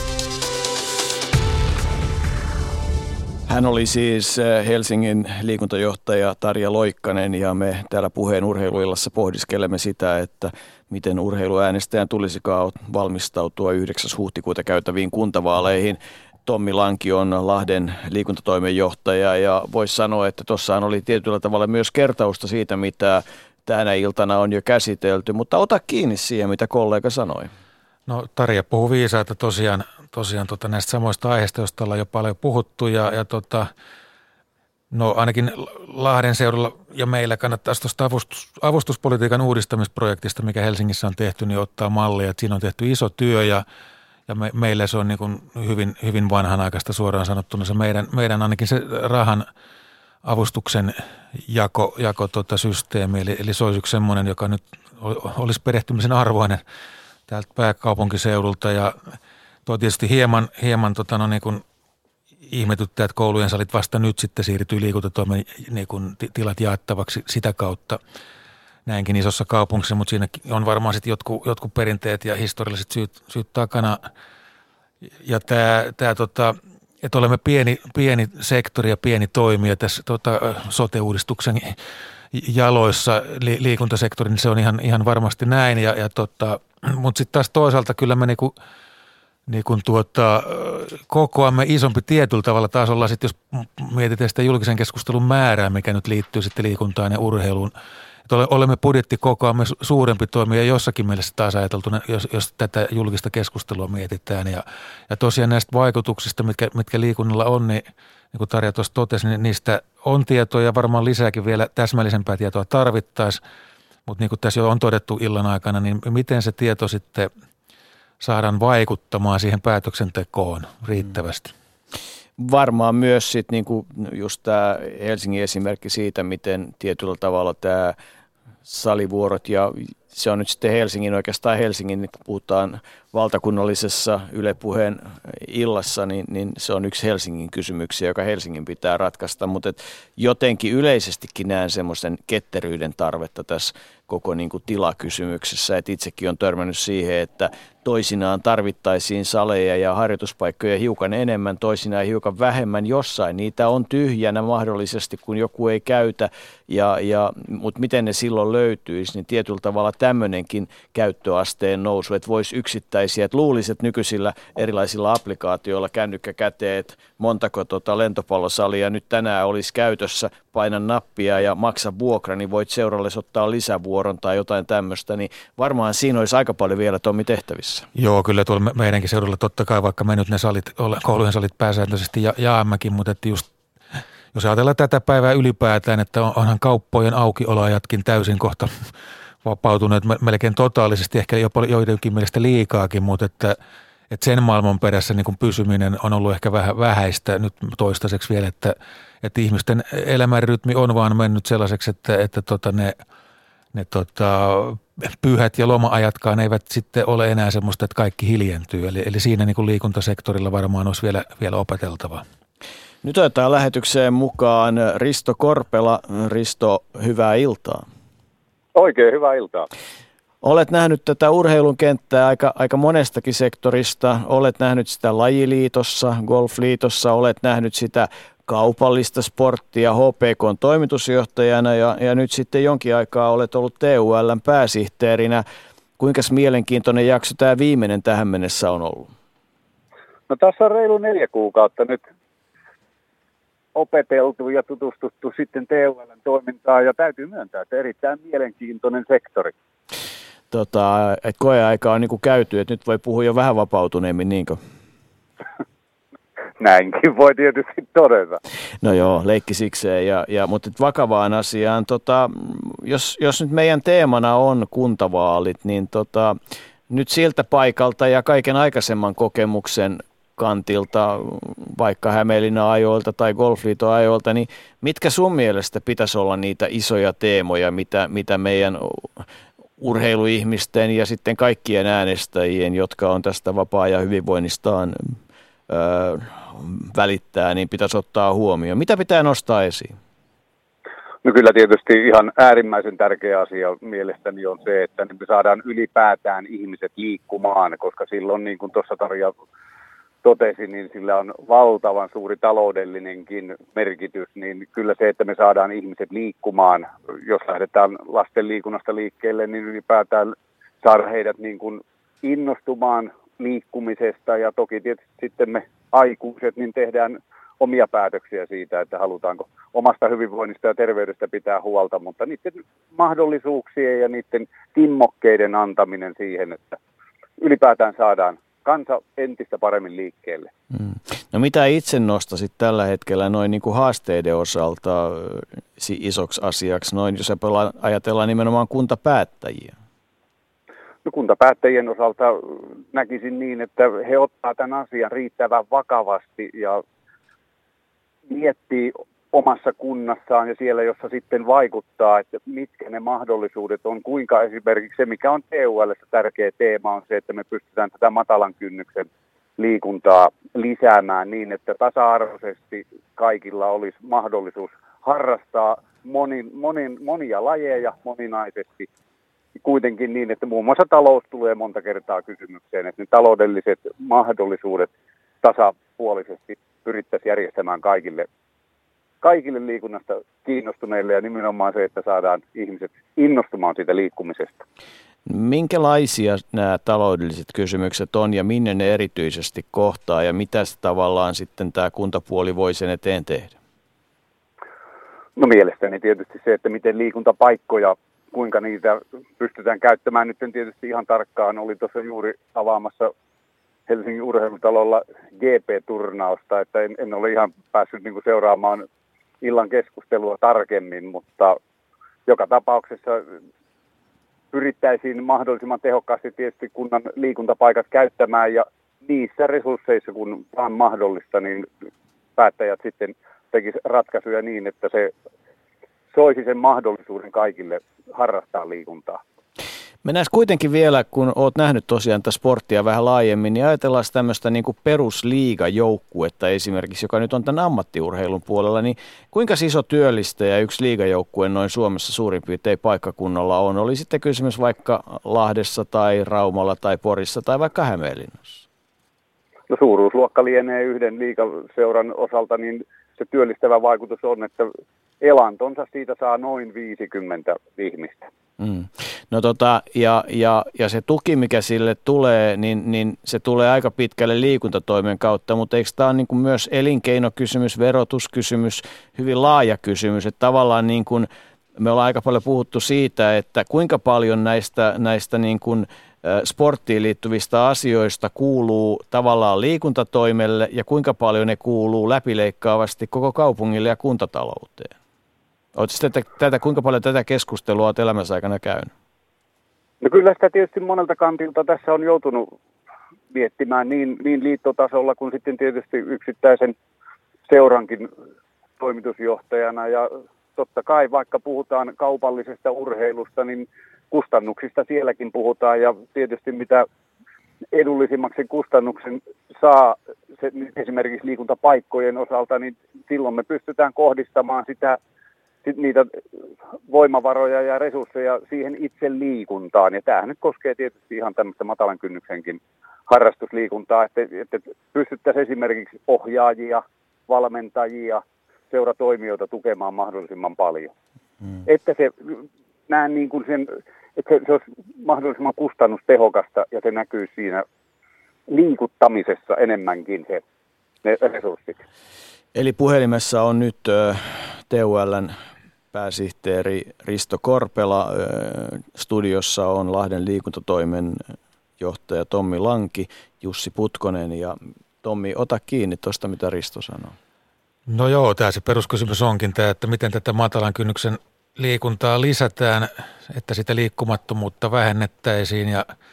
Hän oli siis Helsingin liikuntajohtaja Tarja Loikkanen, ja me täällä Puheen urheiluillassa pohdiskelemme sitä, että miten urheiluäänestäjän tulisikaan valmistautua 9. huhtikuuta käytäviin kuntavaaleihin. Tommi Lanki on Lahden liikuntatoimenjohtaja, ja voisi sanoa, että tuossahan oli tietyllä tavalla myös kertausta siitä, mitä tänä iltana on jo käsitelty, mutta ota kiinni siihen, mitä kollega sanoi. No Tarja puhui viisaita tosiaan näistä samoista aiheista, joista ollaan jo paljon puhuttu, no ainakin Lahden seudulla ja meillä kannattaisi tuosta avustuspolitiikan uudistamisprojektista, mikä Helsingissä on tehty, niin ottaa mallia, että siinä on tehty iso työ ja meillä se on niin kuin hyvin, hyvin vanhanaikaista suoraan sanottuna se meidän ainakin se rahan avustuksen systeemi, eli se olisi yksi semmoinen, joka nyt olisi perehtymisen arvoinen täältä pääkaupunkiseudulta, ja tuo tietysti hieman niin kuin ihmetyttää, että koulujen salit vasta nyt sitten siirtyy liikuntatoimen niin kuin tilat jaettavaksi sitä kautta näinkin isossa kaupungissa, mutta siinä on varmaan sitten jotkut perinteet ja historialliset syyt takana. Ja että olemme pieni sektori ja pieni toimija tässä sote-uudistuksen jaloissa liikuntasektori, niin se on ihan varmasti näin. Mutta sitten taas toisaalta kyllä me kokoamme isompi tietyllä tavalla tasolla, sitten jos mietitään sitä julkisen keskustelun määrää, mikä nyt liittyy sitten liikuntaan ja urheiluun. Että olemme budjettikokoamme suurempi toimija jossakin mielessä taas ajateltuna, jos tätä julkista keskustelua mietitään. Ja tosiaan näistä vaikutuksista, mitkä liikunnalla on, niin kuin Tarja tuossa totesi, niin niistä on tietoa ja varmaan lisääkin vielä täsmällisempää tietoa tarvittaisiin. Mutta niin kuin tässä jo on todettu illan aikana, niin miten se tieto sitten saadaan vaikuttamaan siihen päätöksentekoon riittävästi? Varmaan myös sitten niinku just tämä Helsingin esimerkki siitä, miten tietyllä tavalla tämä salivuorot, ja se on nyt sitten Helsingin, kun puhutaan valtakunnallisessa Yle Puheen illassa, niin se on yksi Helsingin kysymyksiä, joka Helsingin pitää ratkaista, mutta jotenkin yleisestikin näen semmoisen ketteryyden tarvetta tässä koko niin kuin tilakysymyksessä, että itsekin on törmännyt siihen, että toisinaan tarvittaisiin saleja ja harjoituspaikkoja hiukan enemmän, toisinaan hiukan vähemmän jossain. Niitä on tyhjänä mahdollisesti, kun joku ei käytä, mutta miten ne silloin löytyisi, niin tietyllä tavalla tämmöinenkin käyttöasteen nousu, että voisi yksittäisiä, että luulisi, että nykyisillä erilaisilla applikaatioilla kännykkä käteen, että montako lentopallosalia nyt tänään olisi käytössä, paina nappia ja maksa vuokra, niin voit seuralle ottaa lisävuoron tai jotain tämmöistä, niin varmaan siinä olisi aika paljon vielä Tommi tehtävissä. Joo, kyllä tuolla meidänkin seudulla totta kai, vaikka me nyt ne salit, koulujen salit pääsääntöisesti jaammekin, mutta että just jos ajatellaan tätä päivää ylipäätään, että onhan kauppojen aukioloajatkin täysin kohta vapautuneet melkein totaalisesti, ehkä jopa joidenkin mielestä liikaakin, mutta että sen maailman perässä niin kuin pysyminen on ollut ehkä vähän vähäistä nyt toistaiseksi vielä, että ihmisten elämänrytmi on vaan mennyt sellaiseksi, että ne pyhät ja loma-ajatkaan eivät sitten ole enää semmoista, että kaikki hiljentyy. Eli siinä niin kuin liikuntasektorilla varmaan olisi vielä opeteltavaa. Nyt otetaan lähetykseen mukaan Risto Korpela. Risto, hyvää iltaa. Oikein hyvää iltaa. Olet nähnyt tätä urheilun kenttää aika monestakin sektorista. Olet nähnyt sitä lajiliitossa, golfliitossa, olet nähnyt sitä kaupallista sporttia HPK:n toimitusjohtajana ja nyt sitten jonkin aikaa olet ollut TUL:n pääsihteerinä. Kuinka mielenkiintoinen jakso tämä viimeinen tähän mennessä on ollut? No tässä on reilu 4 kuukautta nyt opeteltu ja tutustuttu sitten TUL:n toimintaan ja täytyy myöntää, että erittäin mielenkiintoinen sektori. Et koeaika on niinku käyty, että nyt voi puhua jo vähän vapautuneemmin, niinkö? Näinkin voi tietysti todeta. No joo, leikki sikseen, mutta vakavaan asiaan, jos nyt meidän teemana on kuntavaalit, niin nyt siltä paikalta ja kaiken aikaisemman kokemuksen kantilta, vaikka Hämeenlinnan ajoilta tai Golfliiton ajoilta, niin mitkä sun mielestä pitäisi olla niitä isoja teemoja, mitä meidän urheiluihmisten ja sitten kaikkien äänestäjien, jotka on tästä vapaa-ajan hyvinvoinnistaan välittää, niin pitäisi ottaa huomioon. Mitä pitää nostaa esiin? No kyllä tietysti ihan äärimmäisen tärkeä asia mielestäni on se, että me saadaan ylipäätään ihmiset liikkumaan, koska silloin, niin kuin tuossa Tarja totesi, niin sillä on valtavan suuri taloudellinenkin merkitys, niin kyllä se, että me saadaan ihmiset liikkumaan, jos lähdetään lasten liikunnasta liikkeelle, niin ylipäätään saada heidät niin kuin innostumaan liikkumisesta ja toki tietysti sitten me aikuiset niin tehdään omia päätöksiä siitä, että halutaanko omasta hyvinvoinnista ja terveydestä pitää huolta, mutta niiden mahdollisuuksien ja niiden kimmokkeiden antaminen siihen, että ylipäätään saadaan kansa entistä paremmin liikkeelle. No mitä itse nostasit tällä hetkellä noin niin kuin haasteiden osalta isoksi asiaksi, noin jos ajatellaan nimenomaan kuntapäättäjiä? No kuntapäättäjien osalta näkisin niin, että he ottaa tämän asian riittävän vakavasti ja miettii omassa kunnassaan ja siellä, jossa sitten vaikuttaa, että mitkä ne mahdollisuudet on, kuinka esimerkiksi se, mikä on TUL:ssä tärkeä teema, on se, että me pystytään tätä matalan kynnyksen liikuntaa lisäämään niin, että tasa-arvoisesti kaikilla olisi mahdollisuus harrastaa monia lajeja moninaisesti, kuitenkin niin, että muun muassa talous tulee monta kertaa kysymykseen, että ne taloudelliset mahdollisuudet tasapuolisesti pyrittäisiin järjestämään kaikille liikunnasta kiinnostuneille ja nimenomaan se, että saadaan ihmiset innostumaan siitä liikkumisesta. Minkälaisia nämä taloudelliset kysymykset on ja minne ne erityisesti kohtaa ja mitä se tavallaan sitten tämä kuntapuoli voi sen eteen tehdä? No mielestäni tietysti se, että miten liikuntapaikkoja, kuinka niitä pystytään käyttämään. Nyt en tietysti ihan tarkkaan, oli tuossa juuri avaamassa Helsingin urheilutalolla GP-turnausta, että en ole ihan päässyt niin kuin seuraamaan illan keskustelua tarkemmin, mutta joka tapauksessa pyrittäisiin mahdollisimman tehokkaasti tietysti kunnan liikuntapaikat käyttämään ja niissä resursseissa, kun vaan mahdollista, niin päättäjät sitten tekisivät ratkaisuja niin, että se soisi sen mahdollisuuden kaikille harrastaa liikuntaa. Mennään kuitenkin vielä, kun olet nähnyt tosiaan tätä sporttia vähän laajemmin, niin ajatellaan tämmöistä niin kuin perusliigajoukkuetta esimerkiksi, joka nyt on tämän ammattiurheilun puolella, niin kuinka iso työllistäjä yksi liigajoukkue noin Suomessa suurin piirtein paikkakunnalla on? Oli sitten kysymys vaikka Lahdessa tai Raumalla tai Porissa tai vaikka Hämeenlinnassa? No suuruusluokka lienee yhden liigaseuran osalta, niin se työllistävä vaikutus on, että elantonsa siitä saa noin 50 ihmistä. No ja se tuki, mikä sille tulee, niin se tulee aika pitkälle liikuntatoimen kautta, mutta eikö tämä ole niin kuin myös elinkeinokysymys, verotuskysymys, hyvin laaja kysymys, että tavallaan niin kuin me ollaan aika paljon puhuttu siitä, että kuinka paljon näistä niin kuin sporttiin liittyvistä asioista kuuluu tavallaan liikuntatoimelle ja kuinka paljon ne kuuluu läpileikkaavasti koko kaupungille ja kuntatalouteen. Oletko kuinka paljon tätä keskustelua olet elämässä aikana käynyt? No kyllä sitä tietysti monelta kantilta tässä on joutunut miettimään niin liittotasolla kuin sitten tietysti yksittäisen seurankin toimitusjohtajana. Ja totta kai vaikka puhutaan kaupallisesta urheilusta, niin kustannuksista sielläkin puhutaan. Ja tietysti mitä edullisimmaksi kustannuksen saa se, esimerkiksi liikuntapaikkojen osalta, niin silloin me pystytään kohdistamaan niitä voimavaroja ja resursseja siihen itse liikuntaan. Ja tämähän nyt koskee tietysti ihan tämmöistä matalan kynnyksenkin harrastusliikuntaa, että pystyttäisiin esimerkiksi ohjaajia, valmentajia, seuratoimijoita tukemaan mahdollisimman paljon. Että se näen niin kuin että se olisi mahdollisimman kustannustehokasta ja se näkyy siinä liikuttamisessa enemmänkin ne resurssit. Eli puhelimessa on nyt TUL:n pääsihteeri Risto Korpela. Studiossa on Lahden liikuntatoimen johtaja Tommi Lanki, Jussi Putkonen ja Tommi, ota kiinni tuosta, mitä Risto sanoo. No joo, tämä se peruskysymys onkin tämä, että miten tätä matalan kynnyksen liikuntaa lisätään, että sitä liikkumattomuutta vähennettäisiin,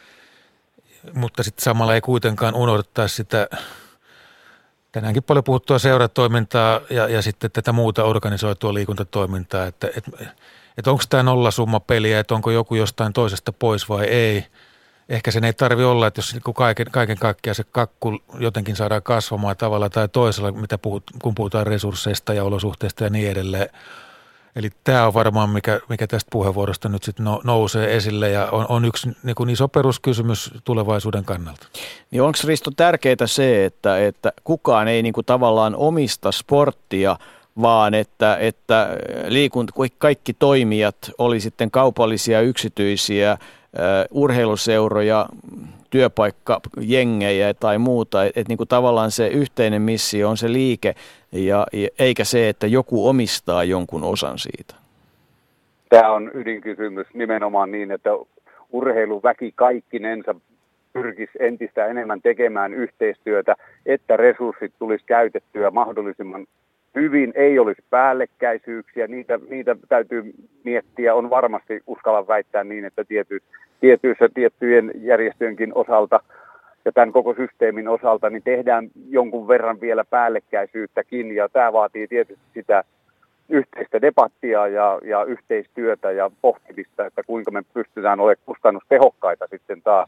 mutta sitten samalla ei kuitenkaan unohdettaisi sitä tänäänkin paljon puhuttua seuratoimintaa ja sitten tätä muuta organisoitua liikuntatoimintaa, että onko tämä nollasummapeliä, että onko joku jostain toisesta pois vai ei. Ehkä sen ei tarvitse olla, että jos kaiken kaikkiaan se kakku jotenkin saadaan kasvamaan tavalla tai toisella, kun puhutaan resursseista ja olosuhteista ja niin edelleen. Eli tämä on varmaan, mikä tästä puheenvuorosta nyt sitten nousee esille ja on yksi niin kuin iso peruskysymys tulevaisuuden kannalta. Niin onko, Risto, tärkeää se, että kukaan ei niin kuin tavallaan omista sporttia, vaan että kaikki toimijat, oli sitten kaupallisia, yksityisiä, urheiluseuroja, työpaikkajengejä tai muuta, että niin kuin tavallaan se yhteinen missio on se liike eikä se, että joku omistaa jonkun osan siitä. Tämä on ydinkysymys nimenomaan niin, että urheiluväki kaikkinensa pyrkisi entistä enemmän tekemään yhteistyötä, että resurssit tulisi käytettyä mahdollisimman hyvin, ei olisi päällekkäisyyksiä, niitä täytyy miettiä, on varmasti uskallan väittää niin, että tiettyjen järjestöjenkin osalta ja tämän koko systeemin osalta niin tehdään jonkun verran vielä päällekkäisyyttäkin ja tämä vaatii tietysti sitä yhteistä debattia ja yhteistyötä ja pohtimista, että kuinka me pystytään olemaan kustannustehokkaita sitten taas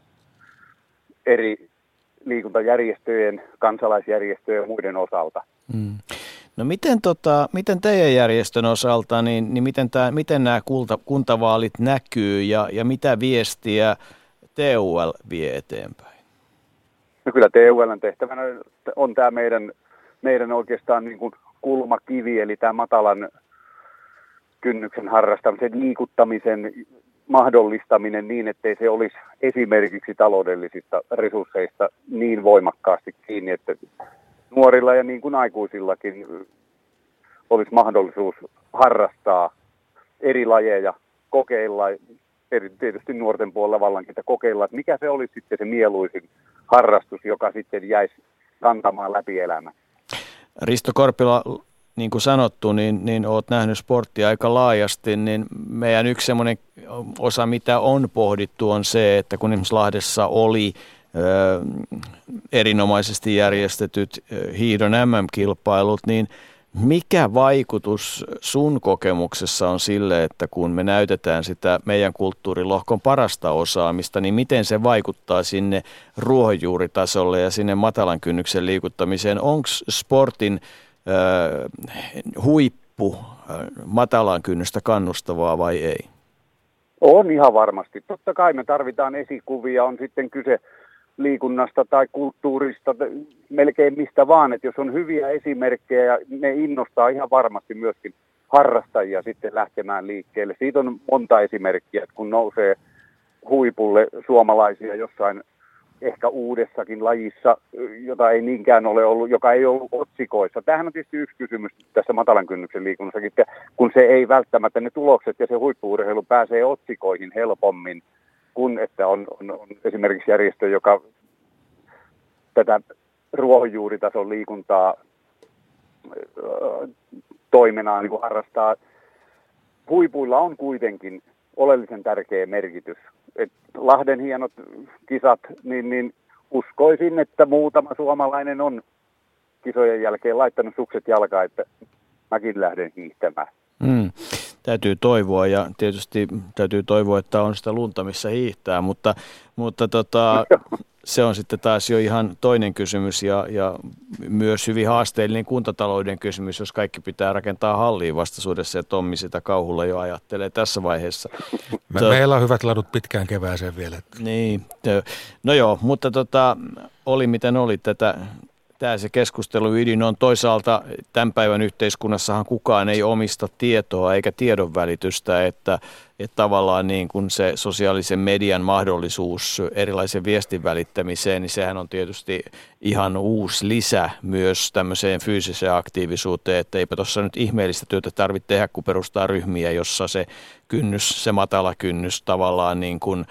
eri liikuntajärjestöjen, kansalaisjärjestöjen ja muiden osalta. No miten teidän järjestön osalta, niin miten nämä kuntavaalit näkyy ja mitä viestiä TUL vie eteenpäin? No kyllä TUL:n tehtävänä on tämä meidän oikeastaan niin kuin kulmakivi, eli tämä matalan kynnyksen harrastamisen, liikuttamisen mahdollistaminen niin, ettei se olisi esimerkiksi taloudellisista resursseista niin voimakkaasti kiinni, että nuorilla ja niin kuin aikuisillakin olisi mahdollisuus harrastaa eri lajeja, kokeilla, tietysti nuorten puolella vallankin, että kokeilla, että mikä se olisi sitten se mieluisin harrastus, joka sitten jäisi kantamaan läpi elämän. Risto Korpela, niin kuin sanottu, niin olet nähnyt sporttia aika laajasti, niin meidän yksi semmoinen osa, mitä on pohdittu, on se, että kun esimerkiksi Lahdessa oli erinomaisesti järjestetyt hiihdon MM-kilpailut, niin mikä vaikutus sun kokemuksessa on sille, että kun me näytetään sitä meidän kulttuurilohkon parasta osaamista, niin miten se vaikuttaa sinne ruohonjuuritasolle ja sinne matalan kynnyksen liikuttamiseen? Onko sportin huippu matalan kynnystä kannustavaa vai ei? On ihan varmasti. Totta kai me tarvitaan esikuvia, on sitten kyse liikunnasta tai kulttuurista, melkein mistä vaan, että jos on hyviä esimerkkejä ja ne innostaa ihan varmasti myöskin harrastajia sitten lähtemään liikkeelle. Siitä on monta esimerkkiä, että kun nousee huipulle suomalaisia jossain ehkä uudessakin lajissa, jota ei niinkään ole ollut, joka ei ollut otsikoissa. Tämähän on tietysti yksi kysymys tässä matalan kynnyksen liikunnassakin, että kun se ei välttämättä, ne tulokset ja se huippu-urheilu pääsee otsikoihin helpommin, kun että on esimerkiksi järjestö, joka tätä ruohonjuuritason liikuntaa toimenaan niin harrastaa. Huipuilla on kuitenkin oleellisen tärkeä merkitys Lahden hienot kisat, niin uskoisin, että muutama suomalainen on kisojen jälkeen laittanut sukset jalkaan, että mäkin lähden hiihtämään. Täytyy toivoa ja tietysti täytyy toivoa, että on sitä lunta, missä hiihtää, mutta se on sitten taas jo ihan toinen kysymys ja myös hyvin haasteellinen kuntatalouden kysymys, jos kaikki pitää rakentaa halliin vastaisuudessa ja Tommi sitä kauhulla jo ajattelee tässä vaiheessa. Meillä on hyvät ladut pitkään kevääseen vielä. Niin, no joo, mutta oli miten oli Tämä se keskustelun ydin on toisaalta tämän päivän yhteiskunnassahan kukaan ei omista tietoa eikä tiedonvälitystä, että tavallaan niin kuin se sosiaalisen median mahdollisuus erilaisen viestin välittämiseen, niin sehän on tietysti ihan uusi lisä myös tämmöiseen fyysiseen aktiivisuuteen, että eipä tuossa nyt ihmeellistä työtä tarvitse tehdä, kun perustaa ryhmiä, jossa se kynnys, se matala kynnys tavallaan niin kuin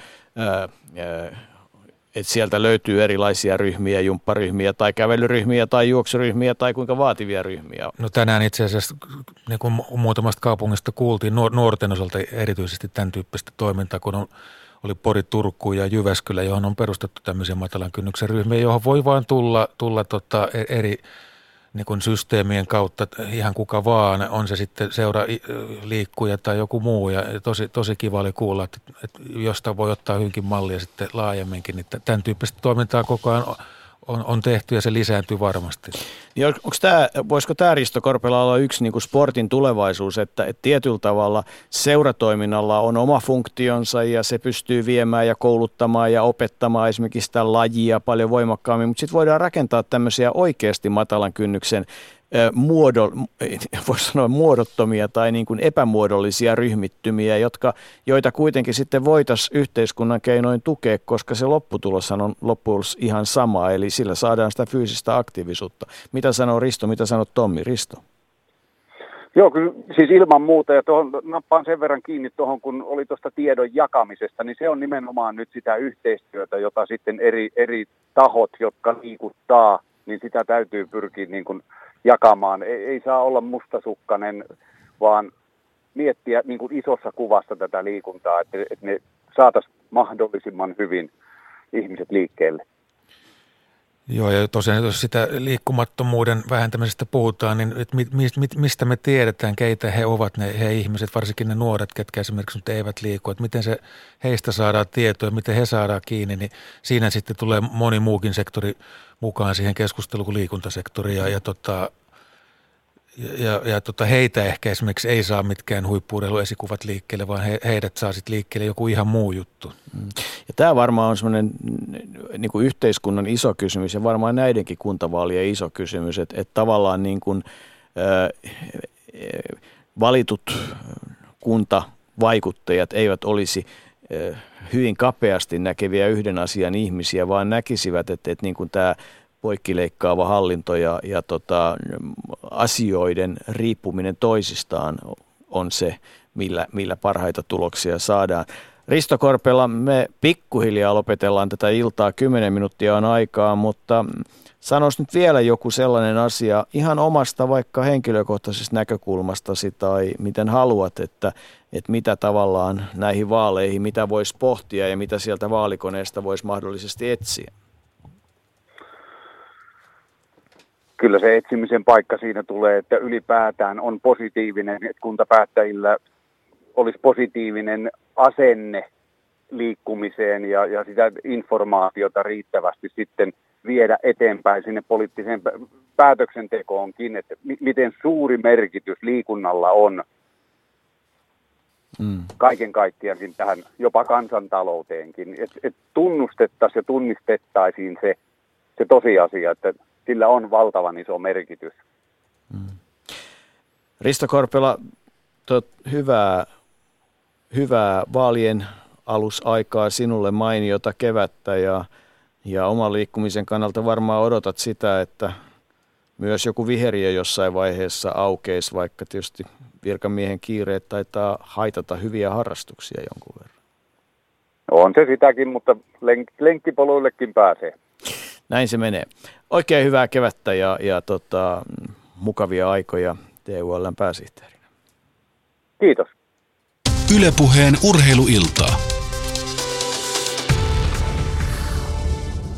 että sieltä löytyy erilaisia ryhmiä, jumpparyhmiä tai kävelyryhmiä tai juoksuryhmiä tai kuinka vaativia ryhmiä. No tänään itse asiassa, niin kuin muutamasta kaupungista kuultiin, nuorten osalta erityisesti tämän tyyppistä toimintaa, kun oli Pori, Turku ja Jyväskylä, johon on perustettu tämmöisiä matalan kynnyksen ryhmiä, johon voi vaan tulla eri niin kuin systeemien kautta ihan kuka vaan, on se sitten liikkuja tai joku muu. Ja tosi kiva oli kuulla, että josta voi ottaa hyvinkin mallia sitten laajemminkin. Niin tämän tyyppistä toimintaa koko ajan on tehty ja se lisääntyy varmasti. Niin voisiko tämä Risto Korpela olla yksi niin kuin sportin tulevaisuus, että tietyllä tavalla seuratoiminnalla on oma funktionsa ja se pystyy viemään ja kouluttamaan ja opettamaan esimerkiksi sitä lajia paljon voimakkaammin, mutta sitten voidaan rakentaa tämmöisiä oikeasti matalan kynnyksen voisi sanoa muodottomia tai niin kuin epämuodollisia ryhmittymiä, joita kuitenkin sitten voitaisiin yhteiskunnan keinoin tukea, koska se lopputuloshan on loppujen ihan sama, eli sillä saadaan sitä fyysistä aktiivisuutta. Mitä sanoo Risto, mitä sanoo Tommi? Risto? Joo, kyllä siis ilman muuta, ja nappaan sen verran kiinni tuohon, kun oli tuosta tiedon jakamisesta, niin se on nimenomaan nyt sitä yhteistyötä, jota sitten eri tahot, jotka liikuttaa, niin sitä täytyy pyrkiä niin kuin jakamaan. Ei saa olla mustasukkainen, vaan miettiä niin kuin isossa kuvassa tätä liikuntaa, että ne saataisiin mahdollisimman hyvin ihmiset liikkeelle. Joo, ja tosiaan jos sitä liikkumattomuuden vähentämisestä puhutaan, niin mistä me tiedetään, keitä he ovat, he ihmiset, varsinkin ne nuoret, ketkä esimerkiksi nyt eivät liiku, että miten heistä saadaan tietoa, miten he saadaan kiinni, niin siinä sitten tulee moni muukin sektori mukaan siihen keskusteluun kuin liikuntasektori, ja heitä ehkä esimerkiksi ei saa mitkään huippu-urheiluesikuvat liikkeelle, vaan heidät saa sitten liikkeelle joku ihan muu juttu. Ja tämä varmaan on semmoinen niin kuin yhteiskunnan iso kysymys ja varmaan näidenkin kuntavaalien iso kysymys, että tavallaan niin kuin, valitut kuntavaikuttajat eivät olisi hyvin kapeasti näkeviä yhden asian ihmisiä, vaan näkisivät, että niin kuin tämä poikkileikkaava hallinto ja asioiden riippuminen toisistaan on se, millä parhaita tuloksia saadaan. Risto Korpela, me pikkuhiljaa lopetellaan tätä iltaa, 10 minuuttia on aikaa, mutta sanois nyt vielä joku sellainen asia ihan omasta vaikka henkilökohtaisesta näkökulmastasi tai miten haluat, että mitä tavallaan näihin vaaleihin, mitä voisi pohtia ja mitä sieltä vaalikoneesta voisi mahdollisesti etsiä. Kyllä se etsimisen paikka siinä tulee, että ylipäätään on positiivinen, että kuntapäättäjillä olisi positiivinen asenne liikkumiseen ja sitä informaatiota riittävästi sitten viedä eteenpäin sinne poliittiseen päätöksentekoonkin, että miten suuri merkitys liikunnalla on kaiken kaikkiaankin tähän jopa kansantalouteenkin, että tunnustettaisiin ja tunnistettaisiin se tosiasia, että sillä on valtavan iso merkitys. Risto Korpela, hyvää vaalien alusaikaa sinulle, mainiota kevättä ja oman liikkumisen kannalta varmaan odotat sitä, että myös joku viheriö jossain vaiheessa aukeisi, vaikka tietysti virkamiehen kiireet taitaa haitata hyviä harrastuksia jonkun verran. On se sitäkin, mutta lenkkipoluillekin pääsee. Näin se menee. Oikein hyvää kevättä ja mukavia aikoja TUL:n pääsihteerinä. Kiitos. Yle Puheen urheiluiltaa.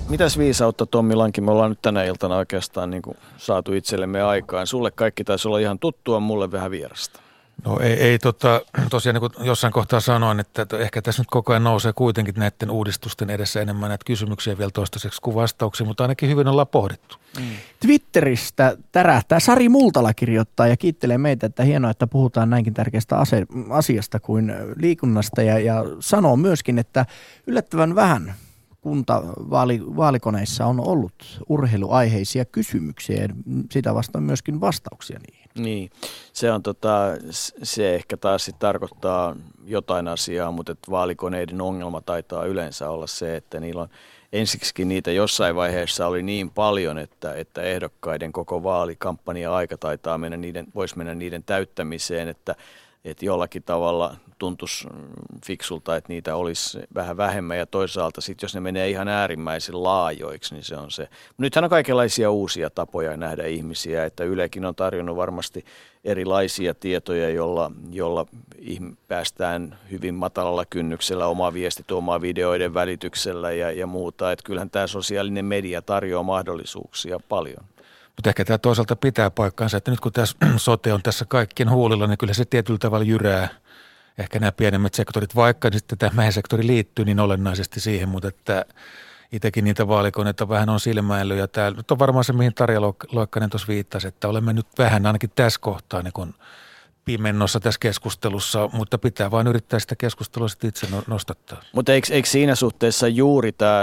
Mitäs viisautta, Tommi Lanki, me ollaan nyt tänä iltana oikeastaan niin kuin saatu itsellemme aikaan. Sulle kaikki taisi olla ihan tuttua, mulle vähän vierasta. No ei tosiaan niin kuin jossain kohtaa sanoin, että ehkä tässä nyt koko ajan nousee kuitenkin näiden uudistusten edessä enemmän näitä kysymyksiä vielä toistaiseksi kuin vastauksia, mutta ainakin hyvin ollaan pohdittu. Twitteristä tärähtää. Sari Multala kirjoittaa ja kiittelee meitä, että hienoa, että puhutaan näinkin tärkeästä asiasta kuin liikunnasta ja sanoo myöskin, että yllättävän vähän kuntavaalikoneissa on ollut urheiluaiheisia kysymyksiä ja sitä vastaan myöskin vastauksia niihin. Niin, se on se ehkä taas sit tarkoittaa jotain asiaa, mutta vaalikoneiden ongelma taitaa yleensä olla se, että niillä on ensiksikin niitä jossain vaiheessa oli niin paljon, että ehdokkaiden koko vaalikampanja-aika taitaa voisi mennä niiden täyttämiseen, että jollakin tavalla tuntuisi fiksulta, että niitä olisi vähän vähemmän ja toisaalta sitten jos ne menee ihan äärimmäisen laajoiksi, niin se on se. Nythän on kaikenlaisia uusia tapoja nähdä ihmisiä, että Ylekin on tarjonnut varmasti erilaisia tietoja, jolla päästään hyvin matalalla kynnyksellä oma viesti tuomaan videoiden välityksellä ja muuta. Että kyllähän tämä sosiaalinen media tarjoaa mahdollisuuksia paljon. Mutta ehkä tämä toisaalta pitää paikkaansa, että nyt kun tämä sote on tässä kaikkien huulilla, niin kyllä se tietyllä tavalla jyrää ehkä nämä pienemmät sektorit, vaikka niin sitten tämä meidän sektori liittyy niin olennaisesti siihen, mutta että itsekin niitä vaalikoneita vähän on silmäillyt ja tämä nyt on varmaan se, mihin Tarja Loikkanen tuossa viittasi, että olemme nyt vähän ainakin tässä kohtaa niin kuin pimennossa tässä keskustelussa, mutta pitää vain yrittää sitä keskustelua sitten itse nostattaa. Mutta eikö siinä suhteessa juuri tämä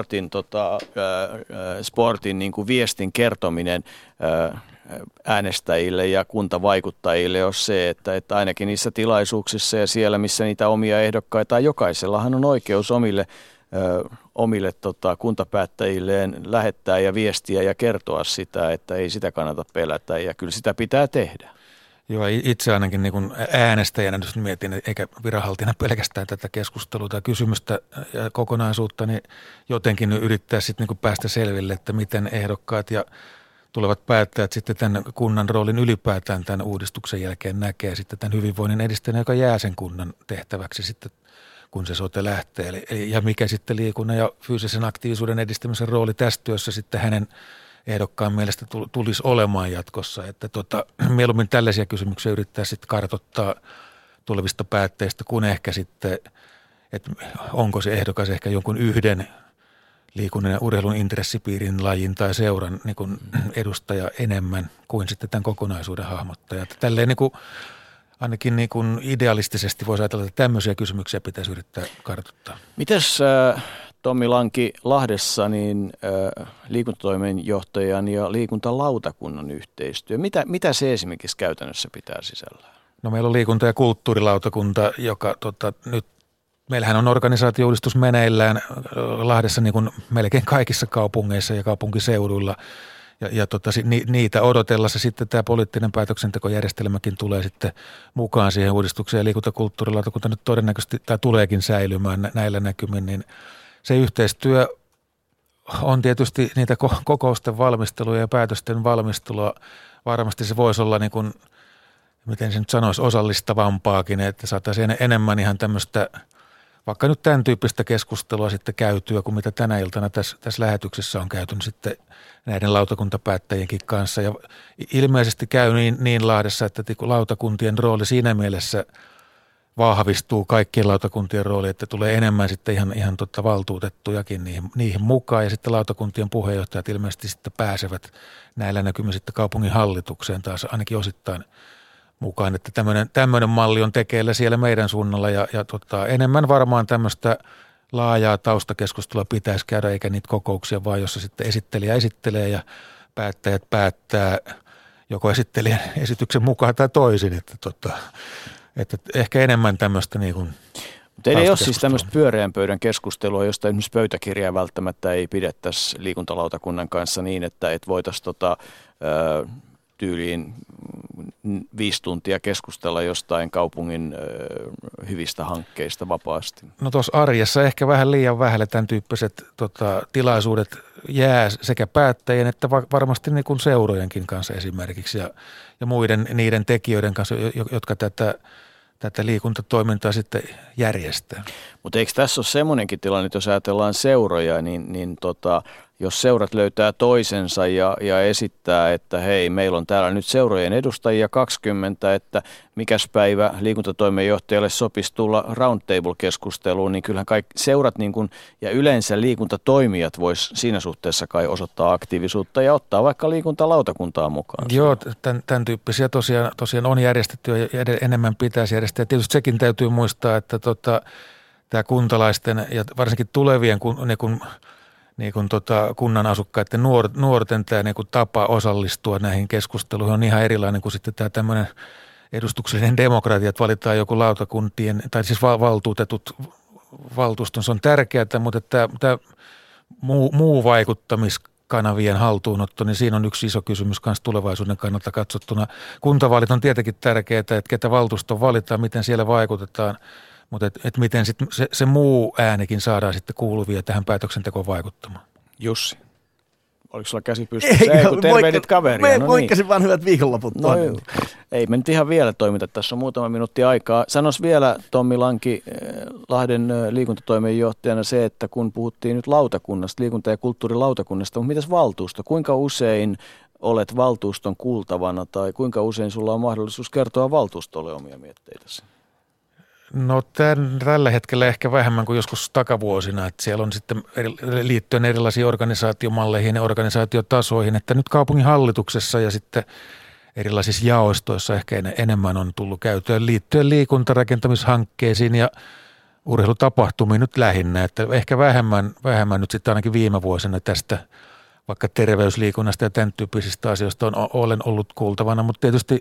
sportin niin kuin viestin kertominen äänestäjille ja kuntavaikuttajille on se, että ainakin niissä tilaisuuksissa ja siellä, missä niitä omia ehdokkaita, jokaisellahan on oikeus omille kuntapäättäjilleen lähettää ja viestiä ja kertoa sitä, että ei sitä kannata pelätä ja kyllä sitä pitää tehdä. Joo, itse ainakin niin kuin äänestäjänä nyt mietin, eikä viranhaltijana pelkästään tätä keskustelua tai kysymystä ja kokonaisuutta, niin jotenkin yrittää sitten niin kuin päästä selville, että miten ehdokkaat ja tulevat päättäjät sitten tämän kunnan roolin ylipäätään tämän uudistuksen jälkeen näkee sitten tämän hyvinvoinnin edistäjänä, joka jää sen kunnan tehtäväksi sitten, kun se sote lähtee. Ja mikä sitten liikunnan ja fyysisen aktiivisuuden edistämisen rooli tässä työssä sitten hänen ehdokkaan mielestä tulisi olemaan jatkossa. Että mieluummin tällaisia kysymyksiä yrittää sitten kartoittaa tulevista päättäjistä, kun ehkä sitten, että onko se ehdokas ehkä jonkun yhden liikunnan ja urheilun intressipiirin lajin tai seuran niin kuin edustaja enemmän kuin sitten tämän kokonaisuuden hahmottaja. Tälleen niin kuin, ainakin niin kuin idealistisesti voisi ajatella, että tämmöisiä kysymyksiä pitäisi yrittää kartoittaa. Mites Tommi Lanki Lahdessa niin liikuntatoimenjohtajan ja liikuntalautakunnan yhteistyö? Mitä se esimerkiksi käytännössä pitää sisällään? No meillä on liikunta- ja kulttuurilautakunta, joka nyt meillähän on organisaatio-uudistus meneillään Lahdessa niin kuin melkein kaikissa kaupungeissa ja kaupunkiseuduilla. Ja niitä odotellessa sitten tämä poliittinen päätöksentekojärjestelmäkin tulee sitten mukaan siihen uudistukseen. Ja liikunta- ja kulttuurilautakunta nyt todennäköisesti tai tuleekin säilymään näillä näkymin, niin se yhteistyö on tietysti niitä kokousten valmistelua ja päätösten valmistelua. Varmasti se voisi olla niin kuin, miten se nyt sanoisi, osallistavampaakin, että saataisiin enemmän ihan tämmöistä, vaikka nyt tämän tyyppistä keskustelua sitten käytyä, kuin mitä tänä iltana tässä lähetyksessä on käyty sitten näiden lautakuntapäättäjienkin kanssa. Ja ilmeisesti käy niin Lahdessa, että lautakuntien rooli siinä mielessä vahvistuu, kaikkien lautakuntien rooli, että tulee enemmän sitten ihan valtuutettujakin niihin mukaan. Ja sitten lautakuntien puheenjohtajat ilmeisesti sitten pääsevät näillä näkymin sitten kaupungin hallitukseen taas ainakin osittain mukaan, että tämmöinen malli on tekeillä siellä meidän suunnalla ja enemmän varmaan tämmöistä laajaa taustakeskustelua pitäisi käydä, eikä niitä kokouksia vaan, jossa sitten esittelijä esittelee ja päättäjät päättää joko esittelijän esityksen mukaan tai toisin, että ehkä enemmän tämmöistä niin kuin mutta ei ole siis tämmöistä pyöreän pöydän keskustelua, josta esimerkiksi pöytäkirjaa välttämättä ei pidettäisi liikuntalautakunnan kanssa niin, että voitaisiin tyyliin 5 tuntia keskustella jostain kaupungin hyvistä hankkeista vapaasti. No tuossa arjessa ehkä vähän liian vähälle tämän tyyppiset tilaisuudet jää sekä päättäjien että varmasti niin kuin seurojenkin kanssa esimerkiksi ja muiden niiden tekijöiden kanssa, jotka tätä tätä liikuntatoimintaa sitten järjestää. Mutta eikö tässä ole semmoinenkin tilanne, että jos ajatellaan seuroja, niin jos seurat löytää toisensa ja esittää, että hei, meillä on täällä nyt seurojen edustajia 20, että mikäs päivä liikuntatoimenjohtajalle sopisi tulla roundtable-keskusteluun, niin kyllähän kaikki seurat niin kun, ja yleensä liikuntatoimijat vois siinä suhteessa kai osoittaa aktiivisuutta ja ottaa vaikka liikuntalautakuntaa mukaan. Joo, tämän tyyppisiä tosiaan on järjestetty ja enemmän pitäisi järjestää. Ja tietysti sekin täytyy muistaa, että tämä kuntalaisten ja varsinkin tulevien kunnan asukkaiden nuorten tämä tapa osallistua näihin keskusteluihin on ihan erilainen kuin sitten tämä tämmöinen edustuksellinen demokratia, että valitaan joku lautakuntien, tai siis valtuutetut valtuuston, se on tärkeää, mutta tämä muu vaikuttamiskanavien haltuunotto, niin siinä on yksi iso kysymys myös tulevaisuuden kannalta katsottuna. Kuntavaalit on tietenkin tärkeää, että ketä valtuuston valitaan, miten siellä vaikutetaan, mutta miten sitten se muu äänikin saadaan sitten kuuluvia tähän päätöksentekoon vaikuttamaan. Jussi, oliko sulla käsi pystyssä? Ei, kun tervehdit kaveria. Moikkasin vaan hyvät viikonloput. Ei me nyt ihan vielä toimita, tässä on muutama minuutti aikaa. Sanois vielä Tommi Lanki Lahden liikuntatoimenjohtajana se, että kun puhuttiin nyt lautakunnasta, liikunta- ja kulttuurilautakunnasta, mutta mitäs valtuusto? Kuinka usein olet valtuuston kuultavana tai kuinka usein sulla on mahdollisuus kertoa valtuustolle omia mietteitäsi? No tällä hetkellä ehkä vähemmän kuin joskus takavuosina, että siellä on sitten liittyen erilaisiin organisaatiomalleihin ja organisaatiotasoihin, että nyt kaupungin hallituksessa ja sitten erilaisissa jaostoissa ehkä enemmän on tullut käyttöön liittyen liikuntarakentamishankkeisiin ja urheilutapahtumiin nyt lähinnä, että ehkä vähemmän nyt sitten ainakin viime vuosina tästä vaikka terveysliikunnasta ja tämän tyyppisistä asioista olen ollut kuultavana, mutta tietysti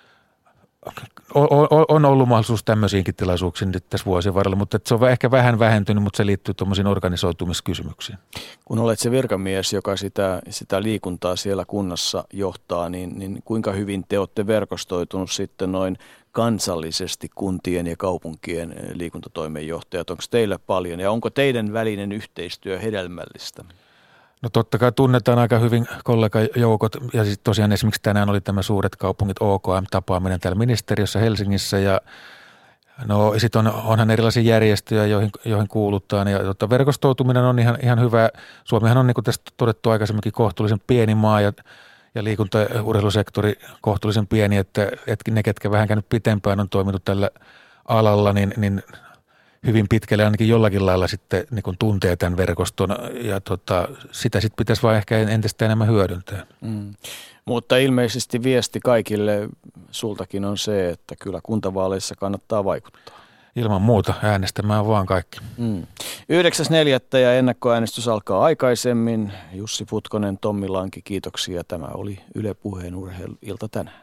on ollut mahdollisuus tämmöisiinkin tilaisuuksiin nyt tässä vuosien varrella, mutta se on ehkä vähän vähentynyt, mutta se liittyy tuommoisiin organisoitumiskysymyksiin. Kun olet se virkamies, joka sitä liikuntaa siellä kunnassa johtaa, niin kuinka hyvin te olette verkostoitunut sitten noin kansallisesti kuntien ja kaupunkien liikuntatoimenjohtajat? Onko teillä paljon ja onko teidän välinen yhteistyö hedelmällistä? No totta kai tunnetaan aika hyvin kollegajoukot ja sitten tosiaan esimerkiksi tänään oli tämä suuret kaupungit OKM-tapaaminen täällä ministeriössä Helsingissä ja no sitten onhan erilaisia järjestöjä, joihin kuulutaan ja verkostoituminen on ihan hyvä. Suomihan on niin kuin tästä todettu aikaisemminkin kohtuullisen pieni maa ja liikunta- ja urheilusektori kohtuullisen pieni, että ne ketkä vähän käynyt pitempään on toiminut tällä alalla, niin hyvin pitkälle ainakin jollakin lailla sitten niin kuin tuntee tämän verkoston ja sitä sitten pitäisi vaan ehkä entistä enemmän hyödyntää. Mutta ilmeisesti viesti kaikille sultakin on se, että kyllä kuntavaaleissa kannattaa vaikuttaa. Ilman muuta äänestämään vaan kaikki. 9.4. ja ennakkoäänestys alkaa aikaisemmin. Jussi Putkonen, Tommi Lanki, kiitoksia. Tämä oli Yle Puheen urheiluilta tänään.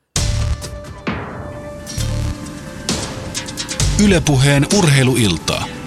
Yle Puheen urheiluiltaa.